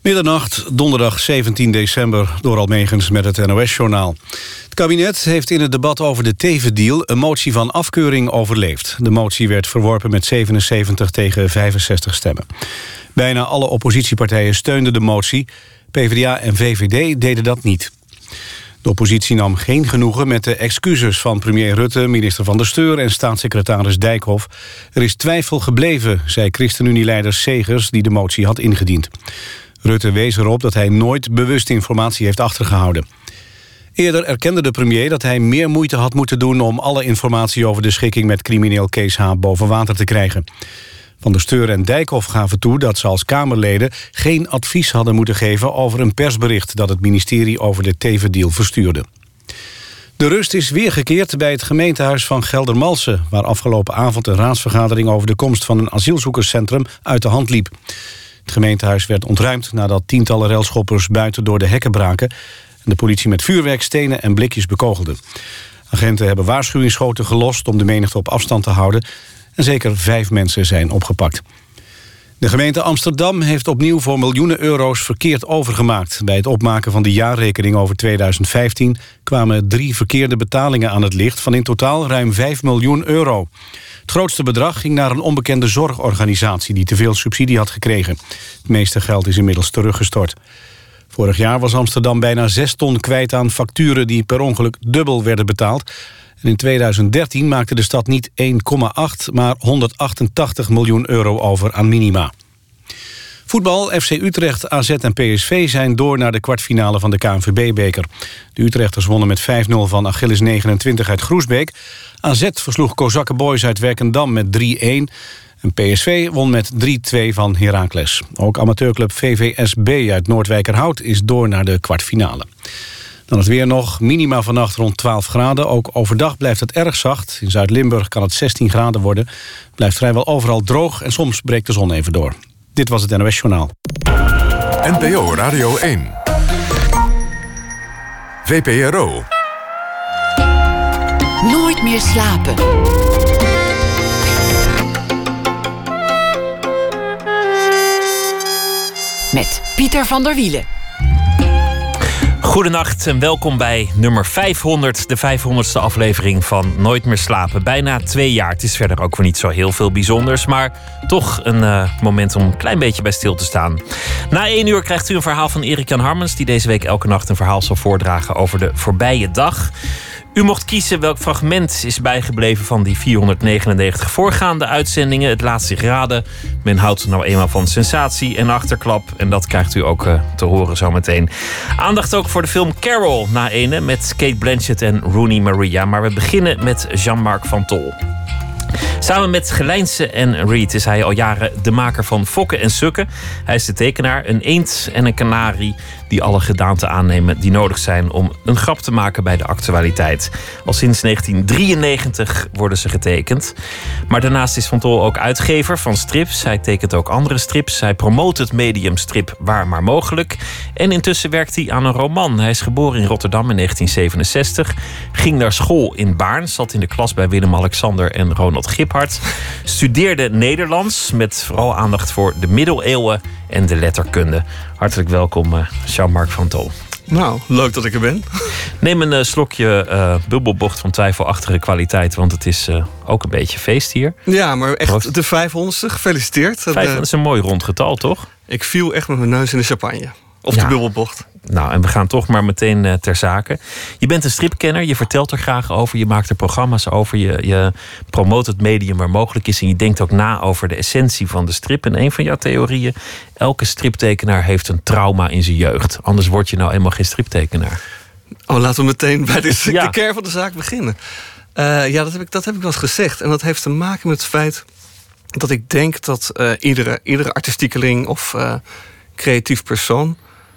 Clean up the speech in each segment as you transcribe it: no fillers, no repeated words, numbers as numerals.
Middernacht, donderdag 17 december, door Almegens met het NOS-journaal. Het kabinet heeft in het debat over de Teven-deal een motie van afkeuring overleefd. De motie werd verworpen met 77 tegen 65 stemmen. Bijna alle oppositiepartijen steunden de motie. PvdA en VVD deden dat niet. De oppositie nam geen genoegen met de excuses van premier Rutte, minister Van der Steur en staatssecretaris Dijkhoff. Er is twijfel gebleven, zei ChristenUnie-leider Segers, die de motie had ingediend. Rutte wees erop dat hij nooit bewust informatie heeft achtergehouden. Eerder erkende de premier dat hij meer moeite had moeten doen om alle informatie over de schikking met crimineel Kees H. boven water te krijgen. Van der Steur en Dijkhoff gaven toe dat ze als Kamerleden geen advies hadden moeten geven over een persbericht dat het ministerie over de Teven-deal verstuurde. De rust is weergekeerd bij het gemeentehuis van Geldermalsen, waar afgelopen avond een raadsvergadering over de komst van een asielzoekerscentrum uit de hand liep. Het gemeentehuis werd ontruimd nadat tientallen relschoppers buiten door de hekken braken en de politie met vuurwerk, stenen en blikjes bekogelde. Agenten hebben waarschuwingsschoten gelost om de menigte op afstand te houden en zeker 5 mensen zijn opgepakt. De gemeente Amsterdam heeft opnieuw voor miljoenen euro's verkeerd overgemaakt. Bij het opmaken van de jaarrekening over 2015 kwamen 3 verkeerde betalingen aan het licht van in totaal ruim 5 miljoen euro. Het grootste bedrag ging naar een onbekende zorgorganisatie die te veel subsidie had gekregen. Het meeste geld is inmiddels teruggestort. Vorig jaar was Amsterdam bijna 6 ton kwijt aan facturen die per ongeluk dubbel werden betaald. En in 2013 maakte de stad niet 1,8, maar 188 miljoen euro over aan minima. Voetbal, FC Utrecht, AZ en PSV zijn door naar de kwartfinale van de KNVB-beker. De Utrechters wonnen met 5-0 van Achilles 29 uit Groesbeek. AZ versloeg Kozakkenboys uit Werkendam met 3-1. En PSV won met 3-2 van Heracles. Ook amateurclub VVSB uit Noordwijkerhout is door naar de kwartfinale. Dan het weer nog, minima vannacht rond 12 graden. Ook overdag blijft het erg zacht. In Zuid-Limburg kan het 16 graden worden. Het blijft vrijwel overal droog en soms breekt de zon even door. Dit was het NOS Journaal. NPO Radio 1. VPRO. Nooit meer slapen. Met Pieter van der Wielen. Goedenacht en welkom bij nummer 500, de 500ste aflevering van Nooit meer slapen. Bijna 2 jaar. Het is verder ook weer niet zo heel veel bijzonders, maar toch een moment om een klein beetje bij stil te staan. Na 1 uur krijgt u een verhaal van Erik-Jan Harmens, die deze week elke nacht een verhaal zal voordragen over de voorbije dag. U mocht kiezen welk fragment is bijgebleven van die 499 voorgaande uitzendingen. Het laat zich raden. Men houdt nou eenmaal van sensatie en achterklap. En dat krijgt u ook te horen zometeen. Aandacht ook voor de film Carol na ene met Cate Blanchett en Rooney Maria. Maar we beginnen met Jean-Marc van Tol. Samen met Gelijnse en Reed is hij al jaren de maker van Fokken en Sukken. Hij is de tekenaar, een eend en een kanarie die alle gedaanten aannemen die nodig zijn om een grap te maken bij de actualiteit. Al sinds 1993 worden ze getekend. Maar daarnaast is Van Tol ook uitgever van strips. Hij tekent ook andere strips. Hij promoot het medium strip waar maar mogelijk. En intussen werkt hij aan een roman. Hij is geboren in Rotterdam in 1967. Ging naar school in Baarn. Zat in de klas bij Willem-Alexander en Ronald Giphart. Studeerde Nederlands met vooral aandacht voor de middeleeuwen en de letterkunde. Hartelijk welkom, Jean-Marc van Tol. Nou, leuk dat ik er ben. Neem een slokje bubbelbocht van twijfelachtige kwaliteit, want het is ook een beetje feest hier. Ja, maar echt de 500ste. Gefeliciteerd. 500 is een mooi rond getal, toch? Ik viel echt met mijn neus in de champagne. Of de bubbelbocht. Nou, en we gaan toch maar meteen ter zake. Je bent een stripkenner, je vertelt er graag over. Je maakt er programma's over. Je promoot het medium waar mogelijk is. En je denkt ook na over de essentie van de strip. En een van jouw theorieën: elke striptekenaar heeft een trauma in zijn jeugd. Anders word je nou eenmaal geen striptekenaar. Oh, laten we meteen bij de kern van de zaak beginnen. Dat heb ik wel eens gezegd. En dat heeft te maken met het feit dat ik denk dat iedere artistiekeling of creatief persoon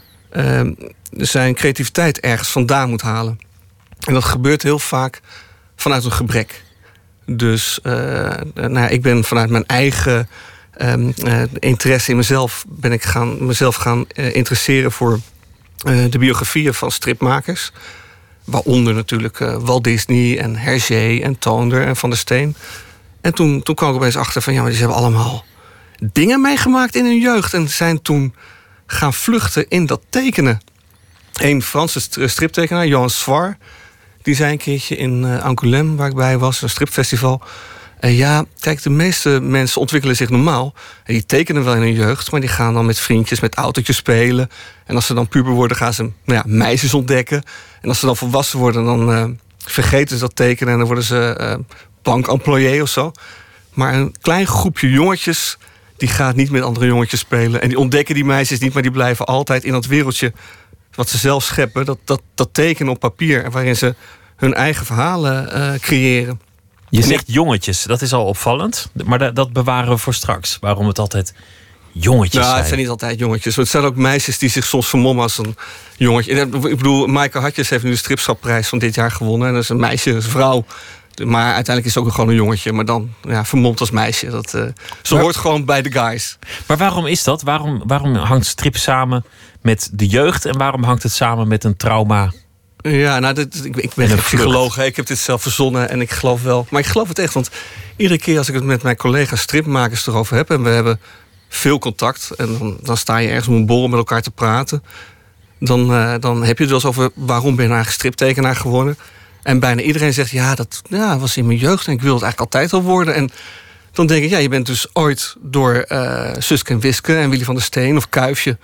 zijn creativiteit ergens vandaan moet halen. En dat gebeurt heel vaak vanuit een gebrek. Dus ik ben vanuit mijn eigen interesse in mezelf ben ik mezelf gaan interesseren voor de biografieën van stripmakers. Waaronder natuurlijk Walt Disney en Hergé en Toonder en Van der Steen. En toen kwam ik opeens achter van maar die hebben allemaal dingen meegemaakt in hun jeugd en zijn toen gaan vluchten in dat tekenen. Een Franse striptekenaar, Johan Swar, die zei een keertje in Angoulême, waar ik bij was, een stripfestival. Kijk, de meeste mensen ontwikkelen zich normaal. En die tekenen wel in hun jeugd, maar die gaan dan met vriendjes, met autootjes spelen. En als ze dan puber worden, gaan ze meisjes ontdekken. En als ze dan volwassen worden, dan vergeten ze dat tekenen en dan worden ze bankemployé of zo. Maar een klein groepje jongetjes, die gaat niet met andere jongetjes spelen. En die ontdekken die meisjes niet, maar die blijven altijd in dat wereldje wat ze zelf scheppen. Dat tekenen op papier, waarin ze hun eigen verhalen creëren. Je zegt jongetjes, dat is al opvallend. Maar dat bewaren we voor straks. Waarom het altijd jongetjes zijn. Het zijn niet altijd jongetjes. Het zijn ook meisjes die zich soms vermommen als een jongetje. Ik bedoel, Maaike Hatjes heeft nu de stripschapprijs van dit jaar gewonnen. En dat is een meisje, een vrouw. Maar uiteindelijk is het ook gewoon een jongetje. Maar dan vermomd als meisje. Ze hoort gewoon bij de guys. Maar waarom is dat? Waarom hangt strip samen met de jeugd? En waarom hangt het samen met een trauma? Ja, ik ben geen psycholoog. Ik heb dit zelf verzonnen en ik geloof wel. Maar ik geloof het echt, want iedere keer als ik het met mijn collega's stripmakers erover heb, en we hebben veel contact, en dan sta je ergens op een borrel met elkaar te praten, dan heb je het wel eens over waarom ben je nou eigenlijk striptekenaar geworden. En bijna iedereen zegt, dat was in mijn jeugd en ik wilde het eigenlijk altijd al worden. En dan denk ik, je bent dus ooit door Suske en Wiske en Willy van der Steen of Kuifje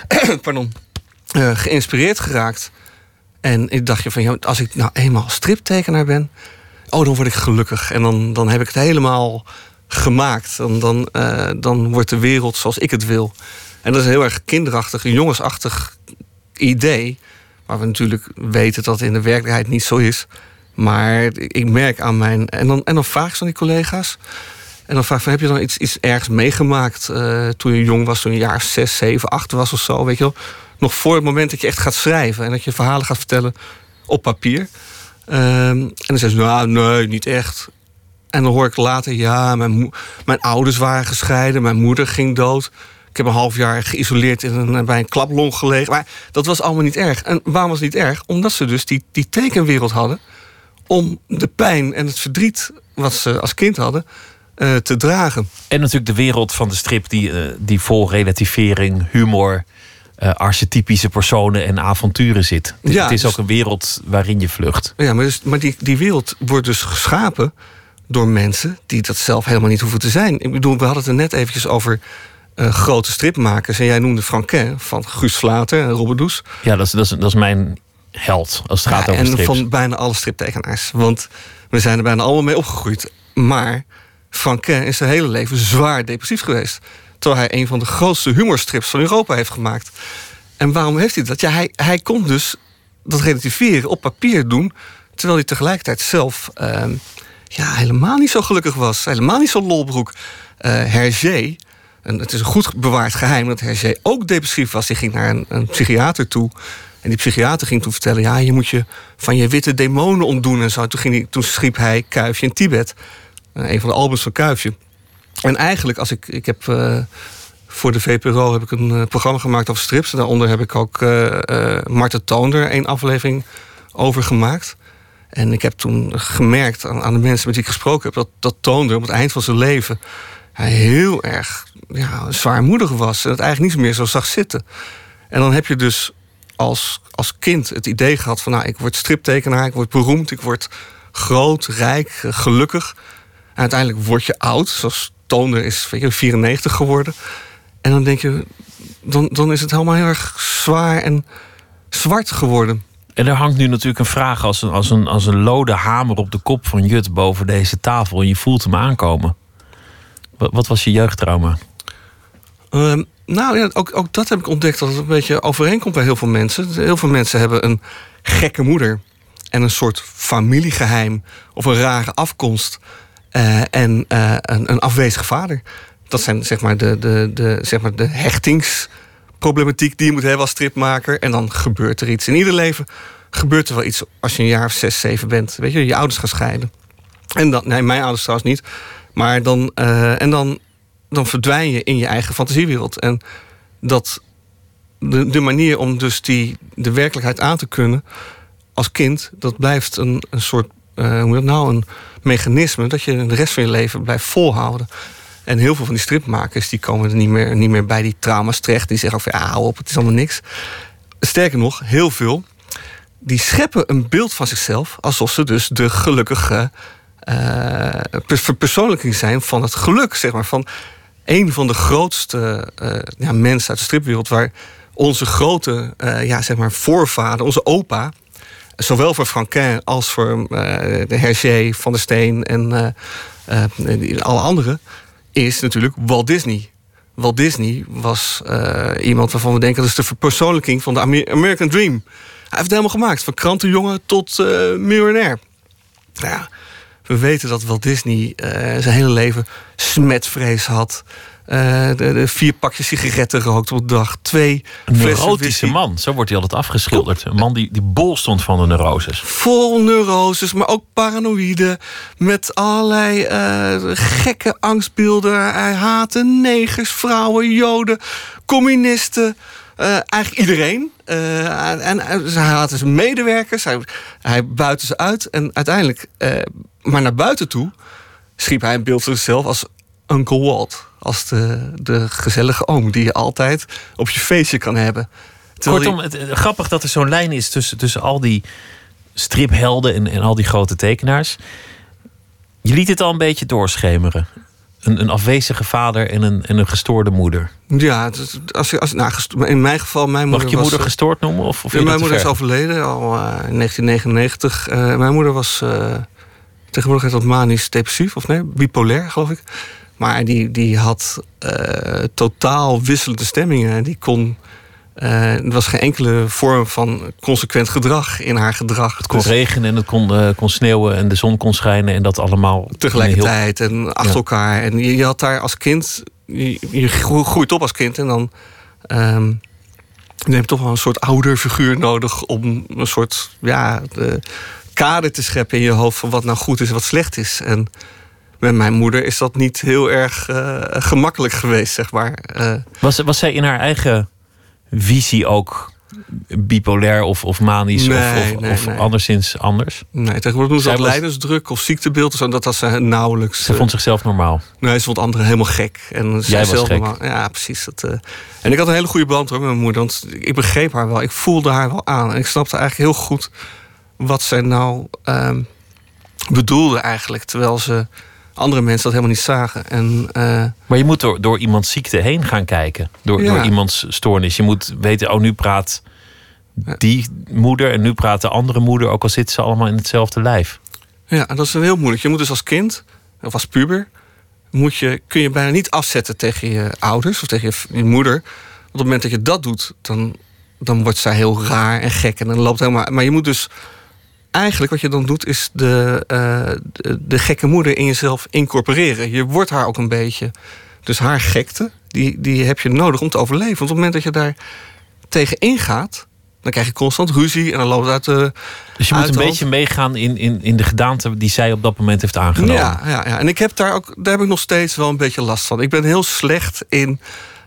geïnspireerd geraakt. En ik dacht van, als ik nou eenmaal striptekenaar ben, dan word ik gelukkig. En dan heb ik het helemaal gemaakt. Dan wordt de wereld zoals ik het wil. En dat is een heel erg kinderachtig, een jongensachtig idee, waar we natuurlijk weten dat het in de werkelijkheid niet zo is. Maar ik merk aan mijn... En dan vraag ik ze aan die collega's. En dan vraag ik van, heb je dan iets ergens meegemaakt toen je jong was, toen je jaar 6, 7, 8 was of zo, weet je wel? Nog voor het moment dat je echt gaat schrijven en dat je verhalen gaat vertellen op papier. En dan zeggen ze, nee, niet echt. En dan hoor ik later, mijn ouders waren gescheiden, mijn moeder ging dood. Ik heb een half jaar geïsoleerd bij een klaplong gelegen. Maar dat was allemaal niet erg. En waarom was het niet erg? Omdat ze dus die tekenwereld hadden om de pijn en het verdriet wat ze als kind hadden te dragen. En natuurlijk de wereld van de strip die vol relativering, humor, archetypische personen en avonturen zit. Het is ook een wereld waarin je vlucht. Ja, maar die wereld wordt dus geschapen door mensen die dat zelf helemaal niet hoeven te zijn. Ik bedoel, we hadden het er net eventjes over grote stripmakers. En jij noemde Franquin van Guus Vlater en Robbedoes. Ja, dat is mijn held als het gaat over strips. En van bijna alle striptekenaars. Want we zijn er bijna allemaal mee opgegroeid. Maar Franquin is zijn hele leven zwaar depressief geweest. Terwijl hij een van de grootste humorstrips van Europa heeft gemaakt. En waarom heeft hij dat? Hij kon dus dat relativeren op papier doen, terwijl hij tegelijkertijd zelf helemaal niet zo gelukkig was. Helemaal niet zo lolbroek. Hergé, en het is een goed bewaard geheim dat Hergé ook depressief was. Die ging naar een psychiater toe. En die psychiater ging toen vertellen, je moet je van je witte demonen ontdoen en zo. Toen schreef hij Kuifje in Tibet. Een van de albums van Kuifje. En eigenlijk, ik heb voor de VPRO heb ik een programma gemaakt over strips. En daaronder heb ik ook Marten Toonder 1 aflevering over gemaakt. En ik heb toen gemerkt aan de mensen met wie ik gesproken heb, dat Toonder op het eind van zijn leven hij heel erg zwaarmoedig was. En het eigenlijk niet meer zo zag zitten. En dan heb je dus als kind het idee gehad van, ik word striptekenaar, ik word beroemd, ik word groot, rijk, gelukkig. En uiteindelijk word je oud, zoals Toonder is 94 geworden. En dan denk je, dan is het helemaal heel erg zwaar en zwart geworden. En er hangt nu natuurlijk een vraag als een lode hamer op de kop van Jut boven deze tafel. En je voelt hem aankomen. Wat was je jeugdtrauma? Ook dat heb ik ontdekt dat het een beetje overeenkomt bij heel veel mensen. Heel veel mensen hebben een gekke moeder en een soort familiegeheim of een rare afkomst en een afwezige vader. Dat zijn zeg maar de hechtingsproblematiek die je moet hebben als stripmaker. En dan gebeurt er iets. In ieder leven gebeurt er wel iets als je een jaar of 6, 7 bent. Weet je ouders gaan scheiden. En mijn ouders trouwens niet. Maar dan verdwijn je in je eigen fantasiewereld. En dat de manier om dus de werkelijkheid aan te kunnen als kind, dat blijft een soort, een mechanisme dat je de rest van je leven blijft volhouden. En heel veel van die stripmakers die komen er niet meer bij die trauma's terecht. Die zeggen ook van hou op, het is allemaal niks. Sterker nog, heel veel die scheppen een beeld van zichzelf alsof ze dus de gelukkige verpersoonlijking zijn van het geluk, zeg maar. Van een van de grootste mensen uit de stripwereld, waar onze grote zeg maar voorvader, onze opa, zowel voor Franquin als voor de Hergé, Van der Steen en alle anderen, is natuurlijk Walt Disney. Walt Disney was iemand waarvan we denken dat is de verpersoonlijking van de American Dream. Hij heeft het helemaal gemaakt, van krantenjongen tot miljonair. Nou ja, we weten dat Walt Disney zijn hele leven smetvrees had. 4 pakjes sigaretten rookt op de dag. 2 een flessen neurotische whisky. man, zo wordt hij altijd afgeschilderd. Een man die bol stond van de neuroses. Vol neuroses, maar ook paranoïde. Met allerlei gekke angstbeelden. Hij haatte negers, vrouwen, joden, communisten. Eigenlijk iedereen. En hij haatte zijn medewerkers. Hij buitte ze uit. En uiteindelijk, maar naar buiten toe, schiep hij een beeld van zichzelf als Uncle Walt. Als de gezellige oom die je altijd op je feestje kan hebben. Kortom, grappig dat er zo'n lijn is tussen al die striphelden en al die grote tekenaars. Je liet het al een beetje doorschemeren. Een afwezige vader en een gestoorde moeder. Ja, in mijn geval, mijn moeder. Mag ik je moeder gestoord noemen? Of mijn moeder is overleden al in 1999. Mijn moeder was tegenwoordig heet dat manisch depressief, of nee, bipolair, geloof ik. Maar die had totaal wisselende stemmingen. Die kon. Er was geen enkele vorm van consequent gedrag in haar gedrag. Het kon regenen en het kon sneeuwen en de zon kon schijnen en dat allemaal tegelijkertijd en achter elkaar. En je had daar als kind, je groeit op als kind en dan je hebt toch wel een soort ouderfiguur nodig om een soort kader te scheppen in je hoofd van wat nou goed is en wat slecht is. En met mijn moeder is dat niet heel erg gemakkelijk geweest, zeg maar. Was zij in haar eigen visie ook bipolair of manisch of anderszins anders? Nee, tegenwoordig doen ze dat lijdensdruk of ziektebeeld of zo. Dat was ze nauwelijks. Ze vond zichzelf normaal. Nee, ze vond anderen helemaal gek. En jij was gek. Normaal, ja, precies. En ik had een hele goede band hoor, met mijn moeder. Want ik begreep haar wel. Ik voelde haar wel aan. En ik snapte eigenlijk heel goed wat zij nou bedoelde eigenlijk. Terwijl ze andere mensen dat helemaal niet zagen. Maar je moet door iemands ziekte heen gaan kijken. Door iemands stoornis. Je moet weten, nu praat die moeder en nu praat de andere moeder. Ook al zitten ze allemaal in hetzelfde lijf. Ja, en dat is heel moeilijk. Je moet dus als kind, of als puber, kun je bijna niet afzetten tegen je ouders of tegen je moeder. Want op het moment dat je dat doet, dan wordt zij heel raar en gek. En dan loopt helemaal. Maar je moet dus eigenlijk wat je dan doet, is de gekke moeder in jezelf incorporeren. Je wordt haar ook een beetje. Dus haar gekte, die heb je nodig om te overleven. Want op het moment dat je daar tegen ingaat, dan krijg je constant ruzie en dan loopt het uit de. Dus je moet een beetje meegaan in de gedaante die zij op dat moment heeft aangenomen. Ja. En ik heb daar heb ik nog steeds wel een beetje last van. Ik ben heel slecht in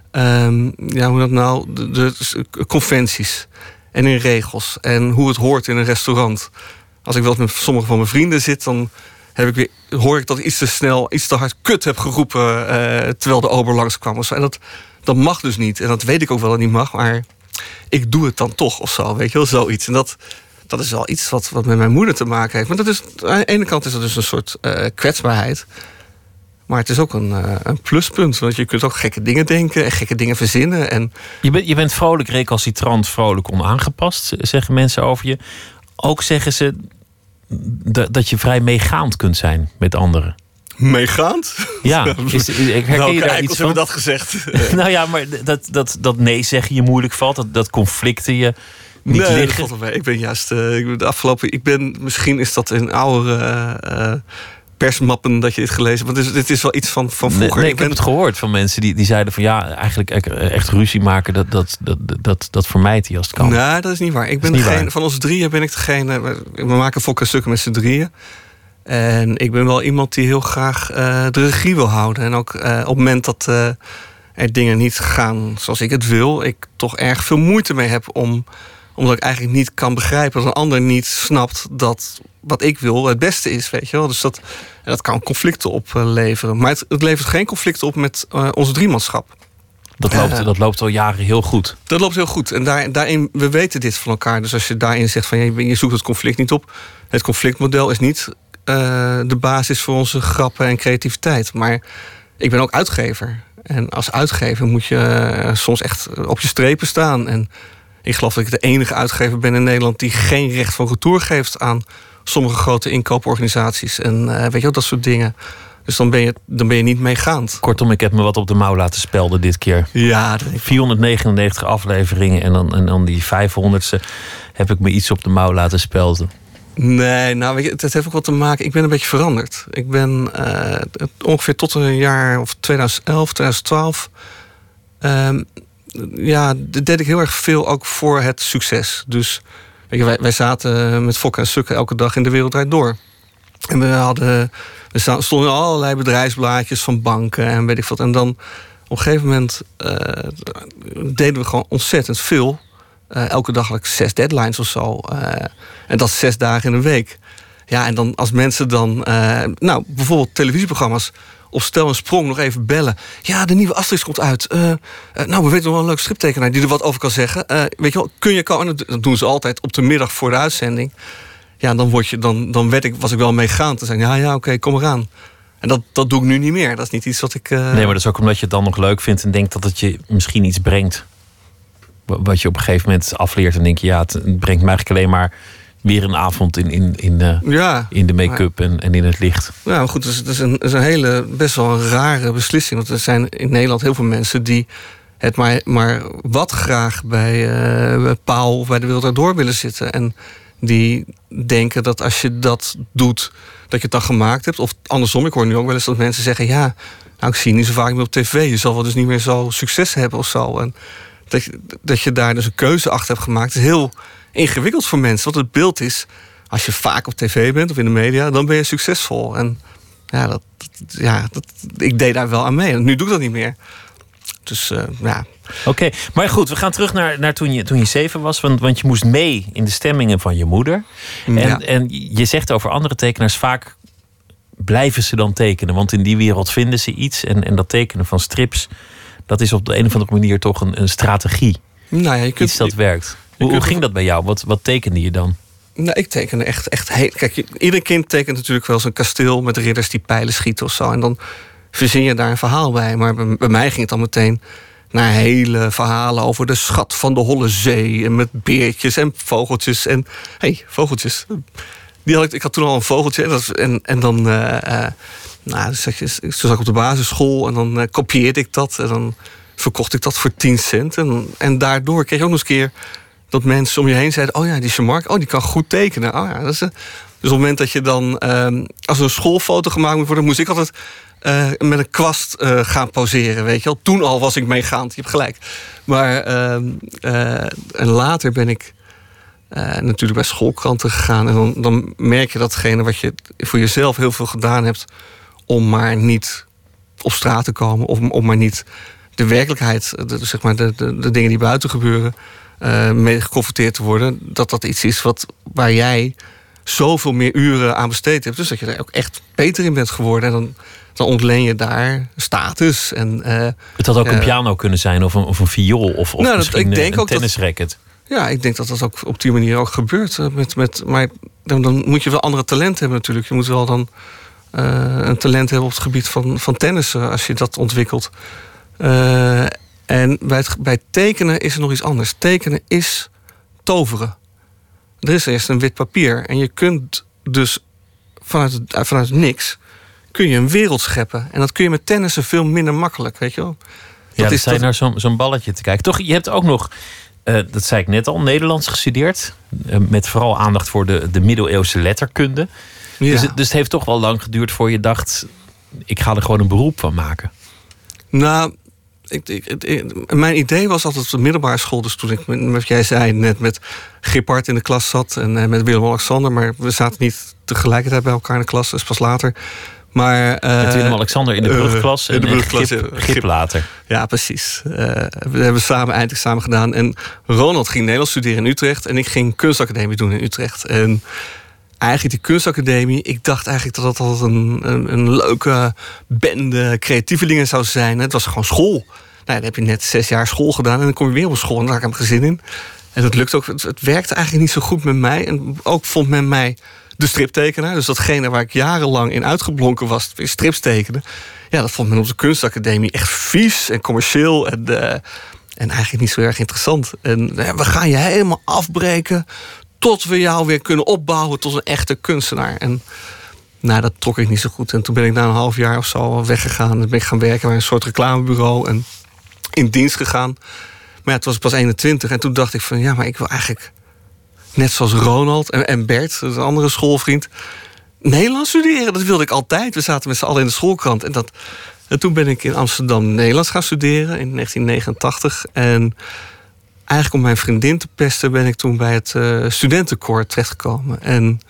hoe dat nou, de conventies en in regels en hoe het hoort in een restaurant. Als ik wel met sommige van mijn vrienden zit, dan hoor ik dat ik iets te snel, iets te hard kut heb geroepen terwijl de ober langskwam. En dat mag dus niet. En dat weet ik ook wel dat niet mag, maar ik doe het dan toch of zo, weet je wel, zoiets. En dat is wel iets wat met mijn moeder te maken heeft. Maar dat is, aan de ene kant is dat dus een soort kwetsbaarheid. Maar het is ook een pluspunt. Want je kunt ook gekke dingen denken en gekke dingen verzinnen. En je bent vrolijk recalcitrant, vrolijk onaangepast, zeggen mensen over je. Ook zeggen ze dat je vrij meegaand kunt zijn met anderen. Meegaand? Ja, herken je daar iets van? Hebben dat gezegd? Nou ja, maar dat nee zeggen je moeilijk valt. Dat conflicten je niet liggen. Dat valt wel mee. Ik ben juist misschien is dat in oudere persmappen dat je dit gelezen hebt. Want dit is wel iets van vroeger. Nee, ik heb het gehoord van mensen die zeiden van eigenlijk echt ruzie maken, dat vermijdt hij als het kan. Nee, dat is niet waar. Ik ben van ons drieën ben ik degene. We maken stukken met z'n drieën. En ik ben wel iemand die heel graag de regie wil houden. En ook op het moment dat er dingen niet gaan zoals ik het wil, ik toch erg veel moeite mee heb om Omdat ik eigenlijk niet kan begrijpen dat een ander niet snapt dat wat ik wil het beste is, weet je wel. Dus dat kan conflicten opleveren. Maar het levert geen conflicten op met ons driemanschap. Dat loopt al jaren heel goed. Dat loopt heel goed. En daarin, we weten dit van elkaar. Dus als je daarin zegt van je zoekt het conflict niet op. Het conflictmodel is niet de basis voor onze grappen en creativiteit. Maar ik ben ook uitgever. En als uitgever moet je soms echt op je strepen staan. En ik geloof dat ik de enige uitgever ben in Nederland die geen recht van retour geeft aan sommige grote inkooporganisaties. En weet je wel, dat soort dingen. Dus dan ben je niet meegaand. Kortom, ik heb me wat op de mouw laten spelden dit keer. Ja, 499 afleveringen en dan die 500ste heb ik me iets op de mouw laten spelden. Nee, nou weet je, het heeft ook wat te maken. Ik ben een beetje veranderd. Ik ben ongeveer tot een jaar of 2011, 2012... deed ik heel erg veel ook voor het succes. Dus weet je, wij zaten met Fokken en Sukken elke dag in De Wereld Draait Door. En we stonden in allerlei bedrijfsblaadjes van banken en weet ik wat. En dan op een gegeven moment deden we gewoon ontzettend veel. Elke dag had ik 6 deadlines of zo. En dat 6 dagen in een week. Ja, en dan als mensen dan bijvoorbeeld televisieprogramma's of Stel en Sprong nog even bellen. Ja, de nieuwe Asterix komt uit. We weten nog wel een leuk striptekenaar die er wat over kan zeggen. Weet je wel, kun je komen? Dat doen ze altijd op de middag voor de uitzending. Ja, was ik wel meegaand. Dan zei ik, oké, kom eraan. En dat doe ik nu niet meer. Dat is niet iets wat ik... Nee, maar dat is ook omdat je het dan nog leuk vindt en denkt dat het je misschien iets brengt. Wat je op een gegeven moment afleert en denk je, het brengt me eigenlijk alleen maar weer een avond in de make-up en in het licht. Ja, maar goed, het is een hele, best wel een rare beslissing. Want er zijn in Nederland heel veel mensen die het maar wat graag bij Paul of bij De Wereld Draait Door willen zitten. En die denken dat als je dat doet, dat je het dan gemaakt hebt. Of andersom, ik hoor nu ook wel eens dat mensen zeggen, ik zie je niet zo vaak meer op tv. Je zal wel dus niet meer zo succes hebben of zo. En dat je daar dus een keuze achter hebt gemaakt, is heel ingewikkeld voor mensen. Want het beeld is, als je vaak op tv bent of in de media, dan ben je succesvol. En ik deed daar wel aan mee. En nu doe ik dat niet meer. Dus Oké, maar goed, we gaan terug naar toen je 7 was. Want je moest mee in de stemmingen van je moeder. En je zegt over andere tekenaars, vaak blijven ze dan tekenen. Want in die wereld vinden ze iets. En dat tekenen van strips, dat is op de een of andere manier toch een strategie. Iets dat werkt. Hoe ging dat bij jou? Wat tekende je dan? Nou, ik tekende echt heel... Kijk, ieder kind tekent natuurlijk wel eens een kasteel met ridders die pijlen schieten of zo. En dan verzin je daar een verhaal bij. Maar bij mij ging het dan meteen naar hele verhalen over de schat van de Holle Zee. En met beertjes en vogeltjes. En vogeltjes. Ik had toen al een vogeltje. En dan zat ik op de basisschool. En dan kopieerde ik dat. En dan verkocht ik dat voor 10 cent. En daardoor kreeg je ook nog eens een keer dat mensen om je heen zeiden, die Jean-Marc, die kan goed tekenen. Dus op het moment dat je dan, als er een schoolfoto gemaakt moet worden, moest ik altijd met een kwast gaan poseren, weet je wel. Toen al was ik meegaand, je hebt gelijk. Maar en later ben ik natuurlijk bij schoolkranten gegaan. En dan merk je datgene wat je voor jezelf heel veel gedaan hebt om maar niet op straat te komen, of om maar niet de werkelijkheid, de dingen die buiten gebeuren, mee geconfronteerd te worden, dat iets is waar jij zoveel meer uren aan besteed hebt. Dus dat je daar ook echt beter in bent geworden. En dan ontleen je daar status. Het had ook een piano kunnen zijn, of een viool, of misschien een tennisracket. Ik denk dat dat ook op die manier ook gebeurt. Maar dan moet je wel andere talenten hebben natuurlijk. Je moet wel dan een talent hebben op het gebied van tennissen, als je dat ontwikkelt. En bij tekenen is er nog iets anders. Tekenen is toveren. Er is eerst een wit papier. En je kunt dus vanuit niks kun je een wereld scheppen. En dat kun je met tennissen veel minder makkelijk, weet je wel. Dan sta je naar zo'n balletje te kijken. Toch, je hebt ook nog, dat zei ik net al, Nederlands gestudeerd. Met vooral aandacht voor de middeleeuwse letterkunde. Ja. Dus het heeft toch wel lang geduurd voor je dacht, ik ga er gewoon een beroep van maken. Nou, mijn idee was altijd op de middelbare school. Dus toen ik, wat jij zei net, met Gippard in de klas zat en met Willem-Alexander. Maar we zaten niet tegelijkertijd bij elkaar in de klas, dus pas later. Maar, met Willem-Alexander in de brugklas en de Gip later. Ja, precies. We hebben eindelijk samen gedaan. En Ronald ging Nederlands studeren in Utrecht en ik ging kunstacademie doen in Utrecht. En eigenlijk die kunstacademie, ik dacht eigenlijk dat dat altijd een leuke bende creatievelingen zou zijn. Het was gewoon school. Nou, dan heb je net 6 jaar school gedaan en dan kom je weer op school en daar had ik hem geen zin in. En dat lukt ook. Het werkte eigenlijk niet zo goed met mij. En ook vond men mij de striptekenaar. Dus datgene waar ik jarenlang in uitgeblonken was, weer strips tekenen. Ja, dat vond men op de kunstacademie echt vies en commercieel. En eigenlijk niet zo erg interessant. En we gaan je helemaal afbreken tot we jou weer kunnen opbouwen tot een echte kunstenaar. En dat trok ik niet zo goed. En toen ben ik na een half jaar of zo weggegaan. Dan ben ik gaan werken bij een soort reclamebureau en in dienst gegaan. Maar het was pas 21 en toen dacht ik van maar ik wil eigenlijk net zoals Ronald en Bert, een andere schoolvriend, Nederlands studeren. Dat wilde ik altijd. We zaten met z'n allen in de schoolkrant. En toen ben ik in Amsterdam Nederlands gaan studeren in 1989. En eigenlijk om mijn vriendin te pesten ben ik toen bij het studentenkoor terechtgekomen. En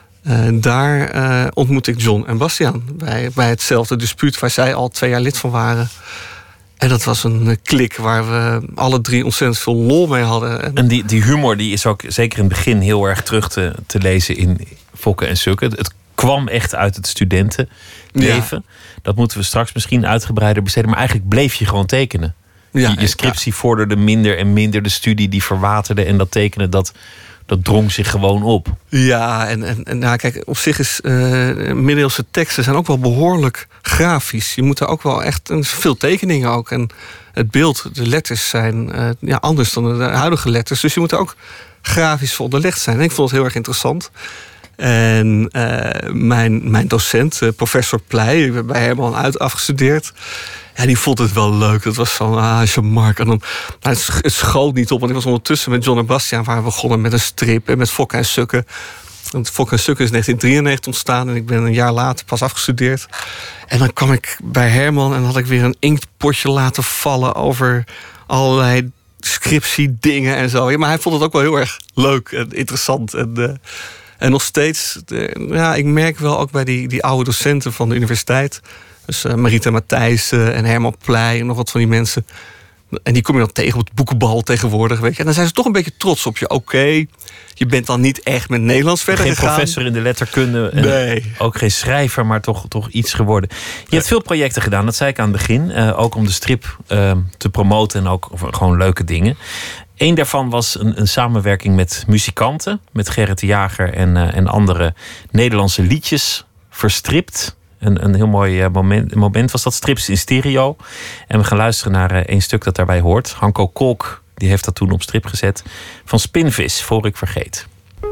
daar ontmoette ik John en Bastiaan bij hetzelfde dispuut waar zij al 2 jaar lid van waren. En dat was een klik waar we alle 3 ontzettend veel lol mee hadden. En die humor die is ook zeker in het begin heel erg terug te lezen in Fokke en Sukke. Het kwam echt uit het studentenleven. Ja. Dat moeten we straks misschien uitgebreider besteden. Maar eigenlijk bleef je gewoon tekenen. Ja, je scriptie vorderde minder en minder. De studie die verwaterde en dat tekenen dat drong zich gewoon op. Ja, en kijk, op zich is middeleeuwse teksten zijn ook wel behoorlijk grafisch. Je moet er ook wel echt veel tekeningen ook. En het beeld, de letters zijn anders dan de huidige letters. Dus je moet er ook grafisch voor onderlegd zijn. En ik vond het heel erg interessant. En mijn docent, professor Pleij, ik ben bij Herman afgestudeerd. Ja, die vond het wel leuk. Dat was van, Jean-Marc. En dan, het schoot niet op, want ik was ondertussen met John en Bastiaan waar we begonnen met een strip en met Fokke en Sukke. Want Fokke en Sukke is in 1993 ontstaan en ik ben een jaar later pas afgestudeerd. En dan kwam ik bij Herman en had ik weer een inktpotje laten vallen over allerlei scriptiedingen en zo. Ja, maar hij vond het ook wel heel erg leuk en interessant. En nog steeds, ik merk wel ook bij die oude docenten van de universiteit. Dus Marita Matthijssen en Herman Pleij en nog wat van die mensen. En die kom je dan tegen op het boekenbal tegenwoordig. Weet je. En dan zijn ze toch een beetje trots op je. Oké, je bent dan niet echt met Nederlands verder gegaan. Geen professor in de letterkunde. En ook geen schrijver, maar toch iets geworden. Je hebt veel projecten gedaan, dat zei ik aan het begin. Ook om de strip te promoten en ook gewoon leuke dingen. Eén daarvan was een samenwerking met muzikanten. Met Gerrit de Jager en andere Nederlandse liedjes verstript. Een heel mooi moment was dat, strips in stereo. En we gaan luisteren naar één stuk dat daarbij hoort. Hanko Kolk die heeft dat toen op strip gezet. Van Spinvis, Voor ik vergeet.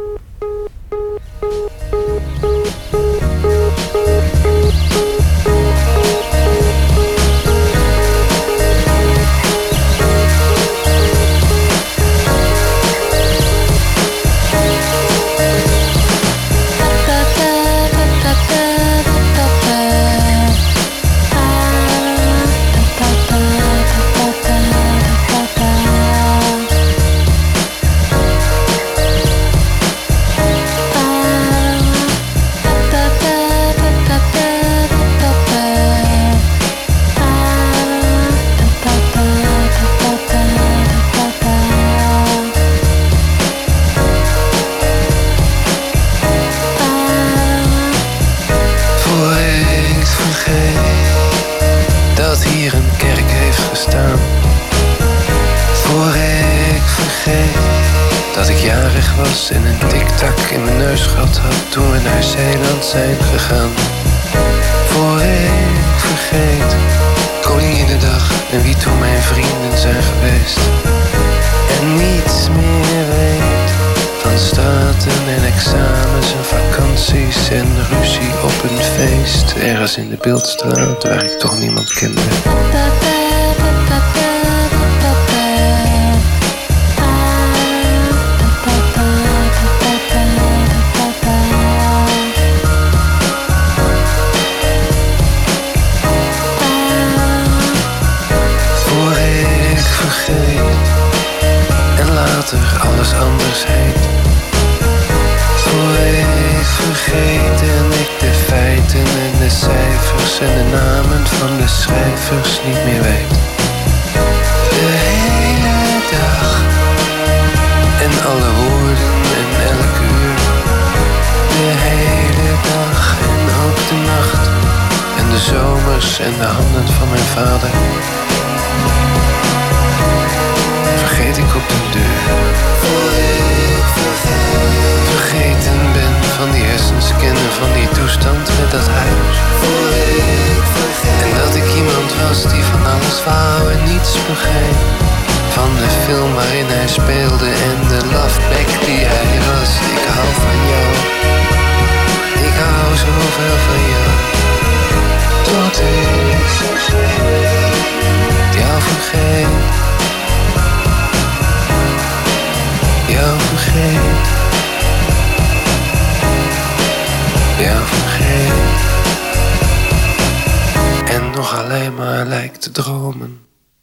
Dat ik jarig was en een tiktak in mijn neus gehad had toen we naar Zeeland zijn gegaan. Voor ik vergeet Koninginnedag en wie toen mijn vrienden zijn geweest. En niets meer weet van straten en examens en vakanties en ruzie op een feest. Ergens in de Beeldstraat waar ik toch niemand kende. Alles anders heet. Voor ik vergeet en ik de feiten en de cijfers en de namen van de schrijvers niet meer weet. De hele dag en alle woorden en elk uur. De hele dag en ook de nacht en de zomers en de handen van mijn vader. Vergeet ik op de deur. Vergeten ben van die hersenscannen, van die toestand met dat huis. En dat ik iemand was die van alles wou en niets begreep. Van de film waarin hij speelde en de loveback die hij was. Ik hou van jou. Ik hou zoveel van jou. Tot ik jou vergeet. Jou vergeet. Jou vergeet. En nog alleen maar lijkt te dromen.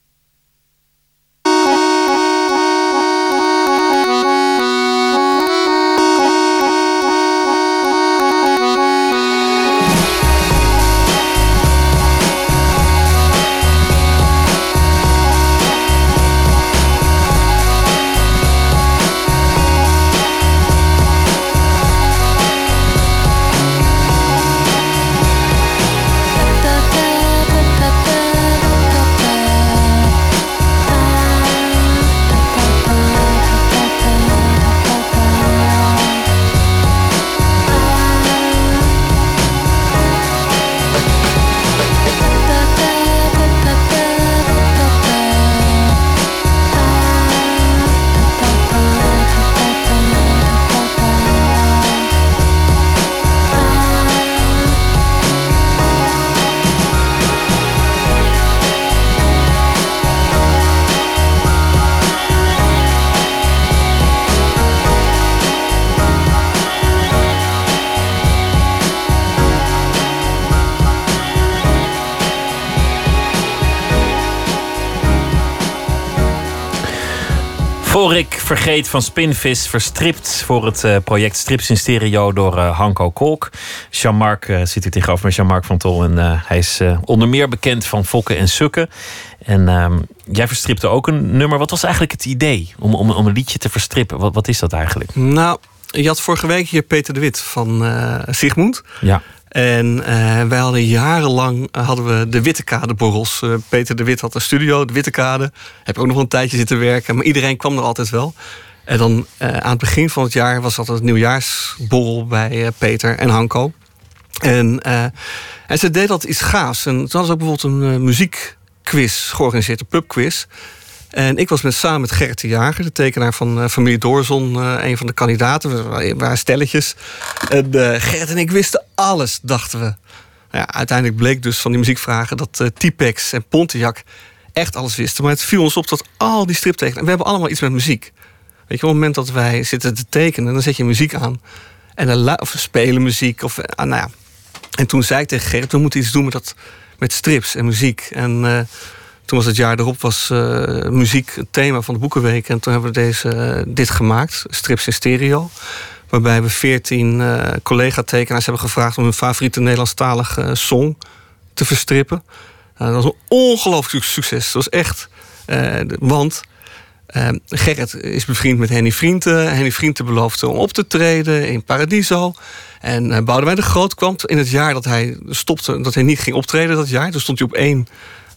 Voor ik vergeet van Spinvis, verstript voor het project Strips in Stereo door Hanko Kolk. Jean-Marc zit hier tegenover met Jean-Marc van Tol. En hij is onder meer bekend van Fokken en Sukken. En jij verstripte ook een nummer. Wat was eigenlijk het idee om een liedje te verstrippen? Wat is dat eigenlijk? Nou, je had vorige week hier Peter de Wit van Sigmund. Ja. En wij hadden jarenlang de Wittekade-borrels. Peter de Wit had een studio, de Wittekade. Heb ik ook nog een tijdje zitten werken. Maar iedereen kwam er altijd wel. En dan aan het begin van het jaar was altijd een nieuwjaarsborrel bij Peter en Hanko. En ze deden altijd iets gaafs. En toen hadden ze ook bijvoorbeeld een muziekquiz georganiseerd, een pubquiz. En ik was samen met Gerrit de Jager, de tekenaar van Familie Doorzon, een van de kandidaten. We waren stelletjes. En Gerrit en ik wisten alles, dachten we. Ja, uiteindelijk bleek dus van die muziekvragen dat T-Pex en Pontiac echt alles wisten. Maar het viel ons op dat al die striptekenaars... We hebben allemaal iets met muziek. Weet je, op het moment dat wij zitten te tekenen, dan zet je muziek aan. En of we spelen muziek. Nou ja. En toen zei ik tegen Gerrit, we moeten iets doen met strips en muziek. En toen was het jaar erop, was muziek het thema van de Boekenweek. En toen hebben we dit gemaakt, Strips in Stereo. Waarbij we 14 collega-tekenaars hebben gevraagd om hun favoriete Nederlandstalige song te verstrippen. Dat was een ongelooflijk succes. Dat was echt, want Gerrit is bevriend met Henny Vrienden. Henny Vrienden beloofde om op te treden in Paradiso. En Boudewijn de Groot kwam in het jaar dat hij stopte, dat hij niet ging optreden dat jaar. Toen stond hij op 1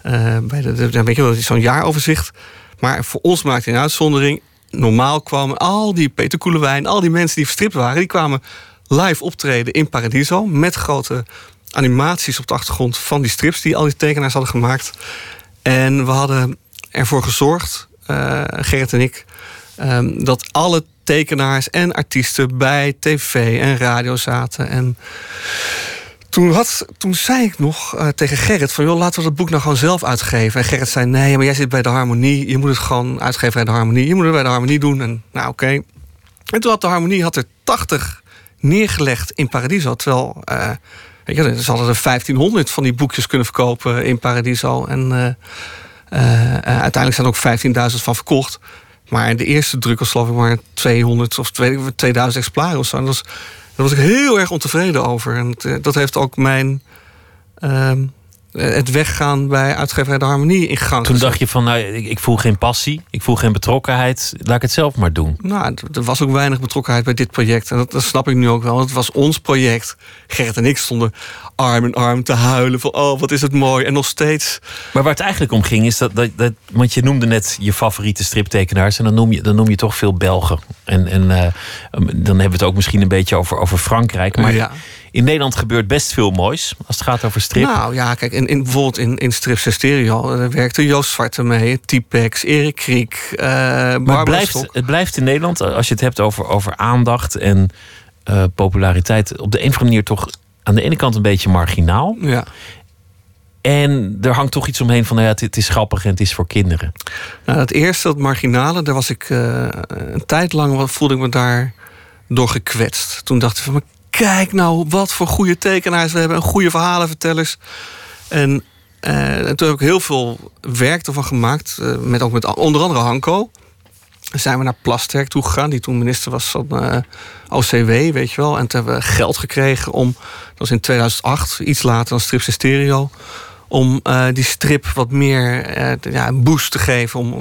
weet je wel, zo'n jaaroverzicht. Maar voor ons maakte hij een uitzondering. Normaal kwamen al die Peter Koelewijn, al die mensen die verstript waren, die kwamen live optreden in Paradiso met grote animaties op de achtergrond van die strips die al die tekenaars hadden gemaakt. En we hadden ervoor gezorgd, Gerrit en ik, dat alle tekenaars en artiesten bij tv en radio zaten. En toen zei ik nog tegen Gerrit van, joh, laten we dat boek nou gewoon zelf uitgeven. En Gerrit zei, nee, maar jij zit bij de Harmonie. Je moet het gewoon uitgeven bij de Harmonie. Je moet het bij de Harmonie doen. En nou, oké. En toen had de Harmonie er 80 neergelegd in Paradiso. Terwijl, weet je, ze hadden er 1500 van die boekjes kunnen verkopen in Paradiso. En uiteindelijk zijn er ook 15.000 van verkocht. Maar de eerste druk was geloof ik maar 200 of 2000 exemplaren of zo. En dat was was ik heel erg ontevreden over. En dat heeft ook mijn... het weggaan bij uitgeverij De Harmonie in gang. Toen dacht je van, nou, ik voel geen passie, ik voel geen betrokkenheid, laat ik het zelf maar doen. Nou, er was ook weinig betrokkenheid bij dit project. En dat snap ik nu ook wel. Het was ons project. Gerrit en ik stonden arm in arm te huilen van, oh, wat is het mooi. En nog steeds... Maar waar het eigenlijk om ging is dat want je noemde net je favoriete striptekenaars en dan noem je toch veel Belgen. En dan hebben we het ook misschien een beetje over Frankrijk. Maar ja. In Nederland gebeurt best veel moois als het gaat over strip. Nou ja, kijk, bijvoorbeeld in Strips Stereo werkte Joost Zwarte mee, Typex, Erik Kriek, maar het blijft in Nederland, als je het hebt over aandacht en populariteit, op de een of andere manier toch aan de ene kant een beetje marginaal. Ja. En er hangt toch iets omheen van, nou ja, het is grappig en het is voor kinderen. Nou, het eerste, dat marginale, daar was ik een tijd lang, voelde ik me daar door gekwetst. Toen dacht ik van, kijk nou, wat voor goede tekenaars we hebben en goede verhalenvertellers. En toen heb ik heel veel werk ervan gemaakt, ook met onder andere Hanko. Dan zijn we naar Plasterk toe gegaan, die toen minister was van OCW, weet je wel. En toen hebben we geld gekregen om, dat was in 2008, iets later dan Strips Stereo, om die strip wat meer een boost te geven.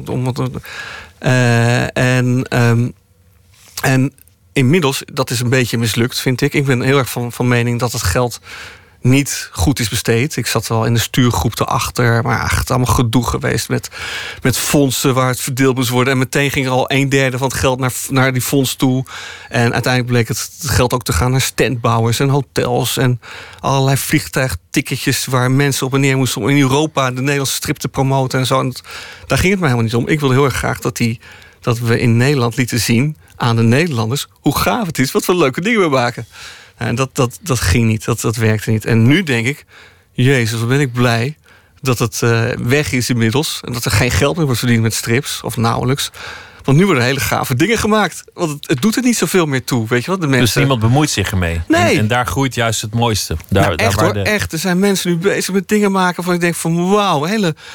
En inmiddels, dat is een beetje mislukt, vind ik. Ik ben heel erg van mening dat het geld niet goed is besteed. Ik zat wel in de stuurgroep erachter, maar het is allemaal gedoe geweest met fondsen waar het verdeeld moest worden. En meteen ging er al 1/3 van het geld naar die fonds toe. En uiteindelijk bleek het geld ook te gaan naar standbouwers en hotels en allerlei vliegtuigticketjes waar mensen op en neer moesten om in Europa de Nederlandse strip te promoten en zo. En daar ging het mij helemaal niet om. Ik wilde heel erg graag dat we in Nederland lieten zien aan de Nederlanders hoe gaaf het is, wat voor leuke dingen we maken. En dat ging niet, dat werkte niet. En nu denk ik, jezus, wat ben ik blij dat het weg is inmiddels. En dat er geen geld meer wordt verdiend met strips, of nauwelijks. Want nu worden hele gave dingen gemaakt. Want het doet er niet zoveel meer toe, weet je wat? De mensen... Dus niemand bemoeit zich ermee. Nee. En daar groeit juist het mooiste. Echt. Er zijn mensen nu bezig met dingen maken waarvan ik denk van wauw,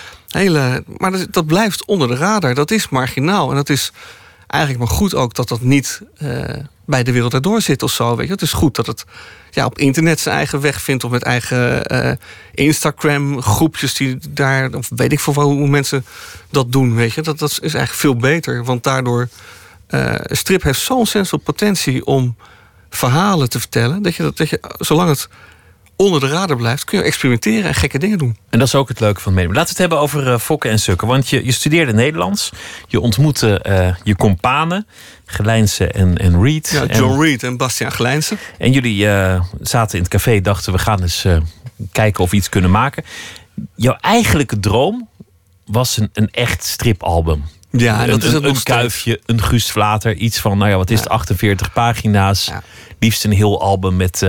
maar dat blijft onder de radar. Dat is marginaal. En dat is eigenlijk maar goed ook dat dat niet bij De Wereld Erdoor zit of zo. Weet je? Het is goed dat het op internet zijn eigen weg vindt, of met eigen Instagram-groepjes die daar, of weet ik veel hoe mensen dat doen. Weet je? Dat is eigenlijk veel beter. Want daardoor, strip heeft zo'n veel potentie om verhalen te vertellen, dat je zolang het onder de radar blijft, kun je experimenteren en gekke dingen doen. En dat is ook het leuke van het medium. Laten we het hebben over Fokke en Sukke. Want je studeerde Nederlands. Je ontmoette je companen, Gelijnse en Reed. Ja, John Reed en Bastiaan Gelijnse. En jullie zaten in het café, dachten we gaan eens kijken of we iets kunnen maken. Jouw eigenlijke droom was een echt stripalbum. Ja, dat is het een kuifje, een Guus Vlater, iets van, wat is het, 48 pagina's. Ja. Liefst een heel album met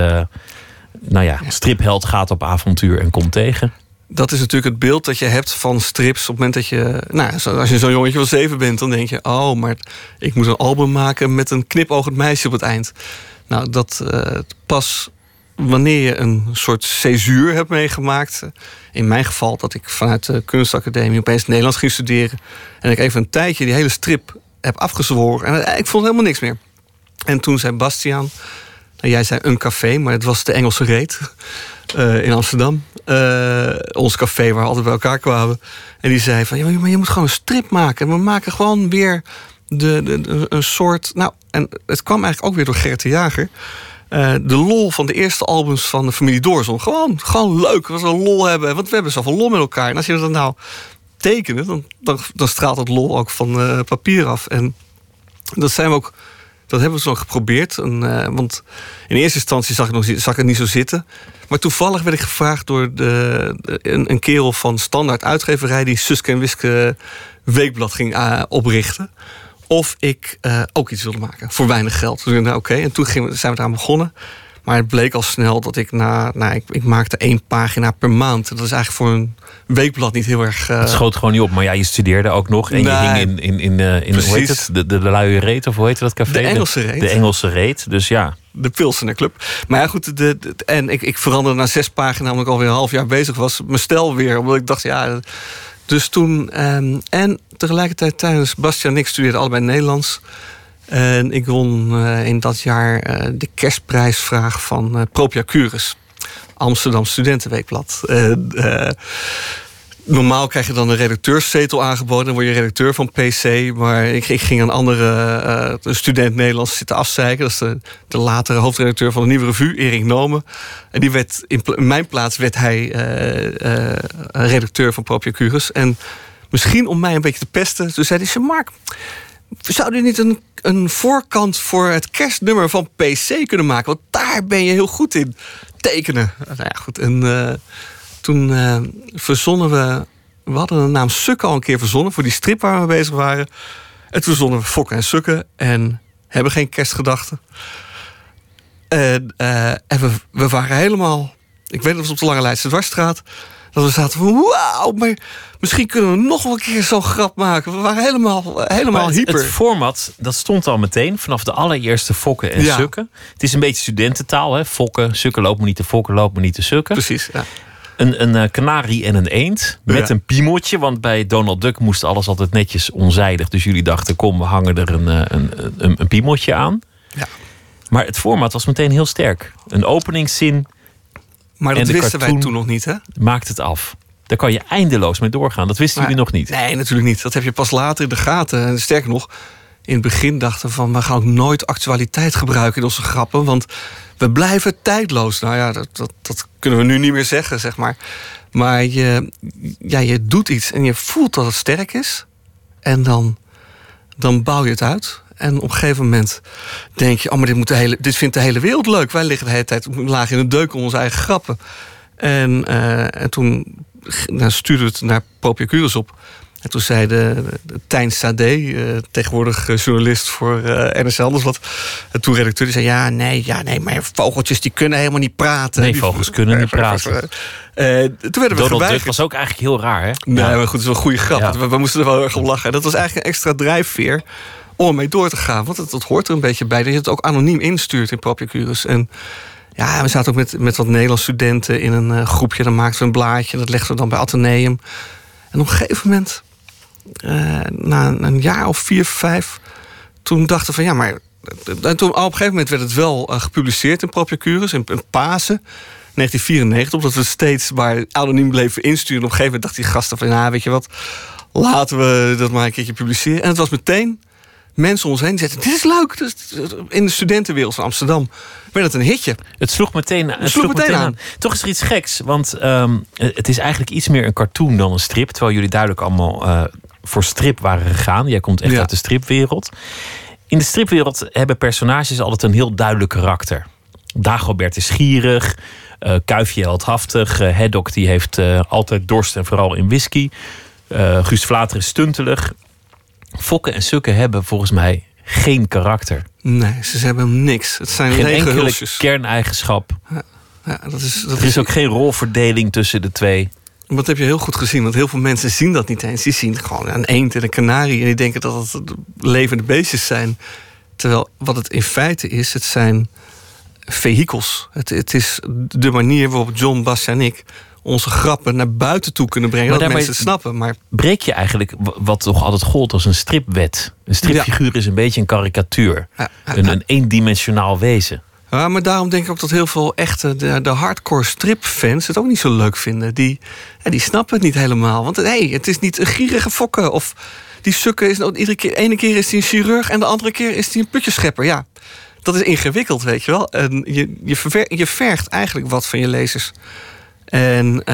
stripheld gaat op avontuur en komt tegen. Dat is natuurlijk het beeld dat je hebt van strips op het moment dat je, als je zo'n jongetje van 7 bent, dan denk je, oh, maar ik moet een album maken met een knipoogend meisje op het eind. Nou, dat pas wanneer je een soort césuur hebt meegemaakt. In mijn geval dat ik vanuit de kunstacademie opeens Nederlands ging studeren. En ik even een tijdje die hele strip heb afgezworen. En ik vond helemaal niks meer. En toen zei Bastiaan, jij zei een café, maar het was de Engelse Reet in Amsterdam. Ons café waar we altijd bij elkaar kwamen. En die zei van, ja, maar je moet gewoon een strip maken. En we maken gewoon weer een soort... Nou, en het kwam eigenlijk ook weer door Gert de Jager. De lol van de eerste albums van de familie Doorzon. Gewoon leuk, we een lol hebben. Want we hebben zoveel lol met elkaar. En als je dat nou tekent, dan straalt het lol ook van papier af. En dat hebben we zo geprobeerd. Want in eerste instantie zag ik het niet zo zitten. Maar toevallig werd ik gevraagd door een kerel van Standaard Uitgeverij, die Suske en Wiske weekblad ging oprichten, of ik ook iets wilde maken voor weinig geld. Dus oké. En toen zijn we eraan begonnen. Maar het bleek al snel dat ik ik maakte 1 pagina per maand. Dat is eigenlijk voor een weekblad niet heel erg... Het schoot gewoon niet op. Maar ja, je studeerde ook nog. En je hing in hoe heet het? De Luie Reet, of hoe heet dat café? De Engelse Reet. De Engelse Reet, dus ja. De Pilsener Club. Maar ja, goed. En ik veranderde na 6 pagina's, omdat ik alweer een half jaar bezig was, mijn stijl weer. Omdat ik dacht, ja... Dus toen... en tegelijkertijd tijdens Bastiaan en ik studeerden allebei Nederlands. En ik won in dat jaar de kerstprijsvraag van Propia Cures, Amsterdam Studentenweekblad. Normaal krijg je dan een redacteurszetel aangeboden. Dan word je redacteur van PC. Maar ik ging een andere student Nederlands zitten afzeiken. Dat is de latere hoofdredacteur van de Nieuwe Revue, Erik Nomen. En die werd in mijn plaats werd hij redacteur van Propia Cures. En misschien om mij een beetje te pesten, toen zei hij: Mark, zou je niet een voorkant voor het kerstnummer van PC kunnen maken? Want daar ben je heel goed in. Tekenen. Nou ja, goed. En toen verzonnen we hadden de naam Sukke al een keer verzonnen voor die strip waar we bezig waren. En toen verzonnen we Fokke en Sukke en hebben geen kerstgedachten. En we waren helemaal, ik weet nog op de Lange Leidse Dwarsstraat, dat we zaten van wauw, maar misschien kunnen we nog wel een keer zo'n grap maken. We waren helemaal hyper. Het format, dat stond al meteen vanaf de allereerste Fokke en Sukke. Het is een beetje studententaal, hè? Fokke, Sukke, loop me niet te fokken, loop me niet te sukken. Precies, ja. Een kanarie en een eend met een piemeltje. Want bij Donald Duck moest alles altijd netjes onzijdig. Dus jullie dachten, kom, we hangen er een piemeltje aan. Ja. Maar het format was meteen heel sterk. Een openingszin. Maar dat wisten wij toen nog niet, hè? Maakt het af. Daar kan je eindeloos mee doorgaan. Dat wisten jullie nog niet. Nee, natuurlijk niet. Dat heb je pas later in de gaten. En sterker nog, in het begin dachten we van, we gaan ook nooit actualiteit gebruiken in onze grappen. Want we blijven tijdloos. Nou ja, dat kunnen we nu niet meer zeggen, zeg maar. Maar je doet iets en je voelt dat het sterk is. En dan bouw je het uit. En op een gegeven moment denk je, oh, maar dit vindt de hele wereld leuk. Wij liggen de hele tijd laag in de deuk om onze eigen grappen. En toen stuurde het naar Propia Cures op. En toen zei de Tijn Sade, tegenwoordig journalist voor NRC Handelsblad, en toen redacteur, die zei nee, maar vogeltjes die kunnen helemaal niet praten. Nee, vogels kunnen niet praten. Toen werden we geweigerd. Donald Duck was ook eigenlijk heel raar, hè? Nee, maar goed, het is wel een goede grap. Ja. We moesten er wel erg om lachen. Dat was eigenlijk een extra drijfveer om ermee door te gaan. Want dat hoort er een beetje bij, dat je het ook anoniem instuurt in Propia Cures. En ja, we zaten ook met wat Nederlandse studenten in een groepje. Dan maakten we een blaadje, dat legden we dan bij Atheneum. En op een gegeven moment, na een jaar of 4, 5, toen dachten we van ja, maar. En toen, op een gegeven moment werd het wel gepubliceerd in Propia Cures, in Pasen 1994, omdat we steeds maar anoniem bleven insturen. Op een gegeven moment dachten die gasten van ja, weet je wat, laten we dat maar een keertje publiceren. En het was meteen mensen om ons heen die zeiden, dit is leuk. In de studentenwereld van Amsterdam werd het een hitje. Het sloeg meteen aan. Toch is er iets geks, want het is eigenlijk iets meer een cartoon dan een strip. Terwijl jullie duidelijk allemaal voor strip waren gegaan. Jij komt echt uit de stripwereld. In de stripwereld hebben personages altijd een heel duidelijk karakter. Dagobert is gierig, Kuifje heldhaftig, Haddock die heeft altijd dorst en vooral in whisky. Guus Vlater is stuntelig. Fokke en Sukke hebben volgens mij geen karakter. Nee, ze hebben niks. Het zijn geen lege enkele hulsjes. Kerneigenschap. Ja, er is ook geen rolverdeling tussen de twee. Dat heb je heel goed gezien, want heel veel mensen zien dat niet eens. Die zien gewoon een eend en een kanarie en die denken dat het levende beestjes zijn. Terwijl wat het in feite is, het zijn vehikels. Het is de manier waarop John, Bas en ik onze grappen naar buiten toe kunnen brengen, dat mensen het snappen. Maar breek je eigenlijk wat toch altijd gold als een stripwet. Een stripfiguur is een beetje een karikatuur. Een eendimensionaal wezen. Ja, maar daarom denk ik ook dat heel veel echte de hardcore stripfans het ook niet zo leuk vinden. Die snappen het niet helemaal. Want het is niet een gierige Fokke. Of die Sukke is ene keer is hij een chirurg en de andere keer is hij een putjeschepper. Ja, dat is ingewikkeld, weet je wel. En je vergt eigenlijk wat van je lezers. En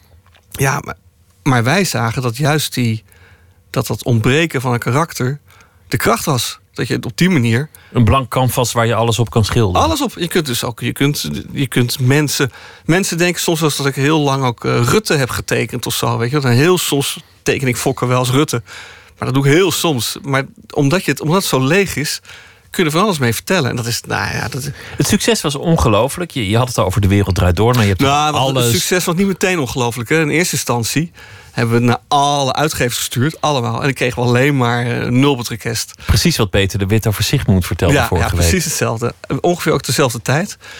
maar wij zagen dat juist dat ontbreken van een karakter de kracht was. Dat je het op die manier... Een blank canvas waar je alles op kan schilderen. Alles op. Je kunt dus ook... Je kunt mensen... Mensen denken soms wel dat ik heel lang ook Rutte heb getekend of zo. Weet je? En heel soms teken ik Fokke wel als Rutte. Maar dat doe ik heel soms. Maar omdat het zo leeg is, kun je er van alles mee vertellen. En dat is... Het succes was ongelooflijk. Je had het over De Wereld Draait Door. Maar je hebt alles... Het succes was niet meteen ongelooflijk. Hè? In eerste instantie hebben we het naar alle uitgevers gestuurd. Allemaal. En dan kregen we alleen maar 0 request. Precies wat Peter de Wit over Sigmund vertelde vorige week. Ja, precies hetzelfde. Ongeveer ook dezelfde tijd.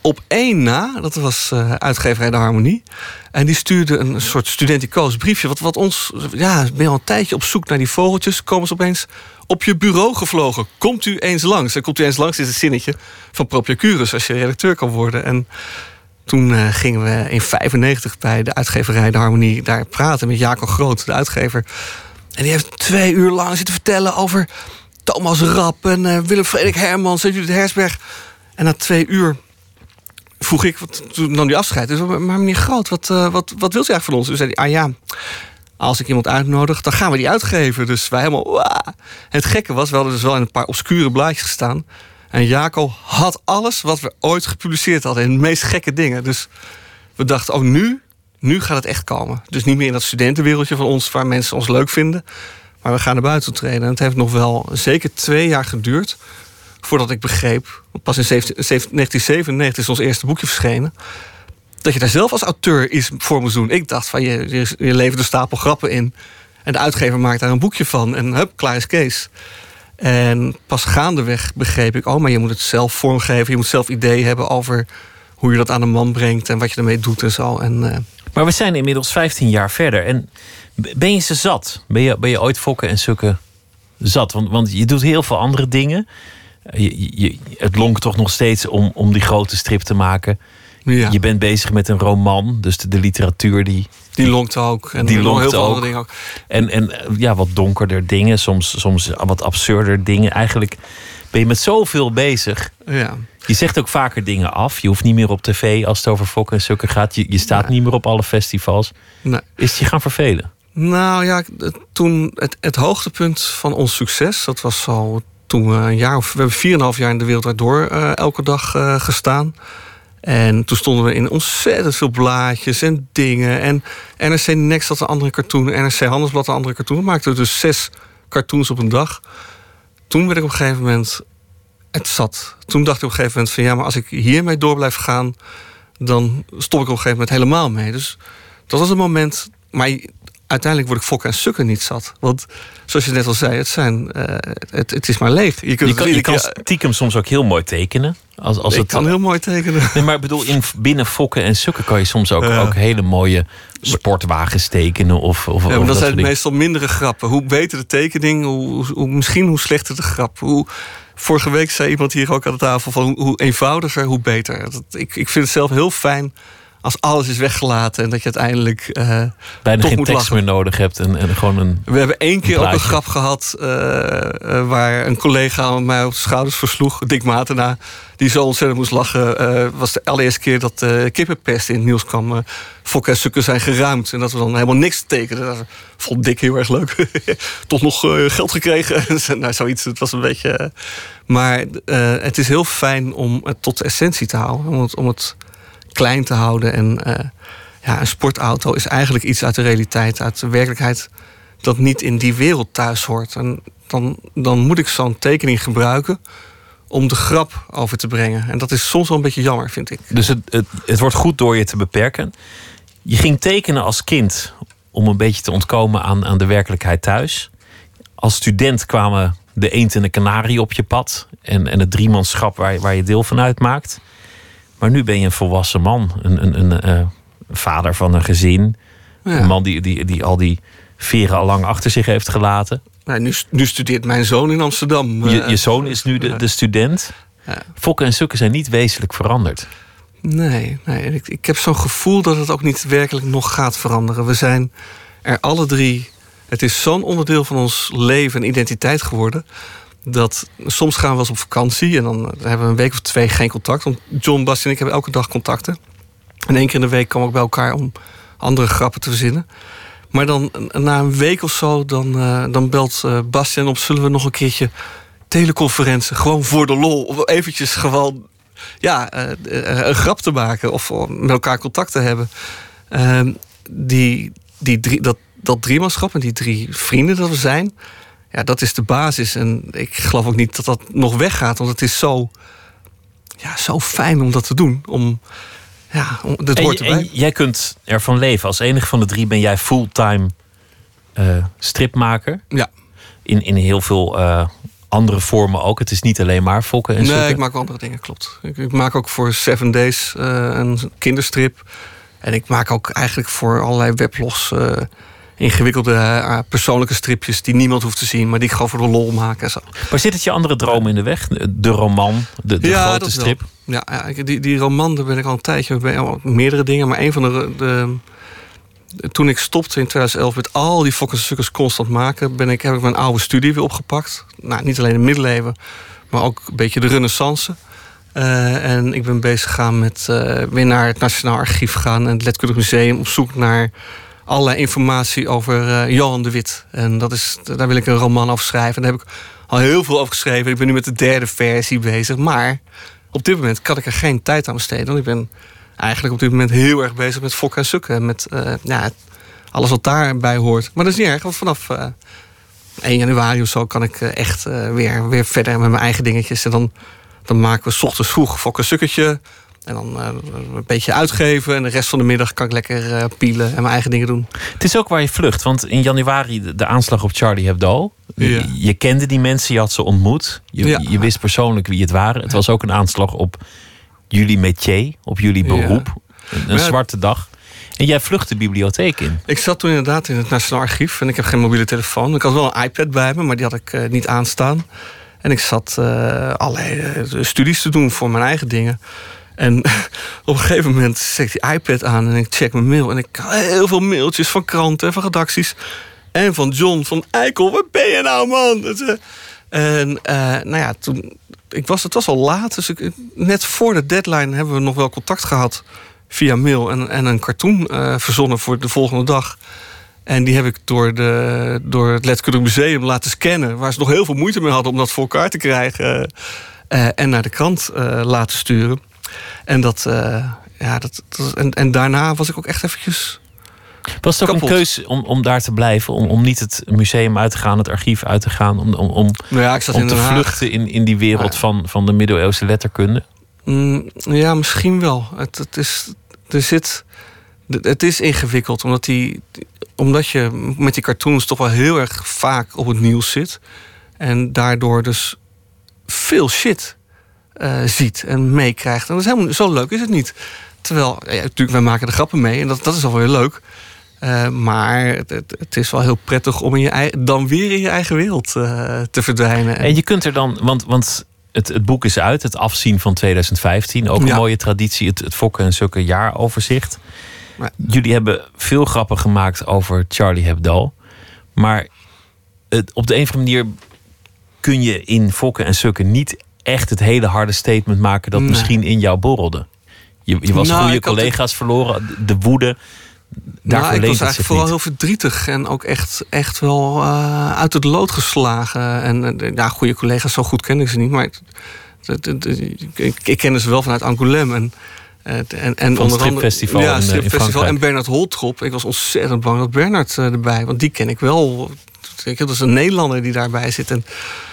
op één na, dat was uitgeverij De Harmonie. En die stuurde een soort studenticoos briefje. Wat ons, ben je al een tijdje op zoek naar die vogeltjes. Komen ze opeens op je bureau gevlogen. Komt u eens langs. En komt u eens langs is het zinnetje van Propiacurus als je redacteur kan worden. En toen gingen we in 1995 bij de uitgeverij De Harmonie daar praten met Jaco Groot, de uitgever. En die heeft 2 uur lang zitten vertellen over Thomas Rapp en Willem Frederik Hermans en Judith Herzberg. En na 2 uur vroeg ik, toen nam hij afscheid. Dus, maar meneer Groot, wat wilt u eigenlijk van ons? Toen zei hij, als ik iemand uitnodig, dan gaan we die uitgeven. Dus wij helemaal, waaah. En het gekke was, we hadden dus wel in een paar obscure blaadjes gestaan. En Jaco had alles wat we ooit gepubliceerd hadden. En de meest gekke dingen. Dus we dachten, nu gaat het echt komen. Dus niet meer in dat studentenwereldje van ons, waar mensen ons leuk vinden. Maar we gaan naar buiten treden. En het heeft nog wel zeker 2 jaar geduurd voordat ik begreep, pas in 1997 is ons eerste boekje verschenen, dat je daar zelf als auteur iets voor moest doen. Ik dacht van, je levert een stapel grappen in en de uitgever maakt daar een boekje van en hup, klaar is Kees. En pas gaandeweg begreep ik, maar je moet het zelf vormgeven, je moet zelf ideeën hebben over hoe je dat aan de man brengt en wat je ermee doet en zo. Maar we zijn inmiddels 15 jaar verder. En ben je ze zat? Ben je ooit Fokke en Sukke zat? Want je doet heel veel andere dingen. Het lonkt toch nog steeds om die grote strip te maken. Ja. Je bent bezig met een roman, dus de literatuur die lonkt ook. En die lonkt heel veel ook. andere dingen ook. En wat donkerder dingen, soms wat absurder dingen. Eigenlijk ben je met zoveel bezig. Ja. Je zegt ook vaker dingen af. Je hoeft niet meer op tv als het over Fokke en Sukke gaat. Je staat niet meer op alle festivals. Nee. Is het je gaan vervelen? Nou ja, toen het hoogtepunt van ons succes, dat was al toen we we hebben 4,5 jaar in de wereld door elke dag gestaan. En toen stonden we in ontzettend veel blaadjes en dingen. En NRC Next had een andere cartoon. NRC Handelsblad een andere cartoon. We maakten dus 6 cartoons op een dag. Toen werd ik op een gegeven moment het zat. Toen dacht ik op een gegeven moment van maar als ik hiermee door blijf gaan, dan stop ik op een gegeven moment helemaal mee. Dus dat was een moment. Maar uiteindelijk word ik Fokke en Sukke niet zat. Want zoals je net al zei, het is maar leeg. Je kan stiekem soms ook heel mooi tekenen. Ik kan heel mooi tekenen. Nee, maar ik bedoel, binnen Fokke en Sukke kan je soms ook hele mooie sportwagens tekenen. Maar dat zijn meestal mindere grappen. Hoe beter de tekening, misschien hoe slechter de grap. Vorige week zei iemand hier ook aan de tafel van hoe eenvoudiger, hoe beter. Ik vind het zelf heel fijn als alles is weggelaten en dat je uiteindelijk bijna geen tekst lachen. meer nodig hebt en gewoon een. We hebben 1 keer ook een grap gehad waar een collega mij op de schouders versloeg, Dick Matena, die zo ontzettend moest lachen. Was de allereerste keer dat kippenpest in het nieuws kwam. Fokke en Sukke zijn geruimd en dat we dan helemaal niks tekenen. Dat vond Dick heel erg leuk. Toch nog geld gekregen. Nou, zoiets. Het was een beetje. Maar het is heel fijn om het tot de essentie te houden, om het klein te houden. En een sportauto is eigenlijk iets uit de realiteit, uit de werkelijkheid, dat niet in die wereld thuis hoort. En dan moet ik zo'n tekening gebruiken om de grap over te brengen. En dat is soms wel een beetje jammer, vind ik. Dus het wordt goed door je te beperken. Je ging tekenen als kind om een beetje te ontkomen aan de werkelijkheid thuis. Als student kwamen de eend en de kanarie op je pad en het driemanschap waar je deel van uitmaakt. Maar nu ben je een volwassen man. Een vader van een gezin. Ja. Een man die al die veren al lang achter zich heeft gelaten. Nou, nu studeert mijn zoon in Amsterdam. Je zoon is nu de student. Ja. Fokke en Sukke zijn niet wezenlijk veranderd. Nee. Ik heb zo'n gevoel dat het ook niet werkelijk nog gaat veranderen. We zijn er alle 3. Het is zo'n onderdeel van ons leven en identiteit geworden, dat soms gaan we wel eens op vakantie en dan hebben we een week of 2 geen contact. Want John, Bas en ik hebben elke dag contacten. En 1 keer in de week komen we ook bij elkaar om andere grappen te verzinnen. Maar dan na een week of zo, dan belt Bastian op, zullen we nog een keertje teleconferentie, gewoon voor de lol, of eventjes gewoon een grap te maken of met elkaar contact te hebben. Dat driemanschap en die 3 vrienden dat we zijn, ja, dat is de basis. En ik geloof ook niet dat dat nog weggaat, want het is zo fijn om dat te doen. Dat hoort erbij. En jij kunt ervan leven. Als enige van de 3 ben jij fulltime stripmaker. Ja. In heel veel andere vormen ook. Het is niet alleen maar fokken en sukken. Nee, ik maak wel andere dingen, klopt. Ik maak ook voor 7 Days een kinderstrip. En ik maak ook eigenlijk voor allerlei weblogs ingewikkelde persoonlijke stripjes die niemand hoeft te zien, maar die ik gewoon voor de lol maak en zo. Maar zit het je andere droom in de weg? De roman, de grote strip? Ja, die roman, daar ben ik al een tijdje bij. Meerdere dingen, maar een van de toen ik stopte in 2011 met al die fokkers en sukkers constant maken, heb ik mijn oude studie weer opgepakt. Nou, niet alleen de middeleeuwen, maar ook een beetje de renaissance. En ik ben bezig gegaan met weer naar het Nationaal Archief gaan en het Letkundig Museum op zoek naar allerlei informatie over Johan de Witt. En daar wil ik een roman over schrijven. En daar heb ik al heel veel over geschreven. Ik ben nu met de 3e versie bezig. Maar op dit moment kan ik er geen tijd aan besteden. Want ik ben eigenlijk op dit moment heel erg bezig met fokken en sukken. Met alles wat daarbij hoort. Maar dat is niet erg, want vanaf 1 januari of zo kan ik echt weer verder met mijn eigen dingetjes. En dan maken we 's ochtends vroeg fokken en sukketje. En dan een beetje uitgeven. En de rest van de middag kan ik lekker pielen en mijn eigen dingen doen. Het is ook waar je vlucht. Want in januari de aanslag op Charlie Hebdo. Ja. Je kende die mensen, je had ze ontmoet. Je wist persoonlijk wie het waren. Het was ook een aanslag op jullie métier, op jullie beroep. Een zwarte dag. En jij vlucht de bibliotheek in. Ik zat toen inderdaad in het Nationaal Archief. En ik heb geen mobiele telefoon. Ik had wel een iPad bij me, maar die had ik niet aanstaan. En ik zat allerlei studies te doen voor mijn eigen dingen. En op een gegeven moment zet ik die iPad aan en ik check mijn mail. En ik krijg heel veel mailtjes van kranten en van redacties. En van John van Eikel. Waar ben je nou, man? En toen... Het was al laat, dus net voor de deadline hebben we nog wel contact gehad via mail en een cartoon verzonnen voor de volgende dag. En die heb ik door het Letkundig Museum laten scannen, waar ze nog heel veel moeite mee hadden om dat voor elkaar te krijgen. En naar de krant laten sturen. En en daarna was ik ook echt eventjes Was het ook kapot. een keus om daar te blijven? Om niet het museum uit te gaan, het archief uit te gaan? Om te vluchten in die wereld van de middeleeuwse letterkunde? Ja, misschien wel. Het is ingewikkeld, omdat je met die cartoons toch wel heel erg vaak op het nieuws zit. En daardoor dus veel shit ziet en meekrijgt. En dat is helemaal zo leuk is het niet. Terwijl, natuurlijk, wij maken er grappen mee en dat is al wel heel leuk. Maar het is wel heel prettig om dan weer in je eigen wereld te verdwijnen. En je kunt er dan, want het boek is uit, het afzien van 2015. Ook een mooie traditie, het fokken en sukken jaaroverzicht. Ja. Jullie hebben veel grappen gemaakt over Charlie Hebdo. Maar op de een of andere manier kun je in fokken en sukken niet echt het hele harde statement maken dat misschien in jou borrelde. Je was goede collega's verloren, de woede. Ik was eigenlijk vooral heel verdrietig en ook echt wel uit het lood geslagen. En goede collega's, zo goed ken ik ze niet, maar ik ken ze wel vanuit Angoulême. En van het stripfestival in Frankrijk. En Bernard Holtrop. Ik was ontzettend bang dat Bernard erbij, want die ken ik wel. Dat is een Nederlander die daarbij zit. En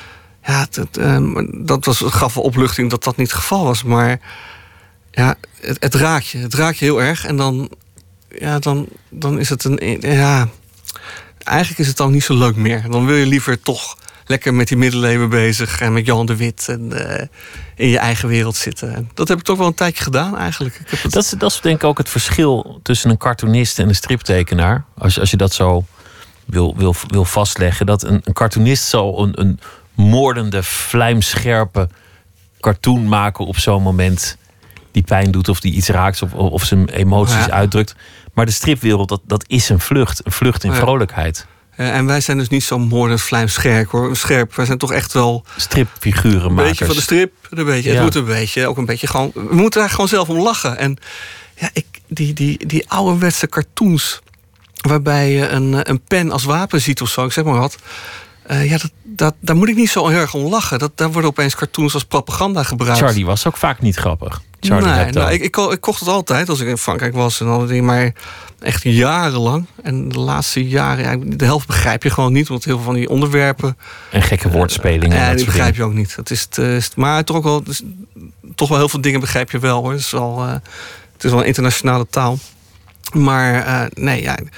gaf wel opluchting dat niet het geval was. Maar ja, het raakt je. Het raakt je heel erg. En dan is het eigenlijk is het dan niet zo leuk meer. Dan wil je liever toch lekker met die middeleeuwen bezig en met Johan de Witt en in je eigen wereld zitten. En dat heb ik toch wel een tijdje gedaan eigenlijk. Dat is denk ik ook het verschil tussen een cartoonist en een striptekenaar. Als je dat zo wil vastleggen. Dat een cartoonist zal een moordende, vlijmscherpe cartoon maken op zo'n moment die pijn doet of die iets raakt of zijn emoties uitdrukt. Maar de stripwereld, dat is een vlucht in vrolijkheid. En wij zijn dus niet zo moordend vlijmscherp, hoor. Wij zijn toch echt wel stripfigurenmakers. Een beetje van de strip, een beetje. Het moet ook een beetje gewoon. We moeten daar gewoon zelf om lachen. En die ouderwetse cartoons waarbij je een pen als wapen ziet of zo, ik zeg maar wat. Daar moet ik niet zo heel erg om lachen. Daar worden opeens cartoons als propaganda gebruikt. Charlie was ook vaak niet grappig. Ik kocht het altijd als ik in Frankrijk was en al die dingen, maar echt jarenlang. En de laatste jaren, de helft begrijp je gewoon niet, want heel veel van die onderwerpen en gekke woordspelingen. Die begrijp je ook niet. Maar toch wel heel veel dingen begrijp je wel, hoor. Het is wel een internationale taal. Maar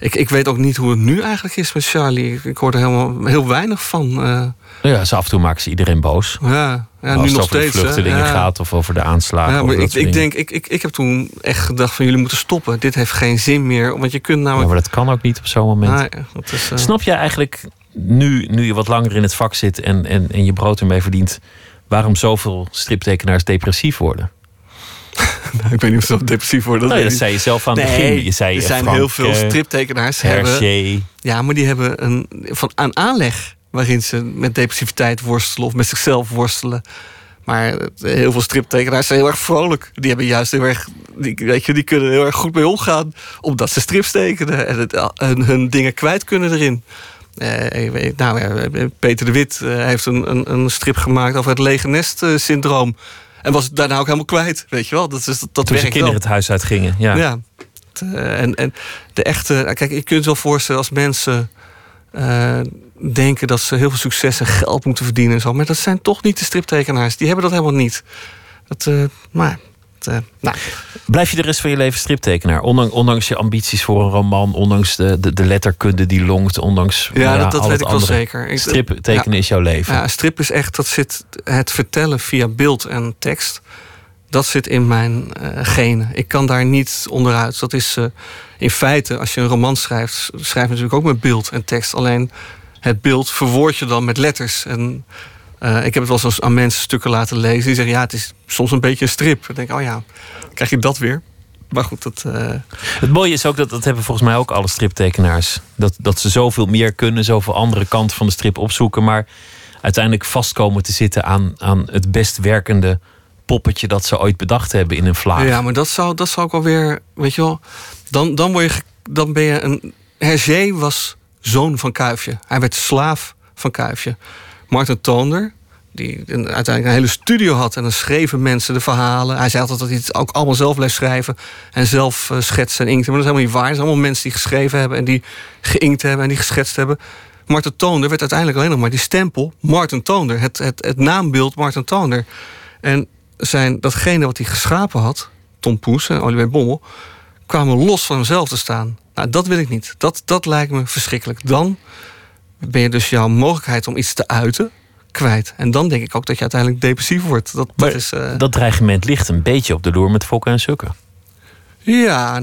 Ik weet ook niet hoe het nu eigenlijk is met Charlie. Ik hoor er helemaal heel weinig van. Ja, af en toe maken ze iedereen boos. Ja, nu nog als het over steeds. de vluchtelingen gaat of over de aanslagen. Ja, maar ik ik heb toen echt gedacht van jullie moeten stoppen. Dit heeft geen zin meer. Want je kunt namelijk... Ja, maar dat kan ook niet op zo'n moment. Snap jij eigenlijk, nu je wat langer in het vak zit en je brood ermee verdient, waarom zoveel striptekenaars depressief worden? Nou, ik weet niet of ze depressief worden. Dat zei je zelf aan het begin. Je zei, er zijn Frank, heel veel striptekenaars. Maar die hebben een aanleg waarin ze met depressiviteit worstelen of met zichzelf worstelen. Maar heel veel striptekenaars zijn heel erg vrolijk. Die hebben juist heel erg, die kunnen heel erg goed mee omgaan, omdat ze strips tekenen en hun dingen kwijt kunnen erin. Peter de Wit heeft een strip gemaakt over het lege nest syndroom. En was het daarna ook helemaal kwijt, weet je wel. Dat toen zijn kinderen het huis uit gingen. Ja. En de echte... Kijk, je kunt je wel voorstellen als mensen denken dat ze heel veel succes en geld moeten verdienen en zo. Maar dat zijn toch niet de striptekenaars. Die hebben dat helemaal niet. Blijf je de rest van je leven striptekenaar? Ondanks je ambities voor een roman, ondanks de letterkunde die longt, ondanks dat weet ik wel zeker. Strip tekenen is jouw leven. Ja, strip is echt, dat zit het vertellen via beeld en tekst. Dat zit in mijn genen. Ik kan daar niet onderuit. Dat is in feite, als je een roman schrijft, schrijf je natuurlijk ook met beeld en tekst. Alleen het beeld verwoord je dan met letters. En ik heb het wel eens aan mensen stukken laten lezen. Die zeggen, het is soms een beetje een strip. Dan denk ik, krijg je dat weer. Maar goed, Het mooie is ook, dat hebben volgens mij ook alle striptekenaars. Dat ze zoveel meer kunnen, zoveel andere kanten van de strip opzoeken. Maar uiteindelijk vastkomen te zitten aan het best werkende poppetje dat ze ooit bedacht hebben in een vlaag. Ja, maar dat zou ook alweer, weet je wel, dan ben je een... Hergé was zoon van Kuifje. Hij werd slaaf van Kuifje. Martin Toonder, die uiteindelijk een hele studio had en dan schreven mensen de verhalen. Hij zei altijd dat hij het ook allemaal zelf bleef schrijven en zelf schetsen en inkten. Maar dat is helemaal niet waar. Het zijn allemaal mensen die geschreven hebben en die geïnkt hebben en die geschetst hebben. Martin Toonder werd uiteindelijk alleen nog maar die stempel Martin Toonder. Het naambeeld Martin Toonder. En datgene wat hij geschapen had, Tom Poes en Olivier Bommel, kwamen los van hemzelf te staan. Nou, dat wil ik niet. Dat lijkt me verschrikkelijk. Dan ben je dus jouw mogelijkheid om iets te uiten kwijt. En dan denk ik ook dat je uiteindelijk depressief wordt. Dat dreigement ligt een beetje op de loer met Fokke en Sukke. Ja,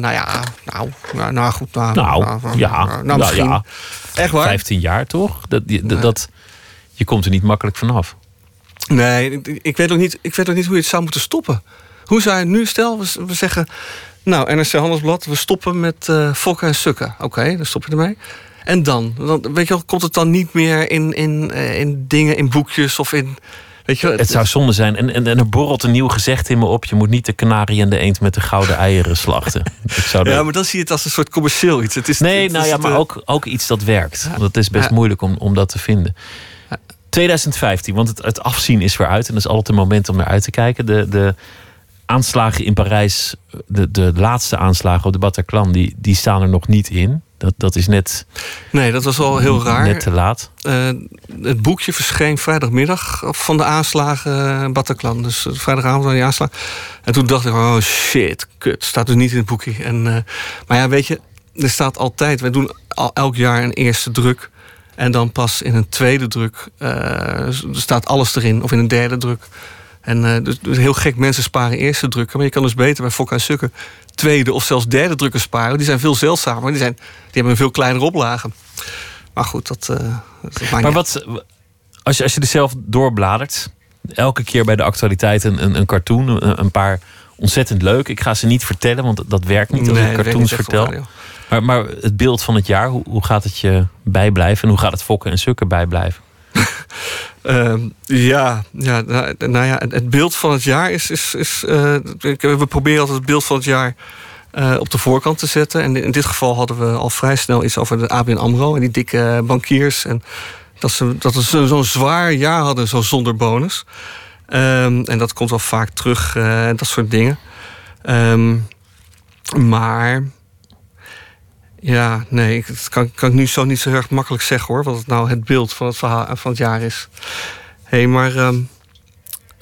misschien. Ja. Echt waar? 15 jaar toch? Je komt er niet makkelijk vanaf. Nee, ik weet ook niet hoe je het zou moeten stoppen. Hoe zou je nu, stel, we zeggen, NRC Handelsblad, we stoppen met Fokke en Sukke. Oké, dan stop je ermee. En dan weet je wel, komt het dan niet meer in dingen, in boekjes of in... Weet je wel, het zou zonde zijn. En er borrelt een nieuw gezegde in me op. Je moet niet de kanarie en de eend met de gouden eieren slachten. Ja, maar dan zie je het als een soort commercieel iets. Maar ook iets dat werkt. Want het is best moeilijk om dat te vinden. 2015, want het afzien is weer uit. En dat is altijd een moment om naar uit te kijken. De aanslagen in Parijs, de laatste aanslagen op de Bataclan, die staan er nog niet in. Dat is net... Nee, dat was al heel raar. Net te laat. Het boekje verscheen vrijdagmiddag van de aanslagen Bataclan. Dus vrijdagavond aan die aanslag. En toen dacht ik, oh shit, kut. Staat dus niet in het boekje. Maar ja, weet je, er staat altijd... Wij doen elk jaar een eerste druk. En dan pas in een tweede druk staat alles erin. Of in een derde druk. En dus heel gek, mensen sparen eerste drukken. Maar je kan dus beter bij Fokke en Sukke tweede of zelfs derde drukken sparen. Die zijn veel zeldzamer. Die hebben een veel kleinere oplage. Maar goed, dat maakt maar wat, als je er zelf doorbladert, elke keer bij de actualiteit een cartoon, een paar ontzettend leuk. Ik ga ze niet vertellen, want dat werkt niet als ik cartoons vertel. Maar het beeld van het jaar, hoe gaat het je bijblijven? En hoe gaat het Fokke en Sukke bijblijven? Het beeld van het jaar is we proberen altijd het beeld van het jaar op de voorkant te zetten. En in dit geval hadden we al vrij snel iets over de ABN AMRO en die dikke bankiers. En dat ze zo'n zwaar jaar hadden, zo zonder bonus. En dat komt wel vaak terug, dat soort dingen. Maar... Ja, nee, dat kan ik nu zo niet zo heel erg makkelijk zeggen, hoor. Wat het nou het beeld van het verhaal van het jaar is. Maar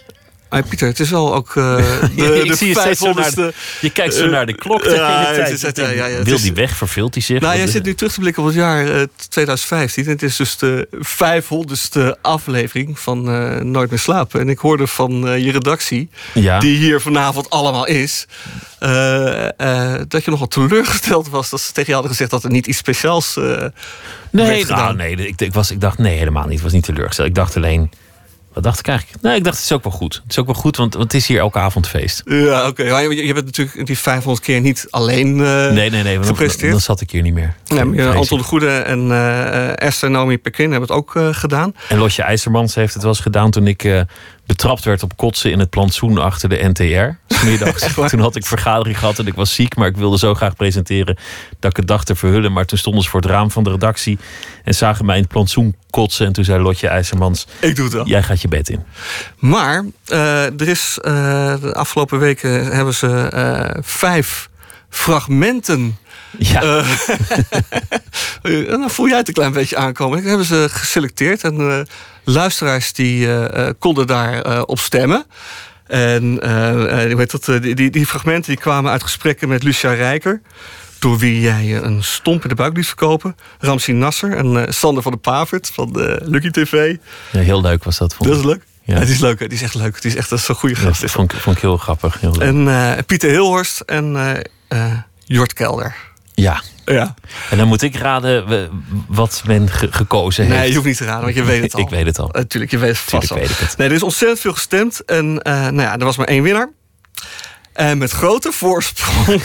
Pieter, het is wel ook ik zie je steeds zo je kijkt zo naar de klok de hele tijd. Wil die weg? Verveelt hij zich? Nou, jij zit nu terug te blikken op het jaar 2015. Het is dus de 500ste aflevering van Nooit meer slapen. En ik hoorde van je redactie, die hier vanavond allemaal is, dat je nogal teleurgesteld was dat ze tegen je hadden gezegd dat er niet iets speciaals werd gedaan. Ik dacht helemaal niet. Ik was niet teleurgesteld. Ik dacht alleen, wat dacht ik eigenlijk? Nee, ik dacht, het is ook wel goed. Het is ook wel goed, want het is hier elke avond feest. Ja, oké. Je bent natuurlijk die 500 keer niet alleen nee, gepresenteerd. Dan zat ik hier niet meer. Ja, Anton de Goede en Esther Naomi Pekin hebben het ook gedaan. En Lotje IJzermans heeft het wel eens gedaan toen ik betrapt werd op kotsen in het plantsoen achter de NTR. 's middags. Toen had ik vergadering gehad en ik was ziek, maar ik wilde zo graag presenteren dat ik het dacht te verhullen. Maar toen stonden ze voor het raam van de redactie en zagen mij in het plantsoen kotsen. En toen zei Lotje IJzermans, ik doe het wel. Jij gaat je bed in. Maar er is de afgelopen weken hebben ze 5 fragmenten. Ja. Dan voel jij het een klein beetje aankomen. Dat hebben ze geselecteerd en luisteraars die konden daar op stemmen. En die fragmenten die kwamen uit gesprekken met Lucia Rijker, door wie jij een stomp in de buik liet verkopen. Ramsi Nasser en Sander van der Pavert van Lucky TV. Ja, heel leuk was dat. Dat is leuk. Ja, het is leuk. Het is echt leuk. Het is echt zo'n goede gast. Dat vond ik heel grappig. Heel leuk. En Pieter Hilhorst en Jort Kelder. Ja. Ja. En dan moet ik raden wat men gekozen heeft. Nee, je hoeft niet te raden, want je weet het al. Ik weet het al. Natuurlijk, je weet het vast al. Weet ik het. Nee, er is ontzettend veel gestemd. En er was maar 1 winnaar. En met grote voorsprong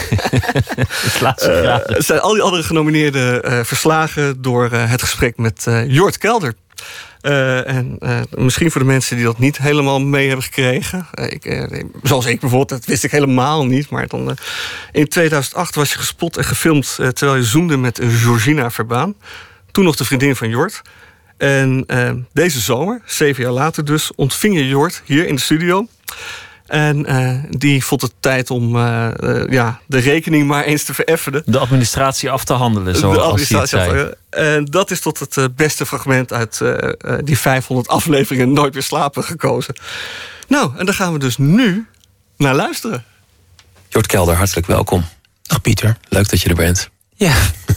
zijn al die andere genomineerden verslagen door het gesprek met Jort Kelder. En misschien voor de mensen die dat niet helemaal mee hebben gekregen. Zoals ik bijvoorbeeld, dat wist ik helemaal niet. Maar dan, in 2008 was je gespot en gefilmd terwijl je zoende met Georgina Verbaan. Toen nog de vriendin van Jort. En deze zomer, 7 jaar later dus, ontving je Jort hier in de studio. En die vond het tijd om de rekening maar eens te vereffenen. De administratie af te handelen, zoals hij het zei. En dat is tot het beste fragment uit die 500 afleveringen Nooit meer slapen gekozen. Nou, en daar gaan we dus nu naar luisteren. Jort Kelder, hartelijk welkom. Dag Pieter. Leuk dat je er bent. Ja.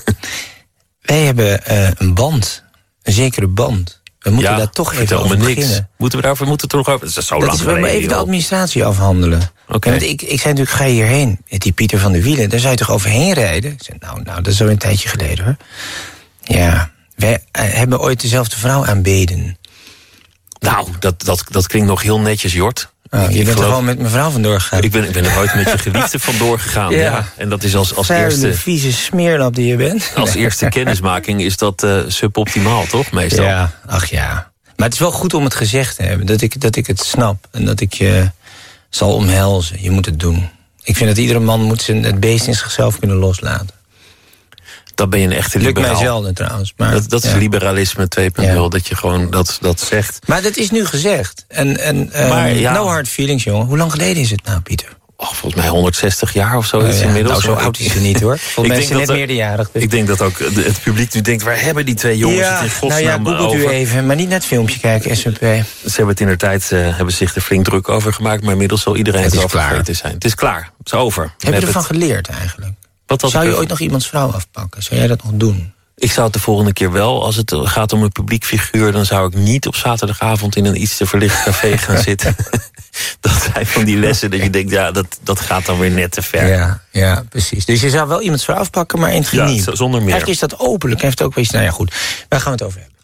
Wij hebben een band. Een zekere band. We moeten daar toch even over beginnen. Moeten we toch nog over? Dat is zo lang geleden. We even de administratie afhandelen. Okay. Want ik zei natuurlijk, ga je hierheen? Met die Pieter van der Wielen, daar zou je toch overheen rijden? Ik zei, nou, dat is zo een tijdje geleden hoor. Ja, wij hebben ooit dezelfde vrouw aanbeden. Nou, dat klinkt nog heel netjes, Jort. Oh, je bent er gewoon met mevrouw vandoor gegaan. Ik ben er ooit met je geliefde vandoor gegaan. Ja. En dat is als eerste vieze smeerlap die je bent. Als eerste kennismaking is dat suboptimaal, toch? Meestal. Ja, ach ja. Maar het is wel goed om het gezegd te hebben. Dat ik het snap. En dat ik je zal omhelzen. Je moet het doen. Ik vind dat iedere man moet het beest in zichzelf kunnen loslaten. Dat ben je een echte liberaal. Lukt mij zelden trouwens. Maar, dat is liberalisme 2.0, dat je gewoon dat zegt. Maar dat is nu gezegd. No hard feelings, jongen. Hoe lang geleden is het nou, Pieter? Volgens mij 160 jaar of zo inmiddels. Nou, zo oud is ze niet, hoor. Volgens mij is ze net meerderjarig. Dus. Ik denk dat ook het publiek nu denkt, waar hebben die 2 jongens het in godsnaam over? Googelt u even, maar niet naar het filmpje kijken, SMP. Ze hebben het inderdaad, hebben zich er flink druk over gemaakt, maar inmiddels zal iedereen het over vergeten zijn. Het is klaar, het is over. Heb je ervan geleerd eigenlijk? Zou je ooit nog iemands vrouw afpakken? Zou jij dat nog doen? Ik zou het de volgende keer wel. Als het gaat om een publiek figuur, dan zou ik niet op zaterdagavond in een iets te verlicht café gaan zitten. Dat zijn van die lessen dat je denkt, dat gaat dan weer net te ver. Ja, precies. Dus je zou wel iemands vrouw afpakken, maar in het geniet. Ja, zonder meer. Eigenlijk is dat openlijk. Heeft ook wel nou goed, waar gaan we het over hebben?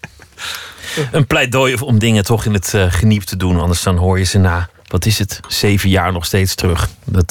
Een pleidooi om dingen toch in het geniep te doen. Anders dan hoor je ze na, wat is het, 7 jaar nog steeds terug.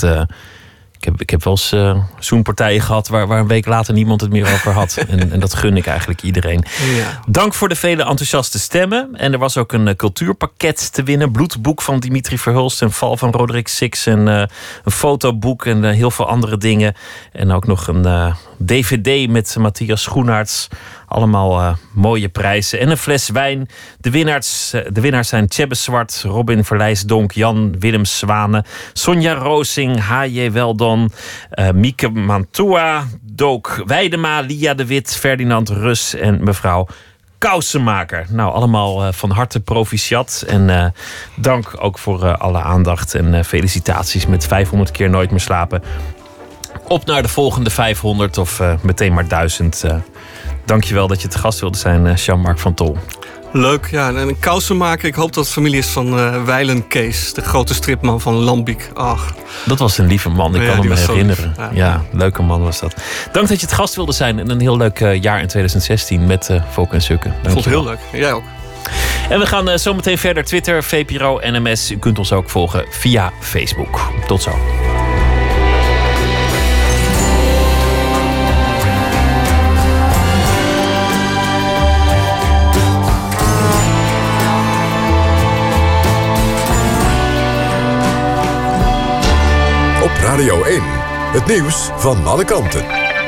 Ik heb wel eens zoenpartijen gehad waar een week later niemand het meer over had. En dat gun ik eigenlijk iedereen. Ja. Dank voor de vele enthousiaste stemmen. En er was ook een cultuurpakket te winnen. Bloedboek van Dimitri Verhulst, een val van Roderick Six. En een fotoboek en heel veel andere dingen. En ook nog een DVD met Matthias Schoenaerts. Allemaal mooie prijzen. En een fles wijn. De winnaars zijn Tjebbe Zwart, Robin Verlijsdonk, Jan Willem Zwane, Sonja Roosing, H.J. Weldon, Mieke Mantua, Dook Weidema, Lia de Wit, Ferdinand Rus en mevrouw Kousenmaker. Nou, allemaal van harte proficiat. En dank ook voor alle aandacht en felicitaties met 500 keer Nooit meer slapen. Op naar de volgende 500 of meteen maar 1000. Dankjewel dat je te gast wilde zijn, Jean-Marc van Tol. Leuk, ja. En een kousenmaker. Ik hoop dat het familie is van Weilen Kees, de grote stripman van Lambiek. Ach. Dat was een lieve man, ik kan hem herinneren. Ja, leuke man was dat. Dank dat je te gast wilde zijn en een heel leuk jaar in 2016 met Volk en Sukken. Ik vond het heel leuk. Jij ook. En we gaan zo meteen verder. Twitter, VPRO, NMS. U kunt ons ook volgen via Facebook. Tot zo. Op Radio 1, het nieuws van alle kanten.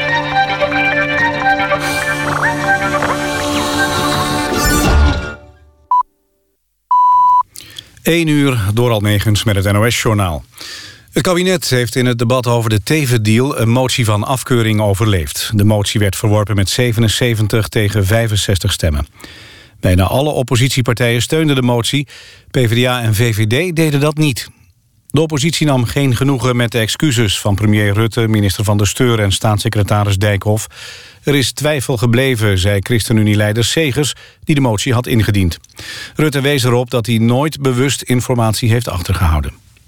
1 uur door Almegens met het NOS-journaal. Het kabinet heeft in het debat over de Teven-deal een motie van afkeuring overleefd. De motie werd verworpen met 77 tegen 65 stemmen. Bijna alle oppositiepartijen steunden de motie. PvdA en VVD deden dat niet. De oppositie nam geen genoegen met de excuses van premier Rutte, minister Van der Steur en staatssecretaris Dijkhoff. Er is twijfel gebleven, zei ChristenUnie-leider Segers, die de motie had ingediend. Rutte wees erop dat hij nooit bewust informatie heeft achtergehouden.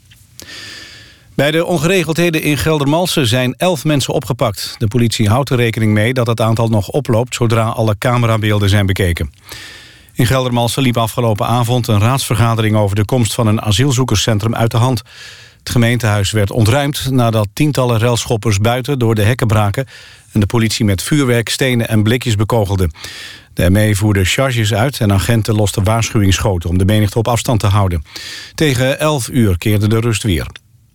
Bij de ongeregeldheden in Geldermalsen zijn 11 mensen opgepakt. De politie houdt er rekening mee dat het aantal nog oploopt zodra alle camerabeelden zijn bekeken. In Geldermalsen liep afgelopen avond een raadsvergadering over de komst van een asielzoekerscentrum uit de hand. Het gemeentehuis werd ontruimd nadat tientallen relschoppers buiten door de hekken braken en de politie met vuurwerk, stenen en blikjes bekogelde. De ME voerde charges uit en agenten losten waarschuwingsschoten om de menigte op afstand te houden. Tegen 11 uur keerde de rust weer.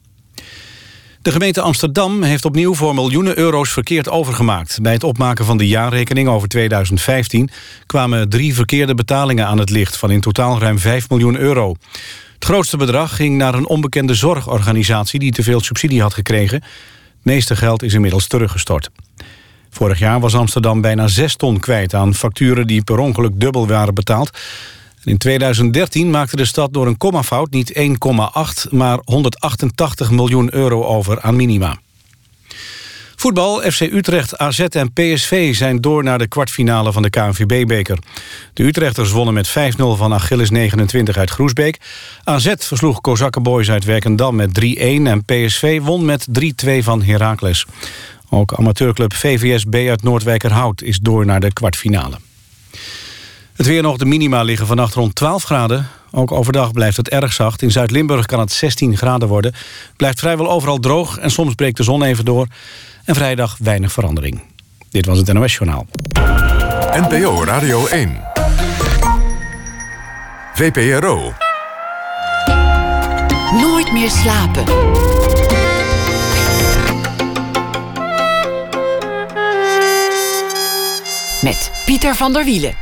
De gemeente Amsterdam heeft opnieuw voor miljoenen euro's verkeerd overgemaakt. Bij het opmaken van de jaarrekening over 2015 kwamen 3 verkeerde betalingen aan het licht van in totaal ruim 5 miljoen euro. Het grootste bedrag ging naar een onbekende zorgorganisatie die te veel subsidie had gekregen. Het meeste geld is inmiddels teruggestort. Vorig jaar was Amsterdam bijna 6 ton kwijt aan facturen die per ongeluk dubbel waren betaald. In 2013 maakte de stad door een kommafout niet 1,8, maar 188 miljoen euro over aan minima. Voetbal, FC Utrecht, AZ en PSV zijn door naar de kwartfinale van de KNVB-beker. De Utrechters wonnen met 5-0 van Achilles 29 uit Groesbeek. AZ versloeg Kozakkenboys uit Werkendam met 3-1 en PSV won met 3-2 van Heracles. Ook amateurclub VVSB uit Noordwijkerhout is door naar de kwartfinale. Het weer nog, de minima liggen vannacht rond 12 graden. Ook overdag blijft het erg zacht. In Zuid-Limburg kan het 16 graden worden. Blijft vrijwel overal droog en soms breekt de zon even door. En vrijdag weinig verandering. Dit was het NOS-journaal. NPO Radio 1. VPRO. Nooit meer slapen. Met Pieter van der Wielen.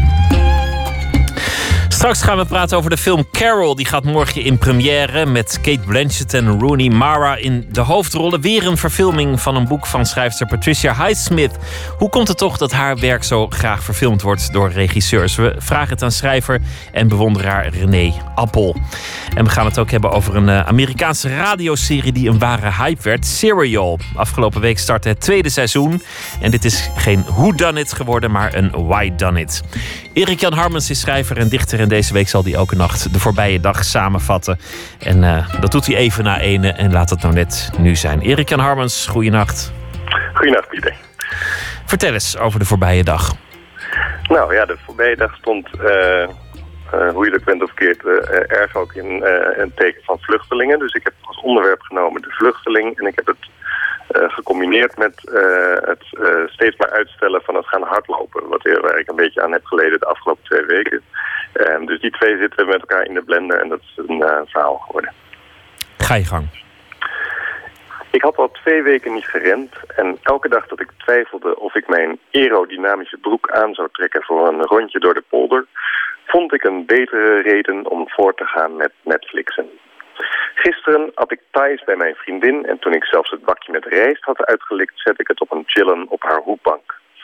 Straks gaan we praten over de film Carol. Die gaat morgen in première met Cate Blanchett en Rooney Mara in de hoofdrollen. Weer een verfilming van een boek van schrijfster Patricia Highsmith. Hoe komt het toch dat haar werk zo graag verfilmd wordt door regisseurs? We vragen het aan schrijver en bewonderaar René Appel. En we gaan het ook hebben over een Amerikaanse radioserie die een ware hype werd. Serial. Afgelopen week startte het 2e seizoen. En dit is geen whodunit geworden, maar een whydunit. Erik-Jan Harmens is schrijver en dichter en deze week zal hij elke nacht de voorbije dag samenvatten. En dat doet hij even na ene en laat het nou net nu zijn. Erik-Jan Harmens, goeienacht. Goeienacht, Pieter. Vertel eens over de voorbije dag. Nou ja, de voorbije dag stond, hoe je dat bent of keert, erg ook in een teken van vluchtelingen. Dus ik heb als onderwerp genomen de vluchteling en ik heb het gecombineerd met het steeds maar uitstellen van het gaan hardlopen. Waar ik een beetje aan heb geleden de afgelopen 2 weken. Dus die 2 zitten met elkaar in de blender en dat is een verhaal geworden. Ga je gang. Ik had al 2 weken niet gerend en elke dag dat ik twijfelde of ik mijn aerodynamische broek aan zou trekken voor een rondje door de polder, vond ik een betere reden om voort te gaan met Netflixen. Gisteren at ik Thais bij mijn vriendin en toen ik zelfs het bakje met rijst had uitgelikt, zette ik het op een chillen op haar hoekbank.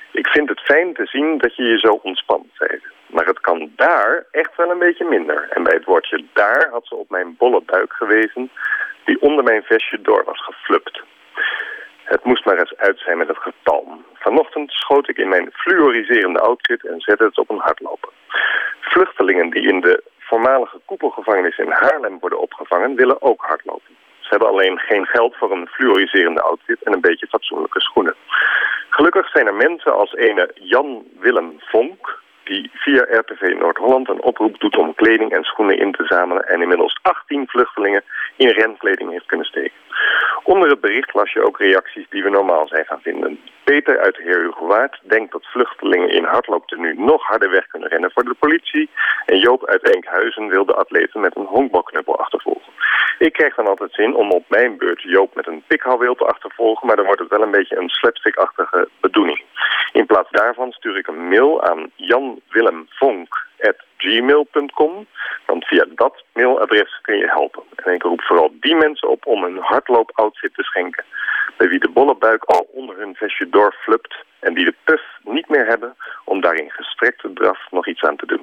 Ik vind het fijn te zien dat je je zo ontspant, zei ze. Maar het kan daar echt wel een beetje minder. En bij het woordje daar had ze op mijn bolle buik gewezen, die onder mijn vestje door was geflupt. Het moest maar eens uit zijn met het getalm. Vanochtend schoot ik in mijn fluoriserende outfit en zette het op een hardloper. Vluchtelingen die in de voormalige koepelgevangenis in Haarlem worden opgevangen, willen ook hardlopen. Ze hebben alleen geen geld voor een fluoriserende outfit en een beetje fatsoenlijke schoenen. Gelukkig zijn er mensen als ene Jan Willem Vonk, die via RTV Noord-Holland een oproep doet om kleding en schoenen in te zamelen en inmiddels 18 vluchtelingen in renkleding heeft kunnen steken. Onder het bericht las je ook reacties die we normaal zijn gaan vinden. Peter uit Heer Hugo Waard denkt dat vluchtelingen in hardlooptenue nog harder weg kunnen rennen voor de politie. En Joop uit Enkhuizen wil de atleten met een honkbalknuppel achtervolgen. Ik krijg dan altijd zin om op mijn beurt Joop met een pikhouweel te achtervolgen, maar dan wordt het wel een beetje een slapstick-achtige bedoeling. In plaats daarvan stuur ik een mail aan janwillemvonk@gmail.com, want via dat mailadres kun je helpen. En ik roep vooral die mensen op om een hardloopoutfit te schenken, bij wie de bolle buik al onder hun vestje doorflupt en die de puff niet meer hebben om daar in gestrekte draf nog iets aan te doen.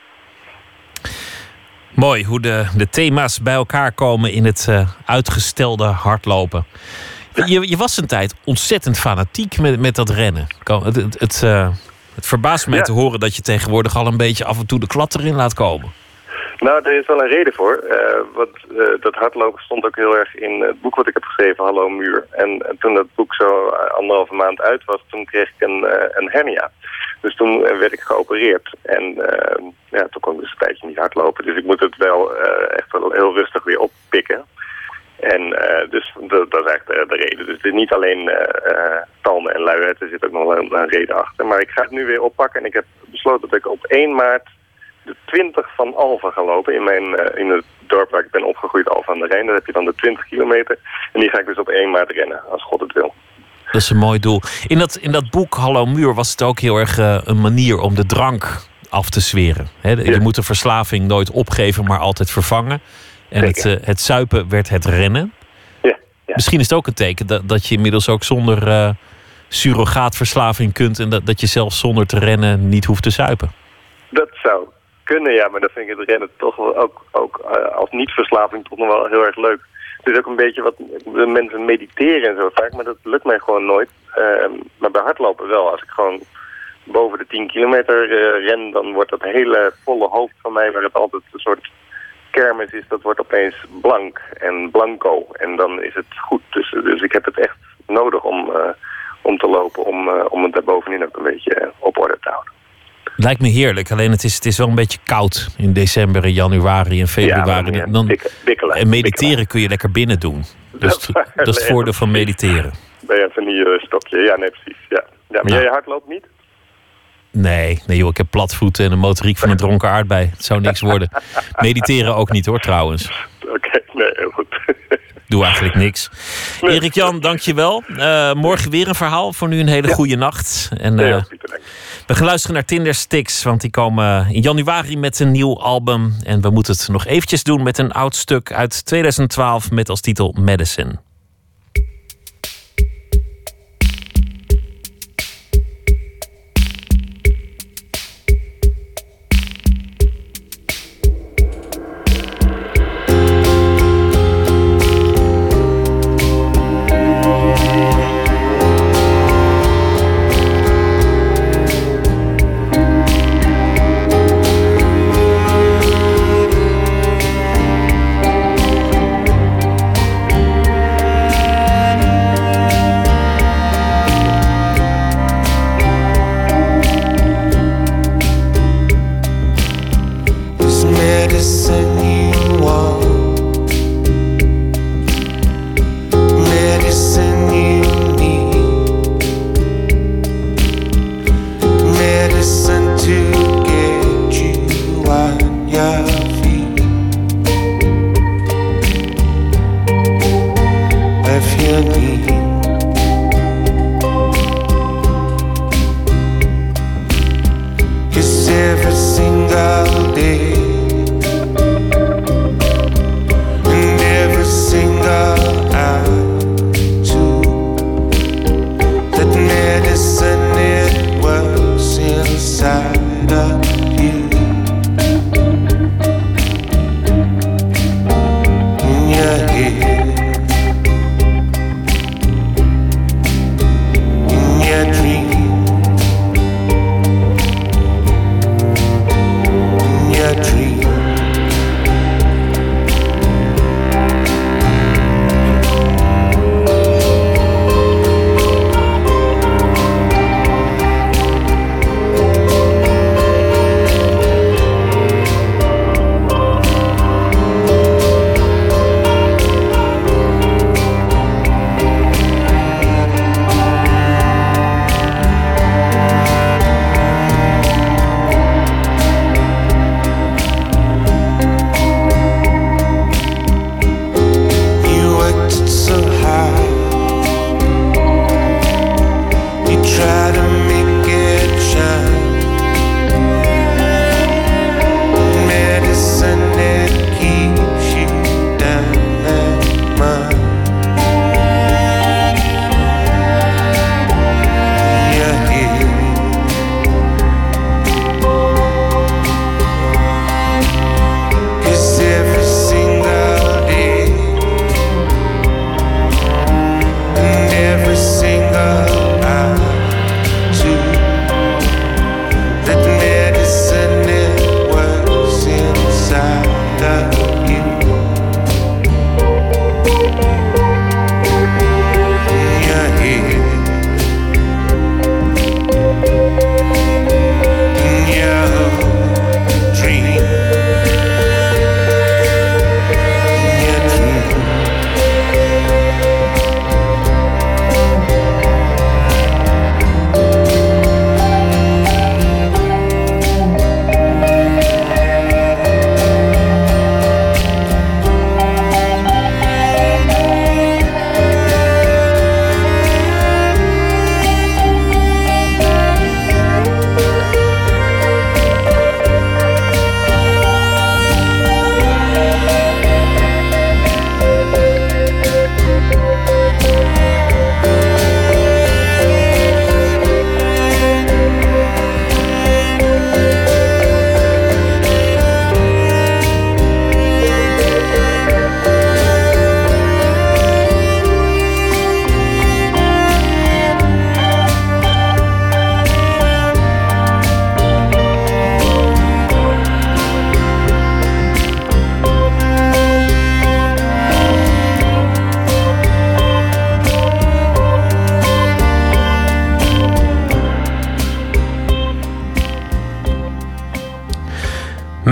Mooi hoe de thema's bij elkaar komen in het uitgestelde hardlopen. Je was een tijd ontzettend fanatiek met dat rennen. Het verbaast mij te horen dat je tegenwoordig al een beetje af en toe de klad erin laat komen. Nou, er is wel een reden voor. Dat hardlopen stond ook heel erg in het boek wat ik heb geschreven, Hallo Muur. En toen dat boek zo 1,5 maand uit was, toen kreeg ik een hernia. Dus toen werd ik geopereerd. En toen kon ik dus een tijdje niet hardlopen. Dus ik moet het wel echt wel heel rustig weer oppikken. En dus dat is eigenlijk de reden. Dus het is niet alleen talmen en luiheid, er zit ook nog wel een reden achter. Maar ik ga het nu weer oppakken en ik heb besloten dat ik op 1 maart de 20 van Alphen ga lopen in het dorp waar ik ben opgegroeid, Alphen aan de Rijn. Daar heb je dan de 20 kilometer. En die ga ik dus op 1 maart rennen, als God het wil. Dat is een mooi doel. In dat boek Hallo Muur was het ook heel erg een manier om de drank af te zweren. Je moet de verslaving nooit opgeven, maar altijd vervangen. En het zuipen werd het rennen. Ja. Misschien is het ook een teken dat je inmiddels ook zonder surrogaatverslaving kunt en dat je zelfs zonder te rennen niet hoeft te zuipen. Dat zou kunnen, ja, maar dan vind ik het rennen toch wel ook als niet-verslaving toch nog wel heel erg leuk. Het is ook een beetje wat de mensen mediteren en zo vaak, maar dat lukt mij gewoon nooit. Maar bij hardlopen wel. Als ik gewoon boven de 10 kilometer ren, dan wordt dat hele volle hoofd van mij, waar het altijd een soort kermis is, dat wordt opeens blank en blanco. En dan is het goed. Dus ik heb het echt nodig om te lopen, om het daarbovenin ook een beetje op orde te houden. Lijkt me heerlijk, alleen het is wel een beetje koud in december, en januari en februari. Ja, en mediteren kun je lekker binnen doen. Dus dat is het voordeel van mediteren. Bij een vanillestokje, ja, nee, precies. Ja. Ja, maar jij hardloopt niet? Nee joh, ik heb platvoeten en een motoriek van een dronken aardbei. Het zou niks worden. Mediteren ook niet hoor, trouwens. Oké, nee, heel goed. Doe eigenlijk niks. Erik-Jan, dank je wel. Morgen weer een verhaal. Voor nu een hele goede nacht. En we gaan luisteren naar Tindersticks, want die komen in januari met een nieuw album. En we moeten het nog eventjes doen met een oud stuk uit 2012 met als titel Medicine. Medicine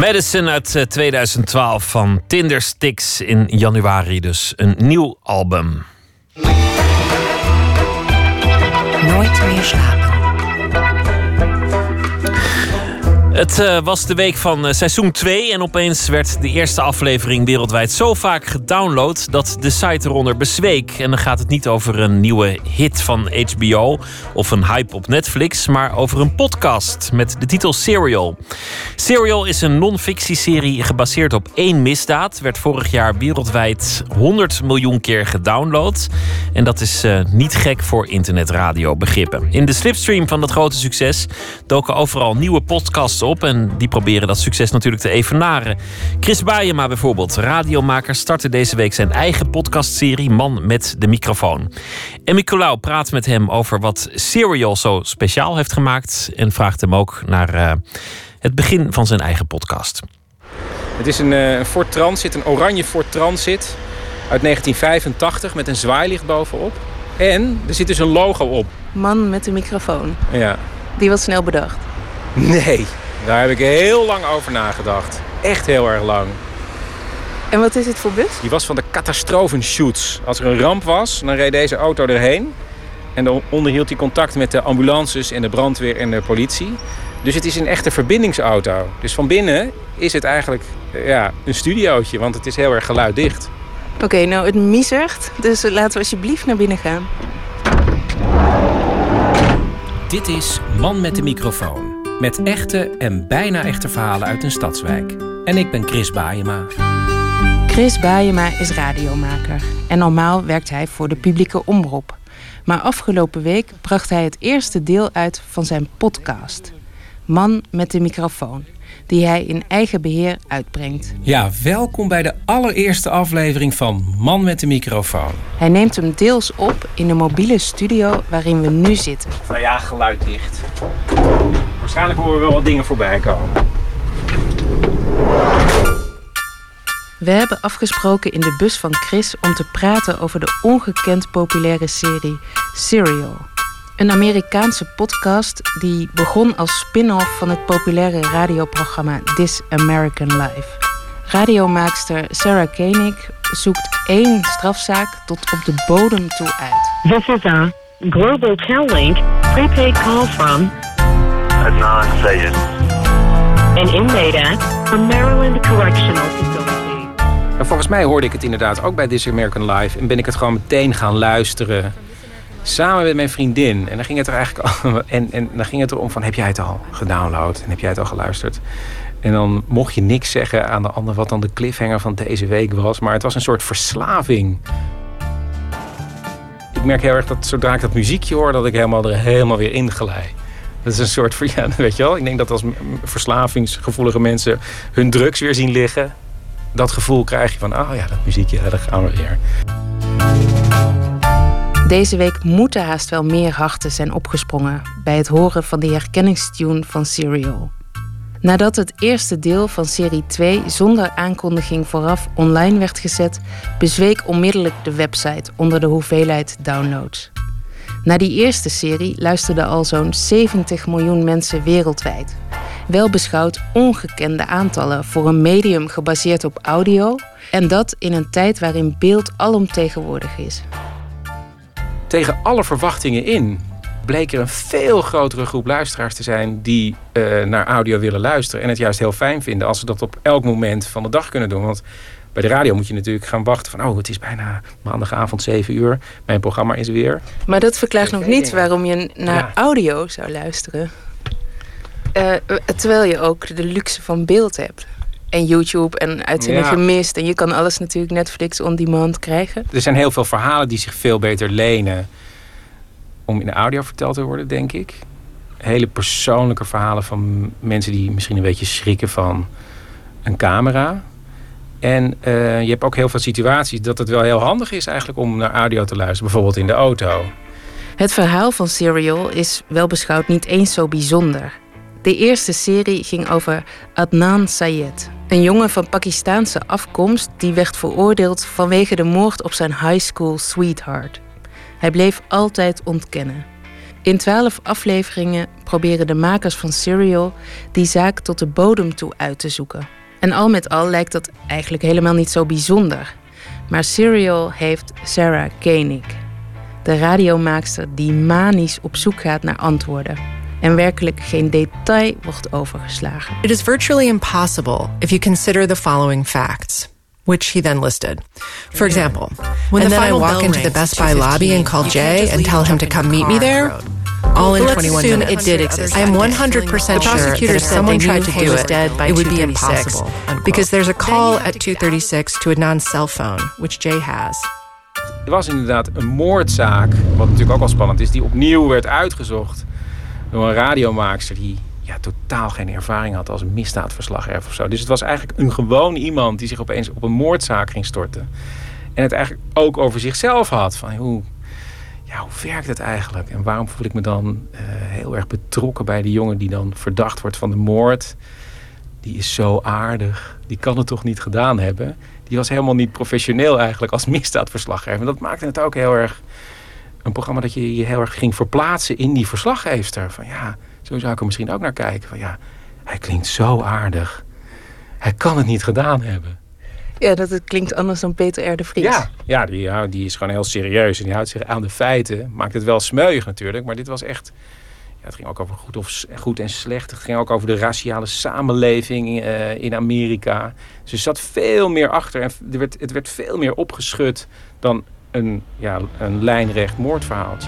Medicine uit 2012 van Tindersticks. In januari dus een nieuw album. Nooit meer slapen. Het was de week van seizoen 2 en opeens werd de eerste aflevering wereldwijd zo vaak gedownload dat de site eronder bezweek. En dan gaat het niet over een nieuwe hit van HBO of een hype op Netflix, maar over een podcast met de titel Serial. Serial is een non-fictieserie gebaseerd op 1 misdaad. Werd vorig jaar wereldwijd 100 miljoen keer gedownload. En dat is niet gek voor internetradiobegrippen. In de slipstream van dat grote succes doken overal nieuwe podcasts op en die proberen dat succes natuurlijk te evenaren. Chris Baaijema bijvoorbeeld, radiomaker, startte deze week zijn eigen podcastserie Man met de microfoon. En Nicolaou praat met hem over wat Serial zo speciaal heeft gemaakt en vraagt hem ook naar het begin van zijn eigen podcast. Het is een Ford Transit, een oranje Ford Transit uit 1985 met een zwaailicht bovenop. En er zit dus een logo op. Man met de microfoon. Ja. Die was snel bedacht. Nee, daar heb ik heel lang over nagedacht. Echt heel erg lang. En wat is het voor bus? Die was van de catastrofenshoots. Als er een ramp was, dan reed deze auto erheen. En dan onderhield hij contact met de ambulances en de brandweer en de politie. Dus het is een echte verbindingsauto. Dus van binnen is het eigenlijk een studiootje, want het is heel erg geluiddicht. Oké, nou het miezert, dus laten we alsjeblieft naar binnen gaan. Dit is Man met de microfoon. Met echte en bijna echte verhalen uit een stadswijk. En ik ben Chris Baaijema. Chris Baaijema is radiomaker. En normaal werkt hij voor de publieke omroep. Maar afgelopen week bracht hij het eerste deel uit van zijn podcast. Man met de microfoon. Die hij in eigen beheer uitbrengt. Ja, welkom bij de allereerste aflevering van Man met de microfoon. Hij neemt hem deels op in de mobiele studio waarin we nu zitten. Nou ja, geluiddicht. Waarschijnlijk horen we wel wat dingen voorbij komen. We hebben afgesproken in de bus van Chris om te praten over de ongekend populaire serie Serial. Een Amerikaanse podcast die begon als spin-off van het populaire radioprogramma This American Life. Radiomaakster Sarah Koenig zoekt 1 strafzaak tot op de bodem toe uit. This is a Global Tel-Link prepaid call from Adnan Sayed. An inmate from Maryland Correctional Facility. En volgens mij hoorde ik het inderdaad ook bij This American Life en ben ik het gewoon meteen gaan luisteren. Samen met mijn vriendin. En dan ging het er eigenlijk en dan ging het erom van, heb jij het al gedownload? En heb jij het al geluisterd? En dan mocht je niks zeggen aan de ander wat dan de cliffhanger van deze week was. Maar het was een soort verslaving. Ik merk heel erg dat zodra ik dat muziekje hoor, dat ik er helemaal weer in glij. Dat is een soort van, weet je wel. Ik denk dat als verslavingsgevoelige mensen hun drugs weer zien liggen, dat gevoel krijg je van, dat muziekje, daar gaan we weer. Deze week moeten haast wel meer harten zijn opgesprongen bij het horen van de herkenningstune van Serial. Nadat het eerste deel van serie 2 zonder aankondiging vooraf online werd gezet, bezweek onmiddellijk de website onder de hoeveelheid downloads. Na die eerste serie luisterden al zo'n 70 miljoen mensen wereldwijd. Wel beschouwd ongekende aantallen voor een medium gebaseerd op audio en dat in een tijd waarin beeld alomtegenwoordig is. Tegen alle verwachtingen in bleek er een veel grotere groep luisteraars te zijn die naar audio willen luisteren en het juist heel fijn vinden als ze dat op elk moment van de dag kunnen doen. Want bij de radio moet je natuurlijk gaan wachten van, het is bijna maandagavond 7 uur, mijn programma is weer. Maar dat verklaart nog niet waarom je naar audio zou luisteren. Terwijl je ook de luxe van beeld hebt. En YouTube en uitzending gemist. En je kan alles natuurlijk Netflix on demand krijgen. Er zijn heel veel verhalen die zich veel beter lenen om in de audio verteld te worden, denk ik. Hele persoonlijke verhalen van mensen die misschien een beetje schrikken van een camera. En je hebt ook heel veel situaties dat het wel heel handig is eigenlijk om naar audio te luisteren. Bijvoorbeeld in de auto. Het verhaal van Serial is wel beschouwd niet eens zo bijzonder. De eerste serie ging over Adnan Sayed. Een jongen van Pakistaanse afkomst die werd veroordeeld vanwege de moord op zijn high school sweetheart. Hij bleef altijd ontkennen. In 12 afleveringen proberen de makers van Serial die zaak tot de bodem toe uit te zoeken. En al met al lijkt dat eigenlijk helemaal niet zo bijzonder. Maar Serial heeft Sarah Koenig, de radiomaakster die manisch op zoek gaat naar antwoorden. En werkelijk geen detail wordt overgeslagen. It is virtually impossible if you consider the following facts, which he then listed. For example, and then I walk into the Best Buy lobby and call Jay and tell him to come meet me there. All in 21 minutes. It did exist. I am 100% sure that if someone tried to do it, it would be impossible. Because there's a call at 2:36 to Adnan's cell phone, which Jay has. Er was inderdaad een moordzaak, wat natuurlijk ook al spannend is, die opnieuw werd uitgezocht door een radiomaakster die totaal geen ervaring had als een misdaadverslaggever of zo. Dus het was eigenlijk een gewoon iemand die zich opeens op een moordzaak ging storten. En het eigenlijk ook over zichzelf had. Van hoe werkt het eigenlijk? En waarom voel ik me dan heel erg betrokken bij die jongen die dan verdacht wordt van de moord? Die is zo aardig. Die kan het toch niet gedaan hebben? Die was helemaal niet professioneel eigenlijk als misdaadverslaggever. En dat maakte het ook heel erg een programma dat je heel erg ging verplaatsen in die verslaggeefster. Van zo zou ik er misschien ook naar kijken. Van hij klinkt zo aardig. Hij kan het niet gedaan hebben. Ja, dat het klinkt anders dan Peter R. de Vries. Die is gewoon heel serieus. En die houdt zich aan de feiten. Maakt het wel smeuig natuurlijk. Maar dit was echt... het ging ook over goed en slecht. Het ging ook over de raciale samenleving in Amerika. Dus er zat veel meer achter. En het werd veel meer opgeschud dan een lijnrecht moordverhaaltje.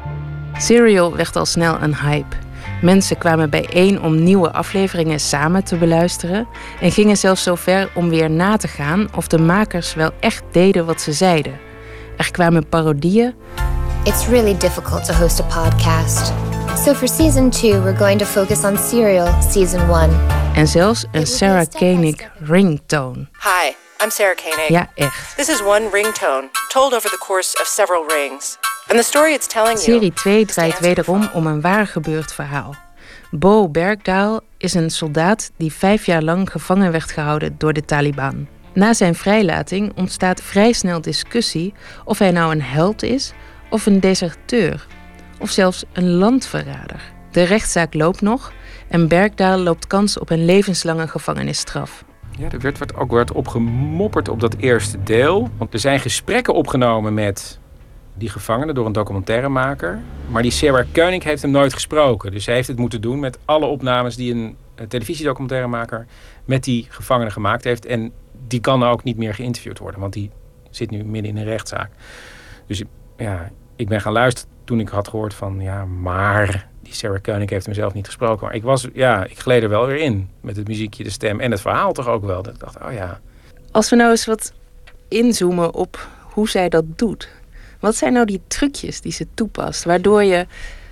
Serial werd al snel een hype. Mensen kwamen bijeen om nieuwe afleveringen samen te beluisteren en gingen zelfs zo ver om weer na te gaan of de makers wel echt deden wat ze zeiden. Er kwamen parodieën. It's really difficult to host a podcast. So for season 2 we're going to focus on Serial season 1. En zelfs een Sarah Koenig ringtone. Hi, I'm Sarah Koenig. Ja, echt. This is one ringtone, told over the course of several rings. And the story it's telling you... Serie 2 draait wederom om een waar gebeurd verhaal. Bo Bergdahl is een soldaat die 5 jaar lang gevangen werd gehouden door de Taliban. Na zijn vrijlating ontstaat vrij snel discussie of hij nou een held is of een deserteur. Of zelfs een landverrader. De rechtszaak loopt nog en Bergdahl loopt kans op een levenslange gevangenisstraf. Ja, er werd ook op gemopperd op dat eerste deel. Want er zijn gesprekken opgenomen met die gevangenen door een documentairemaker. Maar die Sarah Koenig heeft hem nooit gesproken. Dus zij heeft het moeten doen met alle opnames die een televisiedocumentairemaker met die gevangenen gemaakt heeft. En die kan ook niet meer geïnterviewd worden, want die zit nu midden in een rechtszaak. Dus ik ben gaan luisteren toen ik had gehoord van maar die Sarah Koenig heeft hem zelf niet gesproken. Maar ik gleed er wel weer in met het muziekje, de stem en het verhaal toch ook wel. Dat ik dacht, Als we nou eens wat inzoomen op hoe zij dat doet. Wat zijn nou die trucjes die ze toepast, waardoor je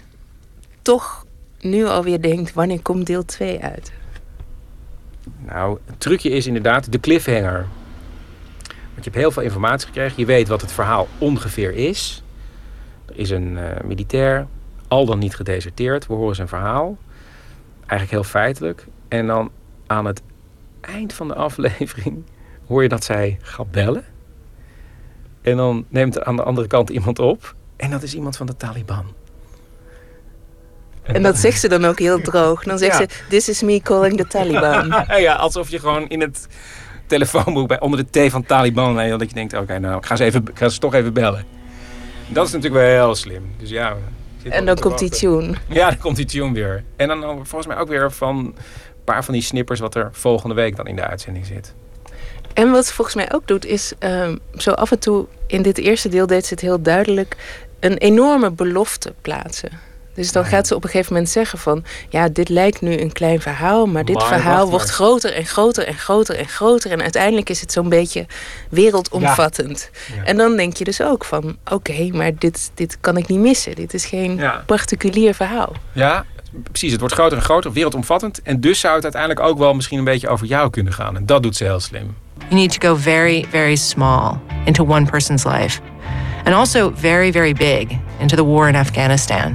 toch nu alweer denkt, wanneer komt deel 2 uit? Nou, het trucje is inderdaad de cliffhanger. Want je hebt heel veel informatie gekregen. Je weet wat het verhaal ongeveer is. Er is een militair, al dan niet gedeserteerd. We horen zijn verhaal. Eigenlijk heel feitelijk. En dan aan het eind van de aflevering hoor je dat zij gaat bellen. En dan neemt aan de andere kant iemand op. En dat is iemand van de Taliban. En dat zegt ze dan ook heel droog. Dan zegt ze, this is me calling the Taliban. Ja, alsof je gewoon in het telefoonboek onder de T van Taliban... dat je denkt, ik ga ze toch even bellen. Dat is natuurlijk wel heel slim. Dus en dan komt die tune. Ja, dan komt die tune weer. En dan volgens mij ook weer van een paar van die snippers... wat er volgende week dan in de uitzending zit. En wat ze volgens mij ook doet is, zo af en toe in dit eerste deel deed ze het heel duidelijk, een enorme belofte plaatsen. Dus dan gaat ze op een gegeven moment zeggen van, dit lijkt nu een klein verhaal, maar dit verhaal wordt groter en groter en groter en groter. En uiteindelijk is het zo'n beetje wereldomvattend. Ja. En dan denk je dus ook van, oké, maar dit kan ik niet missen. Dit is geen particulier verhaal. Ja, precies. Het wordt groter en groter, wereldomvattend. En dus zou het uiteindelijk ook wel misschien een beetje over jou kunnen gaan. En dat doet ze heel slim. You need to go very, very small into one person's life. And also very, very big into the war in Afghanistan.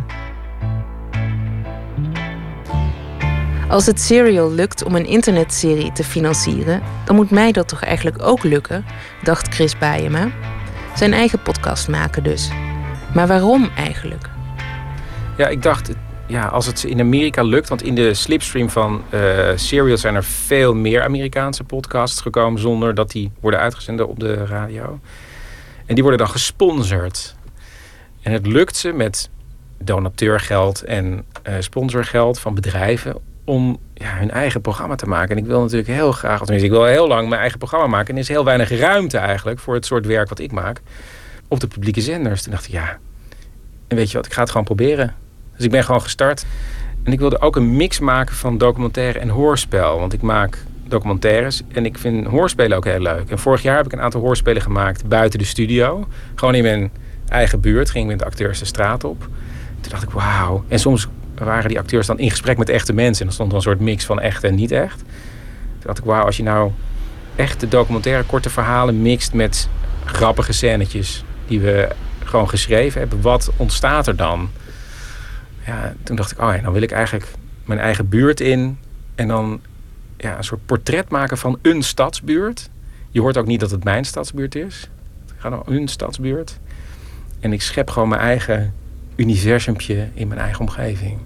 Als het Serial lukt om een internetserie te financieren, dan moet mij dat toch eigenlijk ook lukken, dacht Chris Baaijema. Zijn eigen podcast maken dus. Maar waarom eigenlijk? Ja, ik dacht, als het in Amerika lukt... want in de slipstream van Serial zijn er veel meer Amerikaanse podcasts gekomen... zonder dat die worden uitgezonden op de radio. En die worden dan gesponsord. En het lukt ze met donateurgeld en sponsorgeld van bedrijven... om hun eigen programma te maken. En ik wil natuurlijk heel graag... tenminste, ik wil heel lang mijn eigen programma maken... en er is heel weinig ruimte eigenlijk... voor het soort werk wat ik maak... op de publieke zenders. Toen dacht ik, en weet je wat, ik ga het gewoon proberen. Dus ik ben gewoon gestart. En ik wilde ook een mix maken van documentaire en hoorspel. Want ik maak documentaires en ik vind hoorspelen ook heel leuk. En vorig jaar heb ik een aantal hoorspelen gemaakt buiten de studio. Gewoon in mijn eigen buurt. Ging met de acteurs de straat op. Toen dacht ik, wauw. En soms waren die acteurs dan in gesprek met echte mensen. En dan stond er een soort mix van echt en niet echt. Toen dacht ik, wauw, als je nou echt de documentaire korte verhalen mixt met grappige scènetjes die we gewoon geschreven hebben. Wat ontstaat er dan? Ja, toen dacht ik, dan wil ik eigenlijk mijn eigen buurt in. En dan een soort portret maken van een stadsbuurt. Je hoort ook niet dat het mijn stadsbuurt is. Het gaat om een stadsbuurt. En ik schep gewoon mijn eigen universumpje in mijn eigen omgeving.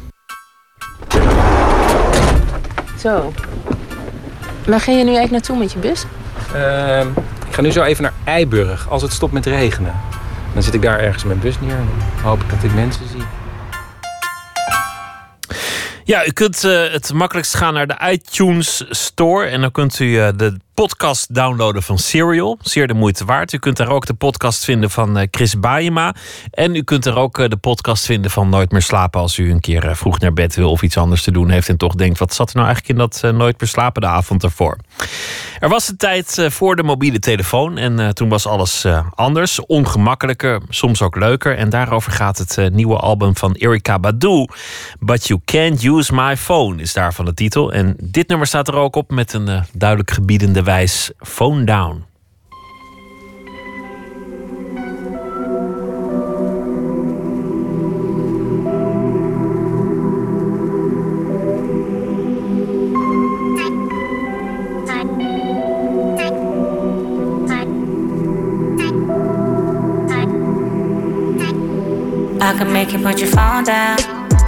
Zo. Waar ga je nu eigenlijk naartoe met je bus? Ik ga nu zo even naar Eiburg, als het stopt met regenen. Dan zit ik daar ergens in mijn bus neer en dan hoop ik dat ik mensen zie. Ja, u kunt het makkelijkst gaan naar de iTunes Store. En dan kunt u de podcast downloaden van Serial. Zeer de moeite waard. U kunt daar ook de podcast vinden van Chris Baaema. En u kunt er ook de podcast vinden van Nooit meer slapen... als u een keer vroeg naar bed wil of iets anders te doen heeft... en toch denkt, wat zat er nou eigenlijk in dat Nooit meer slapen de avond ervoor? Er was een tijd voor de mobiele telefoon. En toen was alles anders. Ongemakkelijker, soms ook leuker. En daarover gaat het nieuwe album van Erykah Badu. But You Can't Use My Phone is daarvan de titel. En dit nummer staat er ook op met een duidelijk gebiedende wijs. Phone Down. I can make you put your phone down.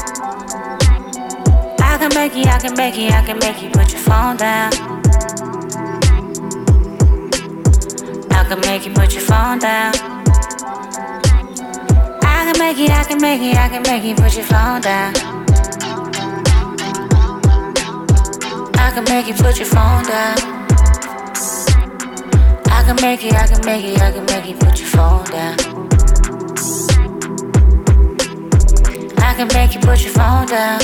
I can make you put your phone down. I can make you put your phone down. I can make you put your phone down. I can make you put your phone down. I can make you put your phone down. I can make you put your phone down.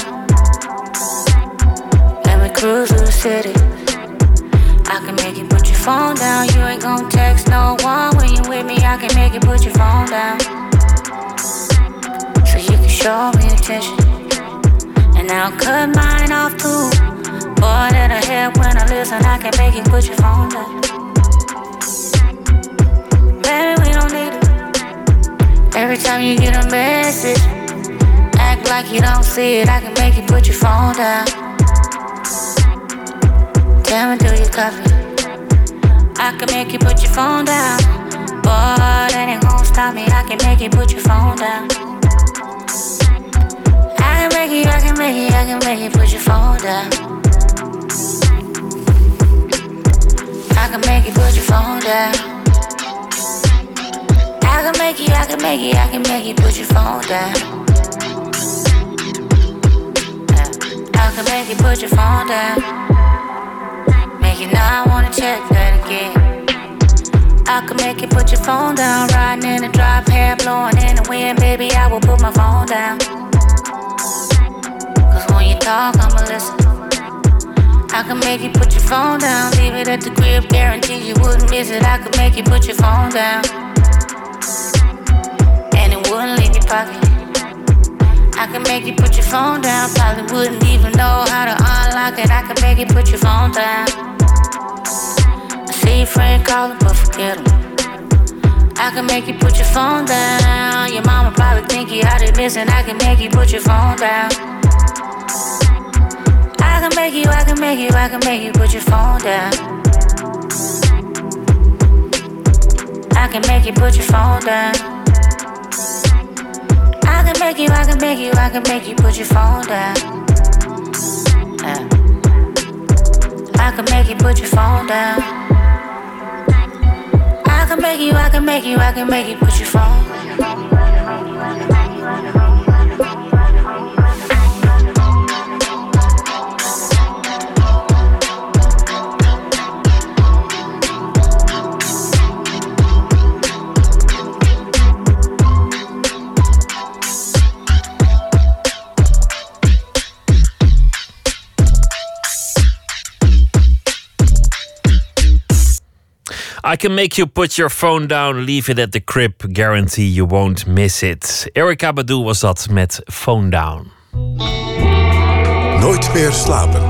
Let me cruise through the city. I can make you put your phone down. You ain't gon' text no one when you with me. I can make you put your phone down. So you can show me attention. And I'll cut mine off too. Boy, that'll help when I listen. I can make you put your phone down. Baby, we don't need it. Every time you get a message, act like you don't see it. I can make you put your phone down. Tell me, do you copy? I can make you put your phone down. Boy, that ain't gon' stop me. I can make you put your phone down. I can make you put your phone down. I can make you put your phone down. I can make you put your phone down. I can make you put your phone down. Make you not wanna check that again. I can make you put your phone down. Riding in the drop, hair blowing in the wind. Baby, I will put my phone down. Cause when you talk, I'ma listen. I can make you put your phone down. Leave it at the crib, guarantee you wouldn't miss it. I can make you put your phone down. And it wouldn't leave your pocket. I can make you put your phone down. Probably wouldn't even know how to unlock it. I can make you put your phone down. I see your friend calling, but forget him. I can make you put your phone down. Your mama probably think you out there missing. I can make you put your phone down. I can make you put your phone down. I can make you put your phone down. I can make you, I can make you, I can make you put your phone down. I can make you put your phone down. I can make you, I can make you, I can make you put your phone down. I can make you put your phone down, leave it at the crib, guarantee you won't miss it. Erykah Badu was dat met Phone Down. Nooit meer slapen.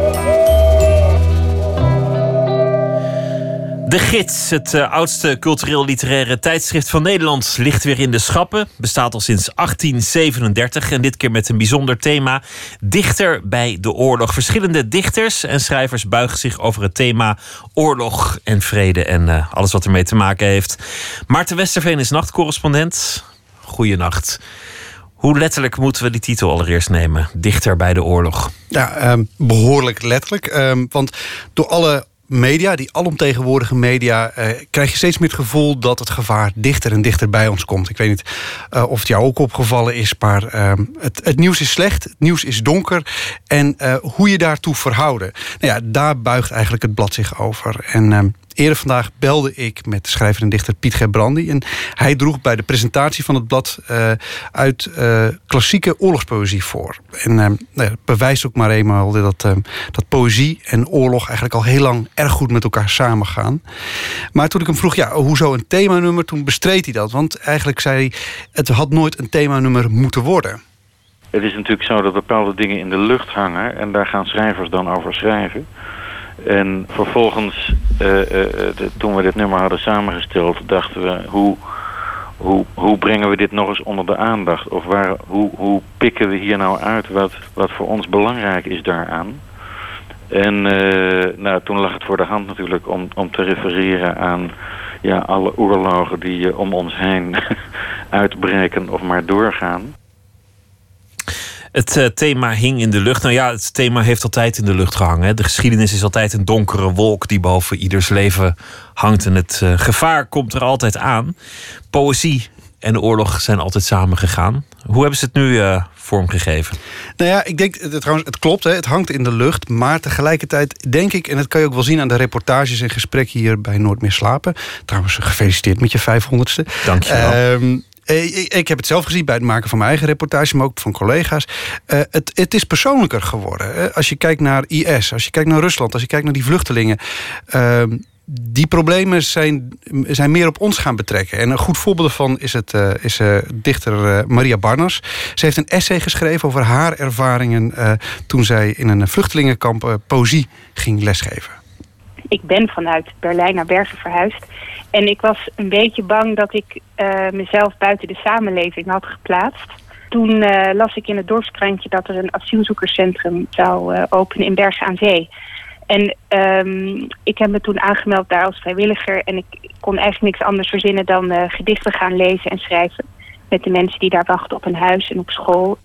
De Gids, het oudste cultureel-literaire tijdschrift van Nederland, ligt weer in de schappen. Bestaat al sinds 1837 en dit keer met een bijzonder thema: dichter bij de oorlog. Verschillende dichters en schrijvers buigen zich over het thema oorlog en vrede en alles wat ermee te maken heeft. Maarten Westerveen is nachtcorrespondent. Goeienacht. Hoe letterlijk moeten we die titel allereerst nemen? Dichter bij de oorlog. Ja, behoorlijk letterlijk. Want door alle media, die alomtegenwoordige media, krijg je steeds meer het gevoel dat het gevaar dichter en dichter bij ons komt. Ik weet niet of het jou ook opgevallen is, maar het nieuws is slecht, het nieuws is donker. En hoe je daartoe verhouden, nou ja, daar buigt eigenlijk het blad zich over. En eerder vandaag belde ik met schrijver en dichter Piet Gerbrandy. En hij droeg bij de presentatie van het blad uit klassieke oorlogspoëzie voor. En bewijst ook maar eenmaal dat poëzie en oorlog eigenlijk al heel lang erg goed met elkaar samengaan. Maar toen ik hem vroeg, hoezo een themanummer, toen bestreed hij dat. Want eigenlijk zei hij, het had nooit een themanummer moeten worden. Het is natuurlijk zo dat bepaalde dingen in de lucht hangen en daar gaan schrijvers dan over schrijven. En vervolgens, toen we dit nummer hadden samengesteld, dachten we, hoe brengen we dit nog eens onder de aandacht? Of hoe pikken we hier nou uit wat voor ons belangrijk is daaraan? En toen lag het voor de hand natuurlijk om te refereren aan alle oorlogen die om ons heen uitbreken of maar doorgaan. Het thema hing in de lucht. Nou ja, het thema heeft altijd in de lucht gehangen. Hè. De geschiedenis is altijd een donkere wolk die boven ieders leven hangt. En het gevaar komt er altijd aan. Poëzie en de oorlog zijn altijd samengegaan. Hoe hebben ze het nu vormgegeven? Nou ja, ik denk, trouwens, het klopt, hè, het hangt in de lucht. Maar tegelijkertijd denk ik, en dat kan je ook wel zien aan de reportages en gesprekken hier bij Nooit meer slapen. Trouwens, gefeliciteerd met je 500ste. Dank je wel. Ik heb het zelf gezien bij het maken van mijn eigen reportage, maar ook van collega's. Het is persoonlijker geworden. Als je kijkt naar IS, als je kijkt naar Rusland, als je kijkt naar die vluchtelingen. Die problemen zijn meer op ons gaan betrekken. En een goed voorbeeld daarvan is dichter Maria Barnas. Ze heeft een essay geschreven over haar ervaringen toen zij in een vluchtelingenkamp poëzie ging lesgeven. Ik ben vanuit Berlijn naar Bergen verhuisd. En ik was een beetje bang dat ik mezelf buiten de samenleving had geplaatst. Toen las ik in het dorpskrantje dat er een asielzoekerscentrum zou openen in Bergen aan Zee. En ik heb me toen aangemeld daar als vrijwilliger. En ik kon eigenlijk niks anders verzinnen dan gedichten gaan lezen en schrijven. Met de mensen die daar wachten op een huis en op school.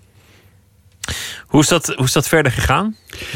Hoe is dat verder gegaan?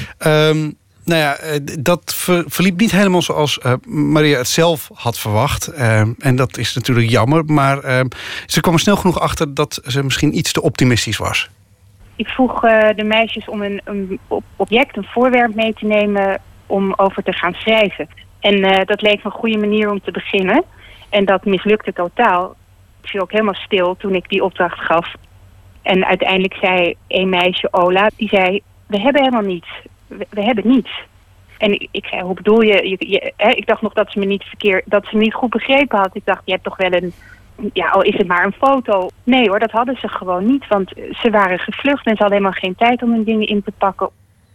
Nou ja, dat verliep niet helemaal zoals Maria het zelf had verwacht. En dat is natuurlijk jammer. Maar ze kwam er snel genoeg achter dat ze misschien iets te optimistisch was. Ik vroeg de meisjes om een object, een voorwerp mee te nemen om over te gaan schrijven. En dat leek me een goede manier om te beginnen. En dat mislukte totaal. Ik viel ook helemaal stil toen ik die opdracht gaf. En uiteindelijk zei een meisje, Ola, die zei, we hebben helemaal niets. We hebben niets. En ik zei, hoe bedoel je? Ik dacht nog dat ze me niet goed begrepen had. Ik dacht, je hebt toch wel al is het maar een foto. Nee hoor, dat hadden ze gewoon niet. Want ze waren gevlucht en ze hadden helemaal geen tijd om hun dingen in te pakken.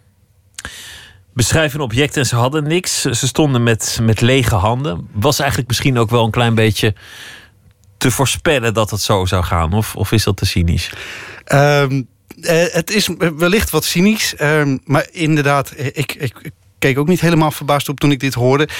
Beschrijf een object en ze hadden niks. Ze stonden met lege handen. Was eigenlijk misschien ook wel een klein beetje te voorspellen dat het zo zou gaan? Of is dat te cynisch? Het is wellicht wat cynisch. Maar inderdaad, ik keek ook niet helemaal verbaasd op toen ik dit hoorde.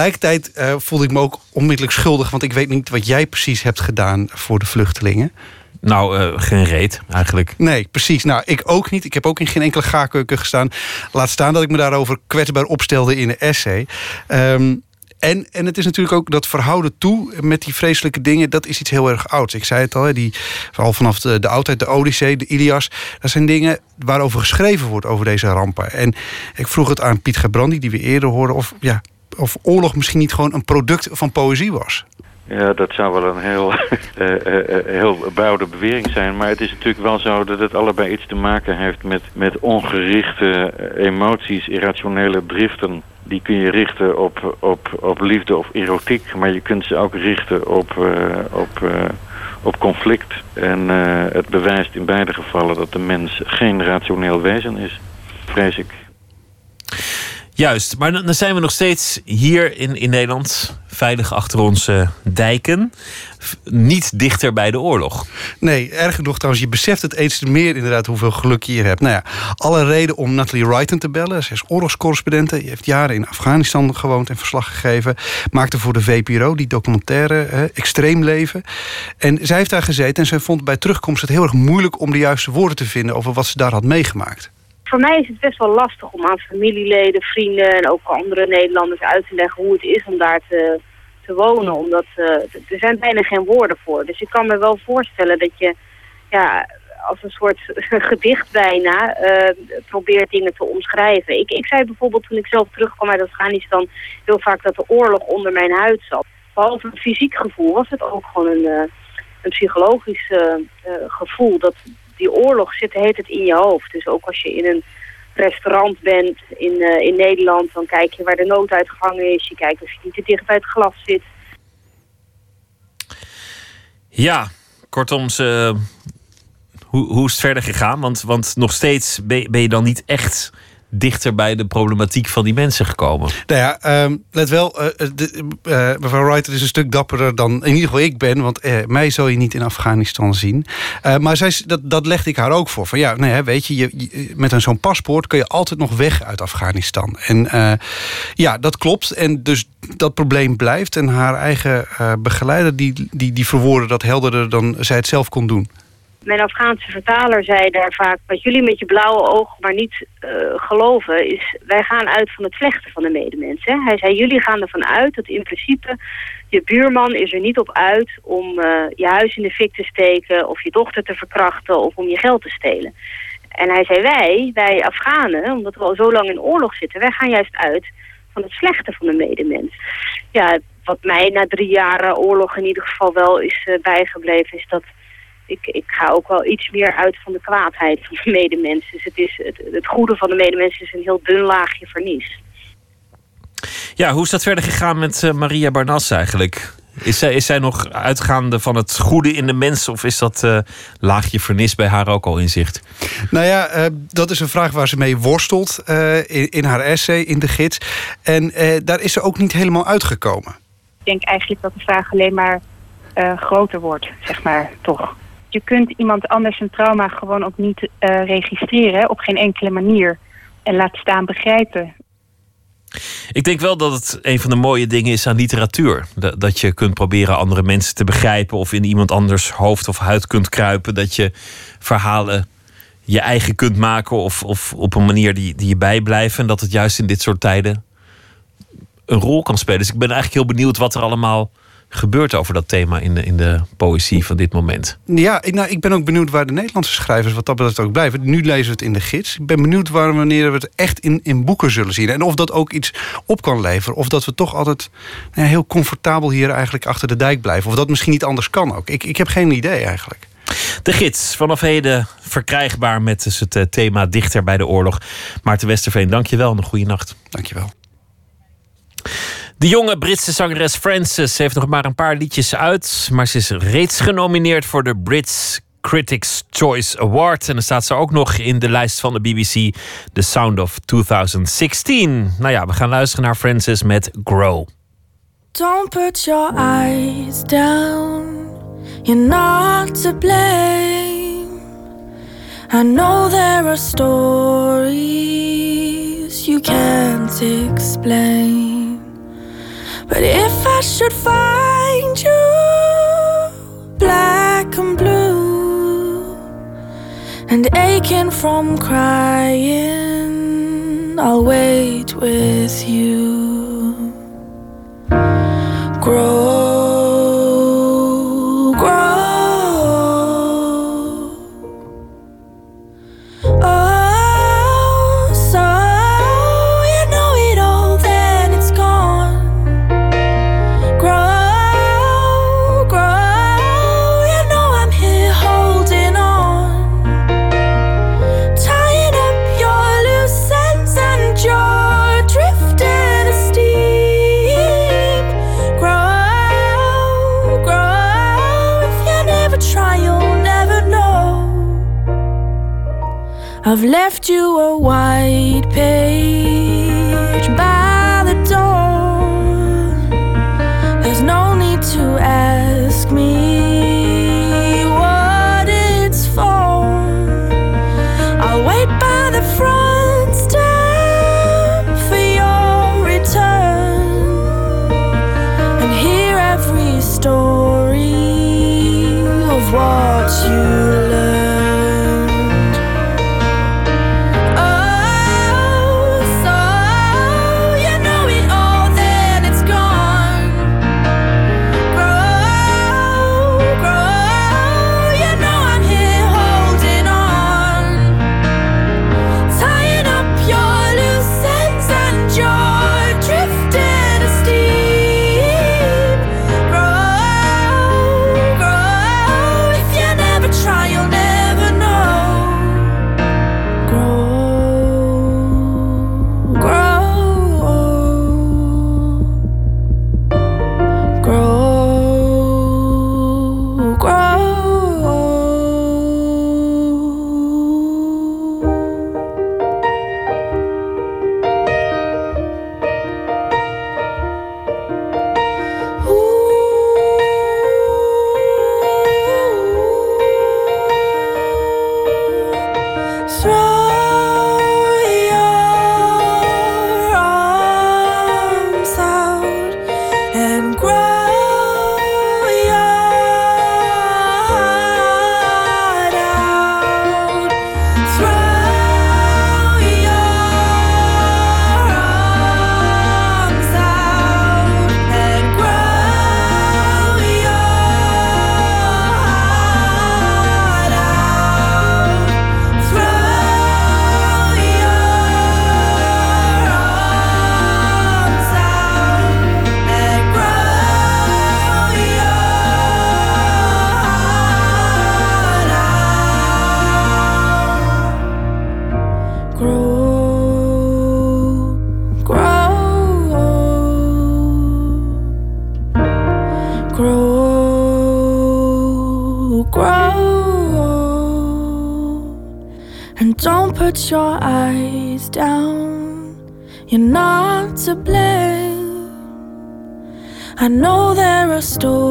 Tegelijkertijd voelde ik me ook onmiddellijk schuldig. Want ik weet niet wat jij precies hebt gedaan voor de vluchtelingen. Geen reet eigenlijk. Nee, precies. Nou, ik ook niet. Ik heb ook in geen enkele gaarkeuken gestaan. Laat staan dat ik me daarover kwetsbaar opstelde in een essay. En het is natuurlijk ook dat verhouden toe met die vreselijke dingen, dat is iets heel erg ouds. Ik zei het al, vooral vanaf de oudheid, de Odyssee, de Ilias. Dat zijn dingen waarover geschreven wordt, over deze rampen. En ik vroeg het aan Piet Gerbrandy, die we eerder hoorden, of oorlog misschien niet gewoon een product van poëzie was. Ja, dat zou wel een heel bouwde bewering zijn. Maar het is natuurlijk wel zo dat het allebei iets te maken heeft met ongerichte emoties, irrationele driften. Die kun je richten op liefde of erotiek, maar je kunt ze ook richten op conflict. En het bewijst in beide gevallen dat de mens geen rationeel wezen is, vrees ik. Juist, maar dan zijn we nog steeds hier in Nederland, veilig achter onze dijken. Niet dichter bij de oorlog. Nee, erger nog trouwens, je beseft het eens te meer inderdaad hoeveel geluk je hier hebt. Nou ja, alle reden om Natalie Wrighton te bellen. Ze is oorlogscorrespondente. Je heeft jaren in Afghanistan gewoond en verslag gegeven. Maakte voor de VPRO die documentaire Extreem Leven. En zij heeft daar gezeten en zij vond bij terugkomst het heel erg moeilijk om de juiste woorden te vinden over wat ze daar had meegemaakt. Voor mij is het best wel lastig om aan familieleden, vrienden en ook andere Nederlanders uit te leggen hoe het is om daar te wonen. Omdat er zijn bijna geen woorden voor. Dus ik kan me wel voorstellen dat je als een soort gedicht bijna probeert dingen te omschrijven. Ik zei bijvoorbeeld toen ik zelf terugkwam uit Afghanistan heel vaak dat de oorlog onder mijn huid zat. Behalve een fysiek gevoel was het ook gewoon een psychologisch gevoel dat die oorlog zit de hele tijd in je hoofd. Dus ook als je in een restaurant bent in Nederland, dan kijk je waar de nooduitgang is. Je kijkt of je niet te dicht bij het glas zit. Ja, kortom, hoe is het verder gegaan? Want nog steeds ben je dan niet echt dichter bij de problematiek van die mensen gekomen. Nou ja, let wel, mevrouw Wrighton is een stuk dapperder dan in ieder geval ik ben, want mij zal je niet in Afghanistan zien. Maar dat legde ik haar ook voor. Van weet je, met zo'n paspoort kun je altijd nog weg uit Afghanistan. En dat klopt. En dus dat probleem blijft. En haar eigen begeleider die verwoordde dat helderder dan zij het zelf kon doen. Mijn Afghaanse vertaler zei daar vaak, wat jullie met je blauwe ogen maar niet geloven, is wij gaan uit van het slechte van de medemensen. Hij zei, jullie gaan ervan uit dat in principe je buurman is er niet op uit om je huis in de fik te steken of je dochter te verkrachten of om je geld te stelen. En hij zei, wij Afghanen, omdat we al zo lang in oorlog zitten, wij gaan juist uit van het slechte van de medemens. Ja, wat mij na 3 jaar oorlog in ieder geval wel is bijgebleven, is dat ik ga ook wel iets meer uit van de kwaadheid van de medemens. Dus het goede van de medemens is een heel dun laagje vernis. Ja, hoe is dat verder gegaan met Maria Barnas eigenlijk? Is zij nog uitgaande van het goede in de mens, of is dat laagje vernis bij haar ook al in zicht? Nou ja, dat is een vraag waar ze mee worstelt in haar essay, in de gids. En daar is ze ook niet helemaal uitgekomen. Ik denk eigenlijk dat de vraag alleen maar groter wordt, zeg maar, toch. Je kunt iemand anders een trauma gewoon ook niet registreren, op geen enkele manier. En laat staan begrijpen. Ik denk wel dat het een van de mooie dingen is aan literatuur. Dat je kunt proberen andere mensen te begrijpen, of in iemand anders hoofd of huid kunt kruipen. Dat je verhalen je eigen kunt maken of op een manier die je bijblijven. En dat het juist in dit soort tijden een rol kan spelen. Dus ik ben eigenlijk heel benieuwd wat er allemaal gebeurt over dat thema in de poëzie van dit moment. Ja, ik ben ook benieuwd waar de Nederlandse schrijvers wat dat betreft ook blijven. Nu lezen we het in de gids. Ik ben benieuwd wanneer we het echt in boeken zullen zien. En of dat ook iets op kan leveren. Of dat we toch altijd heel comfortabel hier eigenlijk achter de dijk blijven. Of dat misschien niet anders kan ook. Ik heb geen idee eigenlijk. De gids, vanaf heden verkrijgbaar met dus het thema dichter bij de oorlog. Maarten Westerveen, dank je wel en een goede nacht. Dank je wel. De jonge Britse zangeres Frances heeft nog maar een paar liedjes uit, maar ze is reeds genomineerd voor de Brits Critics' Choice Award. En dan staat ze ook nog in de lijst van de BBC, The Sound of 2016. Nou ja, we gaan luisteren naar Frances met Grow. Don't put your eyes down, you're not to blame. I know there are stories you can't explain. But if I should find you black and blue, and aching from crying, I'll wait with you. Grow, grow. Oh, so you know it all, then it's gone. Grow, grow. You know I'm here holding on, tying up your loose ends and you're drifting steam. Grow, grow. If you never try, you'll never know. I've left you a white page by the door. There's no need to ask me what it's for. I'll wait by the front step for your return and hear every story of what you learned. Oh, so you know it all, then it's gone. Grow, grow. You know I'm here holding on, tying up your loose ends and you're drifting steam. Grow, grow. If you never try, you'll never know. Grow, grow, grow, grow. Throw your arms out and grow your heart out. Throw your arms out and grow your heart out. Throw your arms out and grow your heart out. Grow, grow, grow, grow. And don't put your eyes down, you're not to blame. I know there are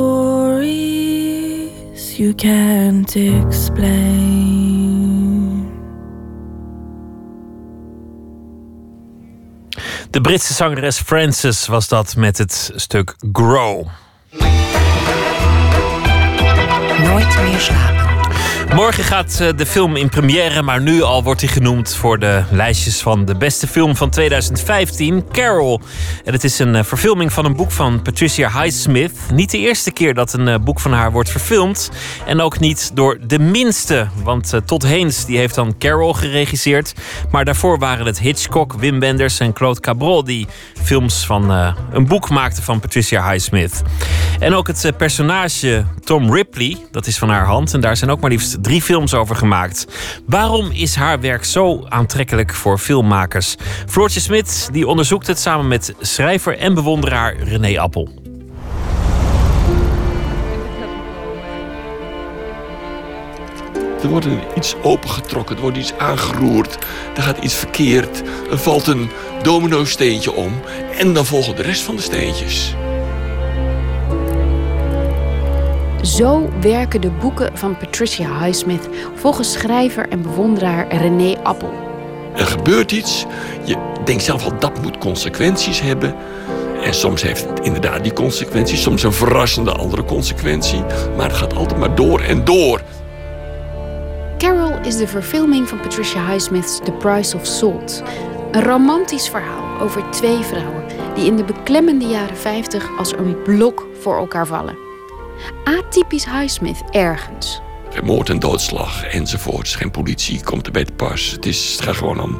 stories you can't explain. De Britse zangeres Frances was dat met het stuk Grow. Nooit meer slapen. Morgen gaat de film in première, maar nu al wordt hij genoemd voor de lijstjes van de beste film van 2015, Carol. En het is een verfilming van een boek van Patricia Highsmith. Niet de eerste keer dat een boek van haar wordt verfilmd. En ook niet door de minste, want Todd Haynes die heeft dan Carol geregisseerd. Maar daarvoor waren het Hitchcock, Wim Wenders en Claude Chabrol die films van een boek maakten van Patricia Highsmith. En ook het personage Tom Ripley, dat is van haar hand. En daar zijn ook maar liefst 3 films over gemaakt. Waarom is haar werk zo aantrekkelijk voor filmmakers? Floortje Smit die onderzoekt het samen met schrijver en bewonderaar René Appel. Er wordt iets opengetrokken, er wordt iets aangeroerd. Er gaat iets verkeerd. Er valt een domino-steentje om. En dan volgen de rest van de steentjes. Zo werken de boeken van Patricia Highsmith volgens schrijver en bewonderaar René Appel. Er gebeurt iets. Je denkt zelf al, dat moet consequenties hebben. En soms heeft het inderdaad die consequenties. Soms een verrassende andere consequentie. Maar het gaat altijd maar door en door. Carol is de verfilming van Patricia Highsmith's The Price of Salt. Een romantisch verhaal over 2 vrouwen die in de beklemmende jaren 50 als een blok voor elkaar vallen. Atypisch Highsmith ergens. Moord en doodslag enzovoorts. Geen politie komt erbij te pas. Het gaat gewoon om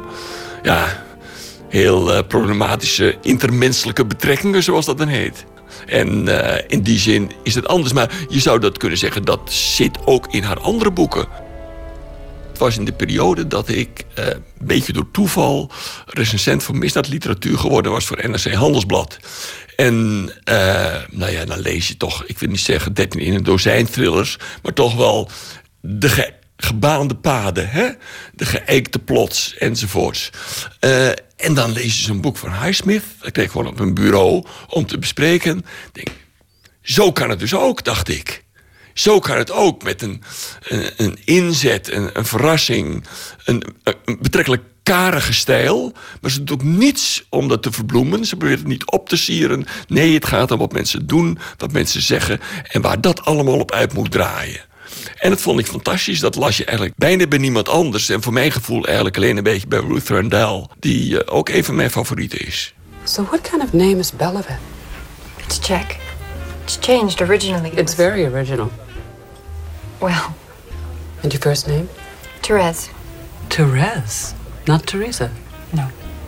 heel problematische intermenselijke betrekkingen, zoals dat dan heet. En in die zin is het anders. Maar je zou dat kunnen zeggen, dat zit ook in haar andere boeken. Het was in de periode dat ik een beetje door toeval recensent voor misdaadliteratuur geworden was voor NRC Handelsblad. En dan lees je toch, ik wil niet zeggen 13 in een dozijn thrillers, maar toch wel de gebaande paden, hè? De geëikte plots enzovoorts. En dan lees je zo'n boek van Highsmith. Dat kreeg ik gewoon op mijn bureau om te bespreken. Denk, zo kan het dus ook, dacht ik. Zo kan het ook met een inzet, een verrassing, een betrekkelijk karige stijl. Maar ze doet ook niets om dat te verbloemen. Ze probeert het niet op te sieren. Nee, het gaat om wat mensen doen, wat mensen zeggen en waar dat allemaal op uit moet draaien. En dat vond ik fantastisch. Dat las je eigenlijk bijna bij niemand anders. En voor mijn gevoel eigenlijk alleen een beetje bij Ruth Rendell, die ook een van mijn favorieten is. So what kind of name is Belivet? It's Czech. It's changed originally. It's very original. Well. And your first name? Therese. Therese, not Teresa. No.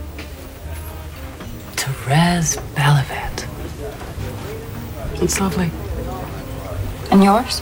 Therese Belivet. It's lovely. And yours?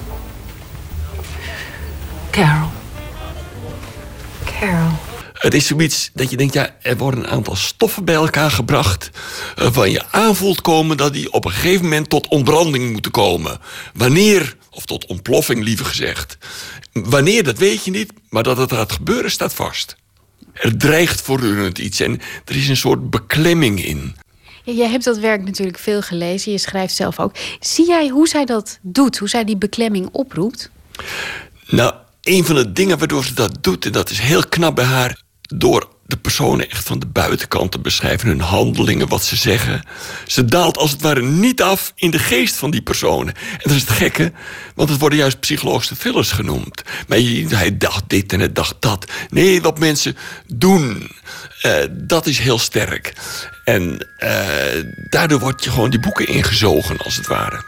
Carol. Carol. Het is zoiets dat je denkt, er worden een aantal stoffen bij elkaar gebracht waarvan je aanvoelt komen dat die op een gegeven moment tot ontbranding moeten komen. Wanneer, of tot ontploffing liever gezegd. Wanneer, dat weet je niet, maar dat het gaat gebeuren staat vast. Er dreigt voortdurend iets en er is een soort beklemming in. Ja, jij hebt dat werk natuurlijk veel gelezen, je schrijft zelf ook. Zie jij hoe zij dat doet, hoe zij die beklemming oproept? Nou, een van de dingen waardoor ze dat doet, en dat is heel knap bij haar, door de personen echt van de buitenkant te beschrijven, hun handelingen, wat ze zeggen. Ze daalt als het ware niet af in de geest van die personen. En dat is het gekke, want het worden juist psychologische thrillers genoemd. Maar hij dacht dit en hij dacht dat. Nee, wat mensen doen, dat is heel sterk. En daardoor word je gewoon die boeken ingezogen, als het ware.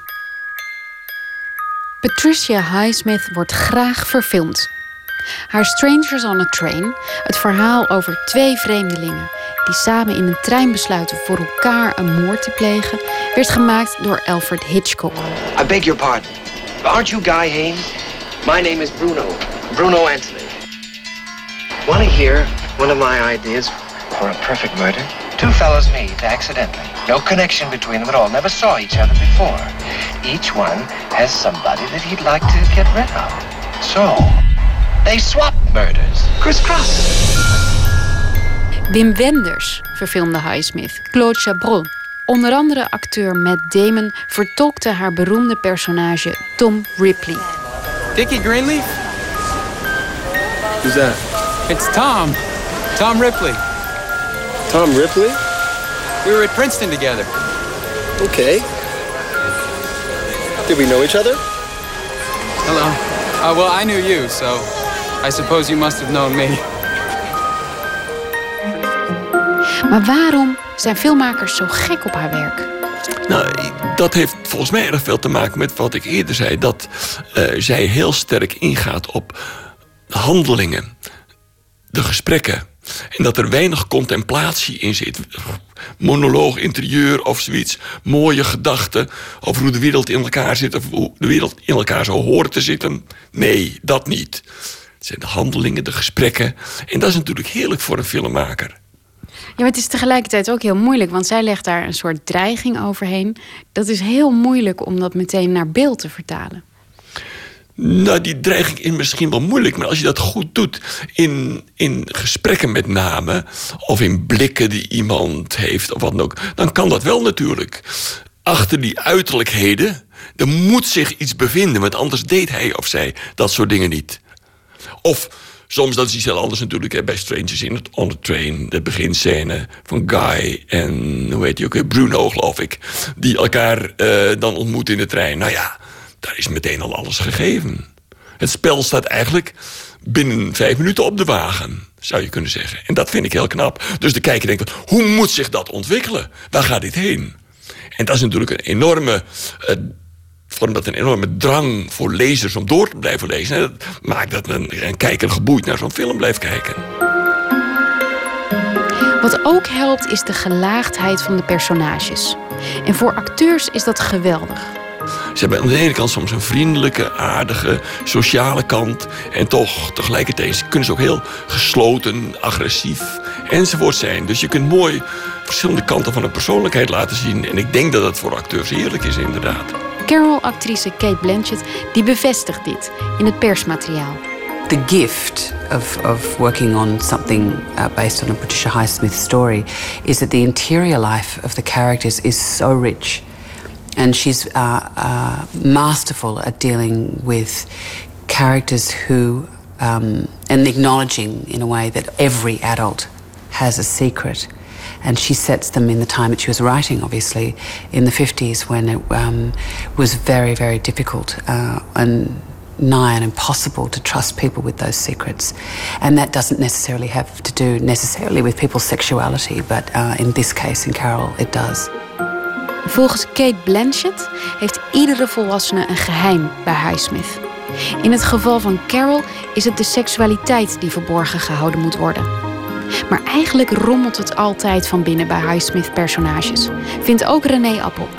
Patricia Highsmith wordt graag verfilmd. Haar Strangers on a Train, het verhaal over 2 vreemdelingen die samen in een trein besluiten voor elkaar een moord te plegen, werd gemaakt door Alfred Hitchcock. I beg your pardon. Aren't you Guy Haines? My name is Bruno Anthony. Want to hear one of my ideas for a perfect murder? 2 fellows meet accidentally. No connection between them at all. Never saw each other before. Each one has somebody that he'd like to get rid of. So, they swap murders. Criss-cross. Wim Wenders verfilmde Highsmith. Claude Chabrol, onder andere acteur Matt Damon, vertolkte haar beroemde personage Tom Ripley. Dickie Greenleaf? Who's that? It's Tom. Tom Ripley. Tom Ripley? We were at Princeton together. Okay. Did we know each other? Hello. Well, I knew you, so I suppose you must have known me. Maar waarom zijn filmmakers zo gek op haar werk? Nou, dat heeft volgens mij erg veel te maken met wat ik eerder zei. Dat zij heel sterk ingaat op de handelingen, de gesprekken. En dat er weinig contemplatie in zit. Monoloog, interieur of zoiets. Mooie gedachten over hoe de wereld in elkaar zit. Of hoe de wereld in elkaar zou horen te zitten. Nee, dat niet. Het zijn de handelingen, de gesprekken. En dat is natuurlijk heerlijk voor een filmmaker. Ja, maar het is tegelijkertijd ook heel moeilijk, want zij legt daar een soort dreiging overheen. Dat is heel moeilijk om dat meteen naar beeld te vertalen. Nou, die dreiging is misschien wel moeilijk, maar als je dat goed doet in gesprekken met name, of in blikken die iemand heeft, of wat dan ook, dan kan dat wel natuurlijk. Achter die uiterlijkheden, er moet zich iets bevinden, want anders deed hij of zij dat soort dingen niet. Of soms, dat is iets heel anders natuurlijk, bij Strangers on a Train, de beginscène van Guy en, hoe heet hij ook, Bruno, geloof ik, die elkaar dan ontmoeten in de trein. Nou ja, daar is meteen al alles gegeven. Het spel staat eigenlijk binnen 5 minuten op de wagen, zou je kunnen zeggen. En dat vind ik heel knap. Dus de kijker denkt, hoe moet zich dat ontwikkelen? Waar gaat dit heen? En dat is natuurlijk een enorme... vormt dat een enorme drang voor lezers om door te blijven lezen. En dat maakt dat een kijker geboeid naar zo'n film blijft kijken. Wat ook helpt is de gelaagdheid van de personages. En voor acteurs is dat geweldig. Ze hebben aan de ene kant soms een vriendelijke, aardige, sociale kant. En toch tegelijkertijd kunnen ze ook heel gesloten, agressief enzovoort zijn. Dus je kunt mooi verschillende kanten van een persoonlijkheid laten zien. En ik denk dat het voor acteurs heerlijk is, inderdaad. Carol-actrice Cate Blanchett die bevestigt dit in het persmateriaal. The gift of working on something based on a Patricia Highsmith story is that the interior life of the characters is so rich. And she's masterful at dealing with characters who, and acknowledging in a way that every adult has a secret. And she sets them in the time that she was writing, obviously, in the 50s when it was very, very difficult and nigh and impossible to trust people with those secrets. And that doesn't necessarily have to do necessarily with people's sexuality, but in this case, in Carol, it does. Volgens Cate Blanchett heeft iedere volwassene een geheim bij Highsmith. In het geval van Carol is het de seksualiteit die verborgen gehouden moet worden. Maar eigenlijk rommelt het altijd van binnen bij Highsmith-personages. Vindt ook René Appel.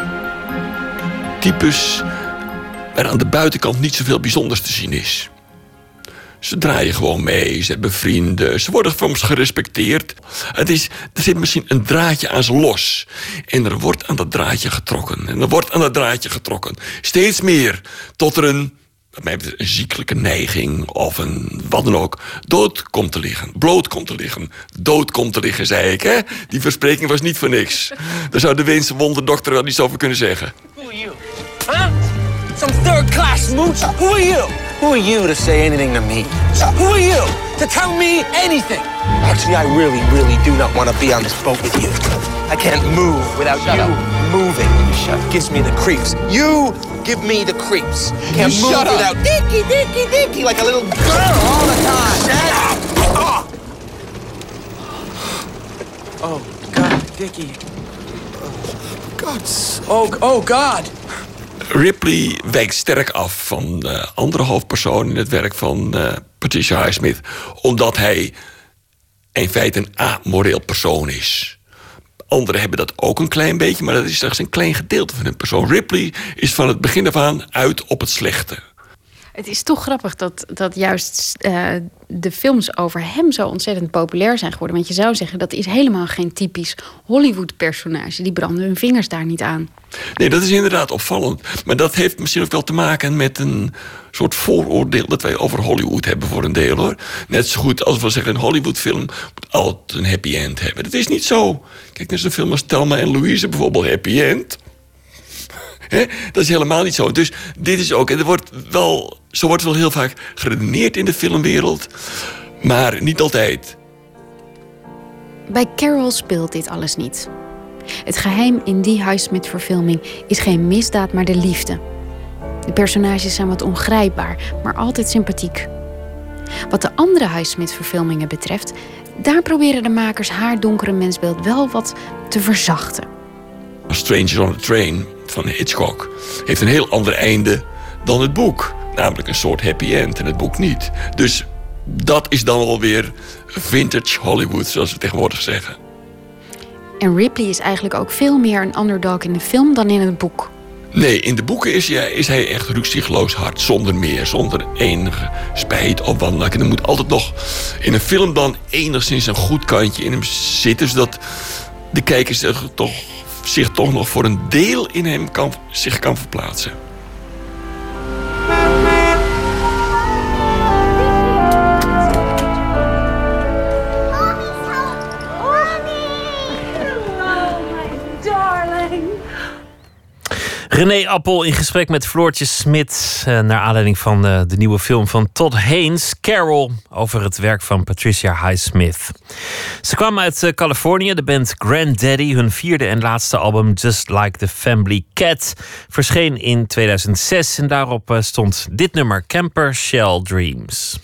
Types waar aan de buitenkant niet zoveel bijzonders te zien is. Ze draaien gewoon mee, ze hebben vrienden, ze worden soms gerespecteerd. Er zit misschien een draadje aan ze los. En er wordt aan dat draadje getrokken. En er wordt aan dat draadje getrokken. Steeds meer tot er een ziekelijke neiging of een wat dan ook dood komt te liggen. Bloot komt te liggen. Dood komt te liggen, zei ik. Hè? Die verspreking was niet voor niks. Daar zou de Weense wonderdokter wel iets over kunnen zeggen. Who are you? Huh? Some third-class mooch? Who are you? Who are you to say anything to me? Who are you to tell me anything? Actually, I really, really do not want to be on this boat with you. I can't move without you moving. It gives me the creeps. You give me the creeps. Can't move without dicky, dicky, dicky like a little girl all the time. Shut up! Oh, God, Dickie. Oh, God. Ripley wijkt sterk af van de andere hoofdpersoon in het werk van Patricia Highsmith, omdat hij in feite een amoreel persoon is. Anderen hebben dat ook een klein beetje, maar dat is slechts een klein gedeelte van hun persoon. Ripley is van het begin af aan uit op het slechte. Het is toch grappig dat juist de films over hem zo ontzettend populair zijn geworden. Want je zou zeggen, dat is helemaal geen typisch Hollywood-personage. Die branden hun vingers daar niet aan. Nee, dat is inderdaad opvallend. Maar dat heeft misschien ook wel te maken met een soort vooroordeel dat wij over Hollywood hebben voor een deel, hoor. Net zo goed als we zeggen, een Hollywood-film moet altijd een happy end hebben. Dat is niet zo. Kijk naar zo'n film als Thelma en Louise, bijvoorbeeld, happy end. He? Dat is helemaal niet zo. Dus dit is ook... En zo wordt wel heel vaak geredeneerd in de filmwereld. Maar niet altijd. Bij Carol speelt dit alles niet. Het geheim in die Highsmith-verfilming is geen misdaad, maar de liefde. De personages zijn wat ongrijpbaar, maar altijd sympathiek. Wat de andere Highsmith-verfilmingen betreft, daar proberen de makers haar donkere mensbeeld wel wat te verzachten. Strangers on a Train van Hitchcock heeft een heel ander einde dan het boek. Namelijk een soort happy end en het boek niet. Dus dat is dan alweer vintage Hollywood, zoals we tegenwoordig zeggen. En Ripley is eigenlijk ook veel meer een underdog in de film dan in het boek. Nee, in de boeken is hij echt rukzichtloos hard, zonder meer, zonder enige spijt of wat dan ook. En er moet altijd nog in een film dan enigszins een goed kantje in hem zitten, zodat de kijker zich toch nog voor een deel in hem kan verplaatsen. René Appel in gesprek met Floortje Smit naar aanleiding van de nieuwe film van Todd Haynes, Carol, over het werk van Patricia Highsmith. Ze kwam uit Californië, de band Granddaddy. Hun 4e en laatste album Just Like the Family Cat verscheen in 2006 en daarop stond dit nummer, Camper Shell Dreams.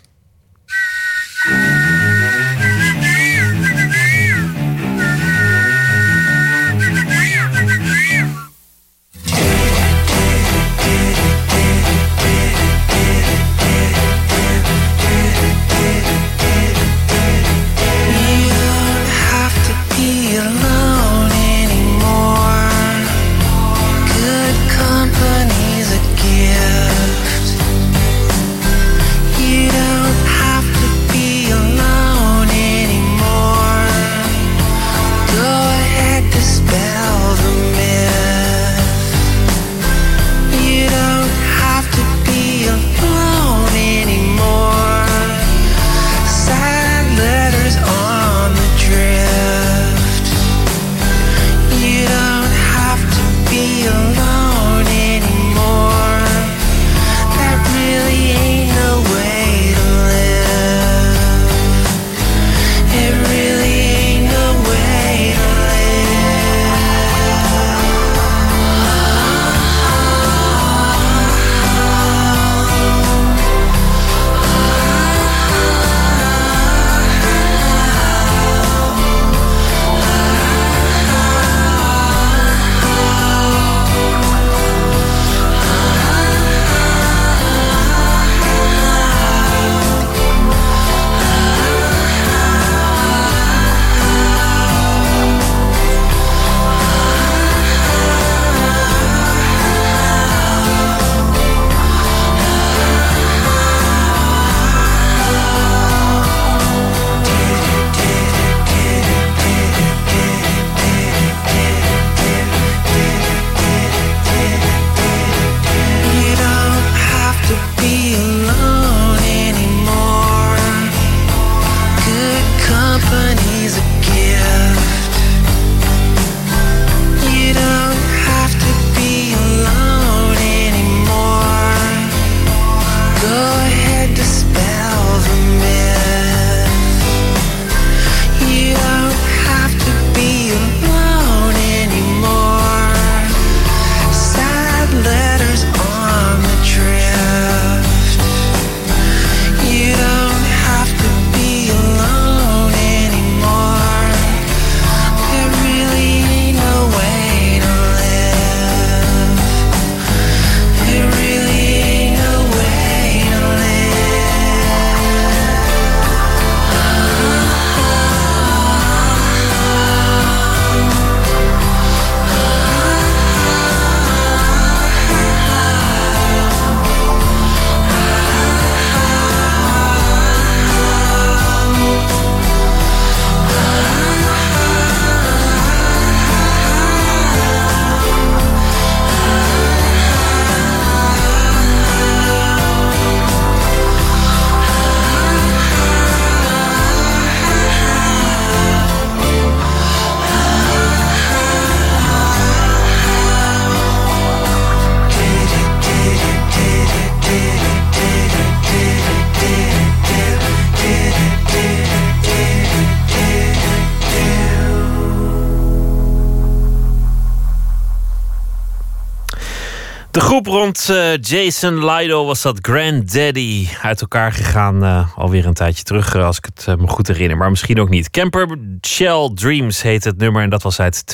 De groep rond Jason Lido was dat, Granddaddy. Uit elkaar gegaan alweer een tijdje terug, als ik het me goed herinner. Maar misschien ook niet. Camper Shell Dreams heet het nummer en dat was uit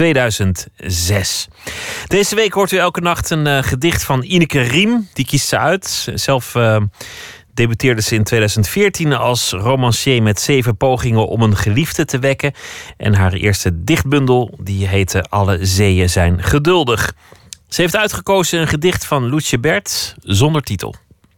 2006. Deze week hoort u elke nacht een gedicht van Ineke Riem. Die kiest ze uit. Zelf debuteerde ze in 2014 als romancier met 7 pogingen om een geliefde te wekken. En haar eerste dichtbundel die heette Alle zeeën zijn geduldig. Ze heeft uitgekozen een gedicht van Loetje Bert zonder titel.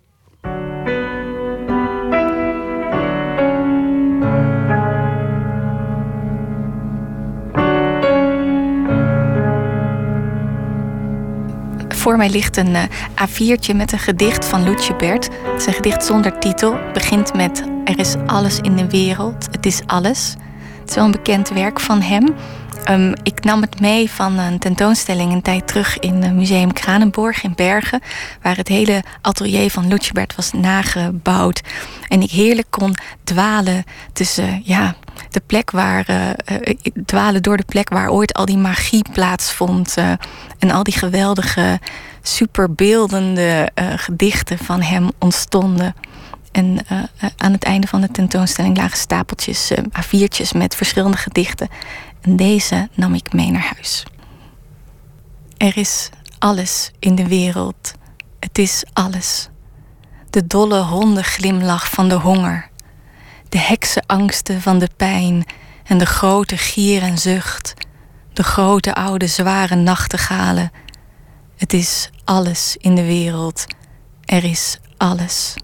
Voor mij ligt een A4'tje met een gedicht van Loetje Bert. Het is een gedicht zonder titel. Het begint met: er is alles in de wereld. Het is alles. Het is wel een bekend werk van hem. Ik nam het mee van een tentoonstelling een tijd terug in Museum Kranenborg in Bergen, waar het hele atelier van Lucebert was nagebouwd. En ik heerlijk kon dwalen tussen de plek dwalen door de plek waar ooit al die magie plaatsvond. En al die geweldige, superbeeldende gedichten van hem ontstonden. En aan het einde van de tentoonstelling lagen stapeltjes A4'tjes met verschillende gedichten. En deze nam ik mee naar huis. Er is alles in de wereld. Het is alles. De dolle hondenglimlach van de honger. De heksenangsten van de pijn. En de grote gier en zucht. De grote oude zware nachtegalen. Het is alles in de wereld. Er is alles.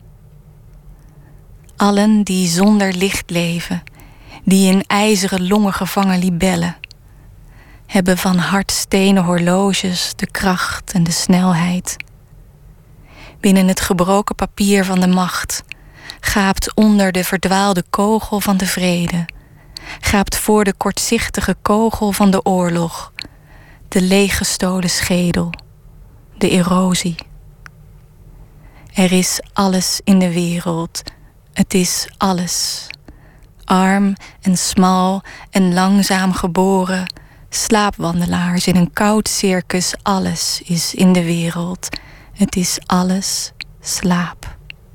Allen die zonder licht leven, die in ijzeren longen gevangen libellen, hebben van hardstenen horloges de kracht en de snelheid. Binnen het gebroken papier van de macht gaapt onder de verdwaalde kogel van de vrede, gaapt voor de kortzichtige kogel van de oorlog, de leeggestolen schedel, de erosie. Er is alles in de wereld. Het is alles. Arm en smal en langzaam geboren. Slaapwandelaars in een koud circus. Alles is in de wereld. Het is alles slaap.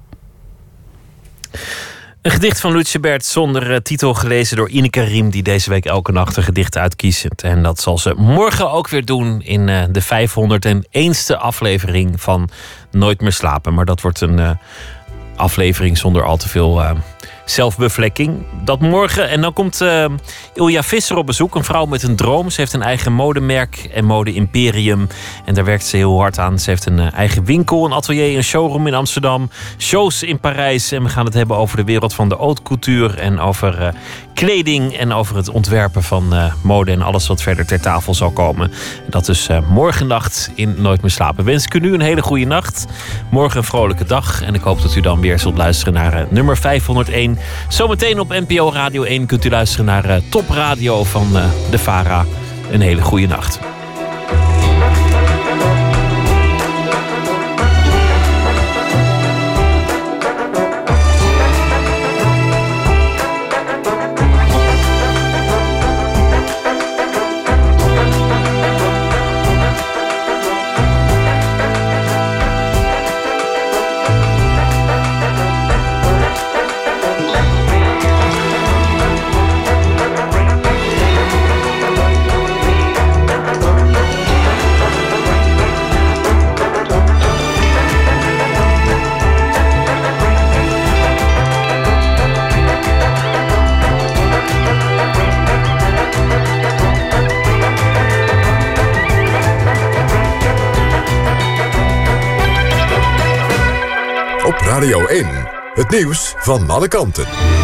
Een gedicht van Lucebert zonder titel, gelezen door Ineke Riem, die deze week elke nacht een gedicht uitkiest. En dat zal ze morgen ook weer doen in de 501ste aflevering van Nooit meer slapen. Maar dat wordt een aflevering zonder al te veel zelfbevlekking. Dat morgen. En dan komt Ilja Visser op bezoek. Een vrouw met een droom. Ze heeft een eigen modemerk en mode-imperium. En daar werkt ze heel hard aan. Ze heeft een eigen winkel, een atelier, een showroom in Amsterdam. Shows in Parijs. En we gaan het hebben over de wereld van de haute couture. En over kleding. En over het ontwerpen van mode. En alles wat verder ter tafel zal komen. Dat is morgennacht in Nooit meer slapen. Wens ik u nu een hele goede nacht. Morgen een vrolijke dag. En ik hoop dat u dan weer zult luisteren naar nummer 501. Zometeen op NPO Radio 1 kunt u luisteren naar Top Radio van de VARA. Een hele goede nacht. Radio 1, het nieuws van alle kanten.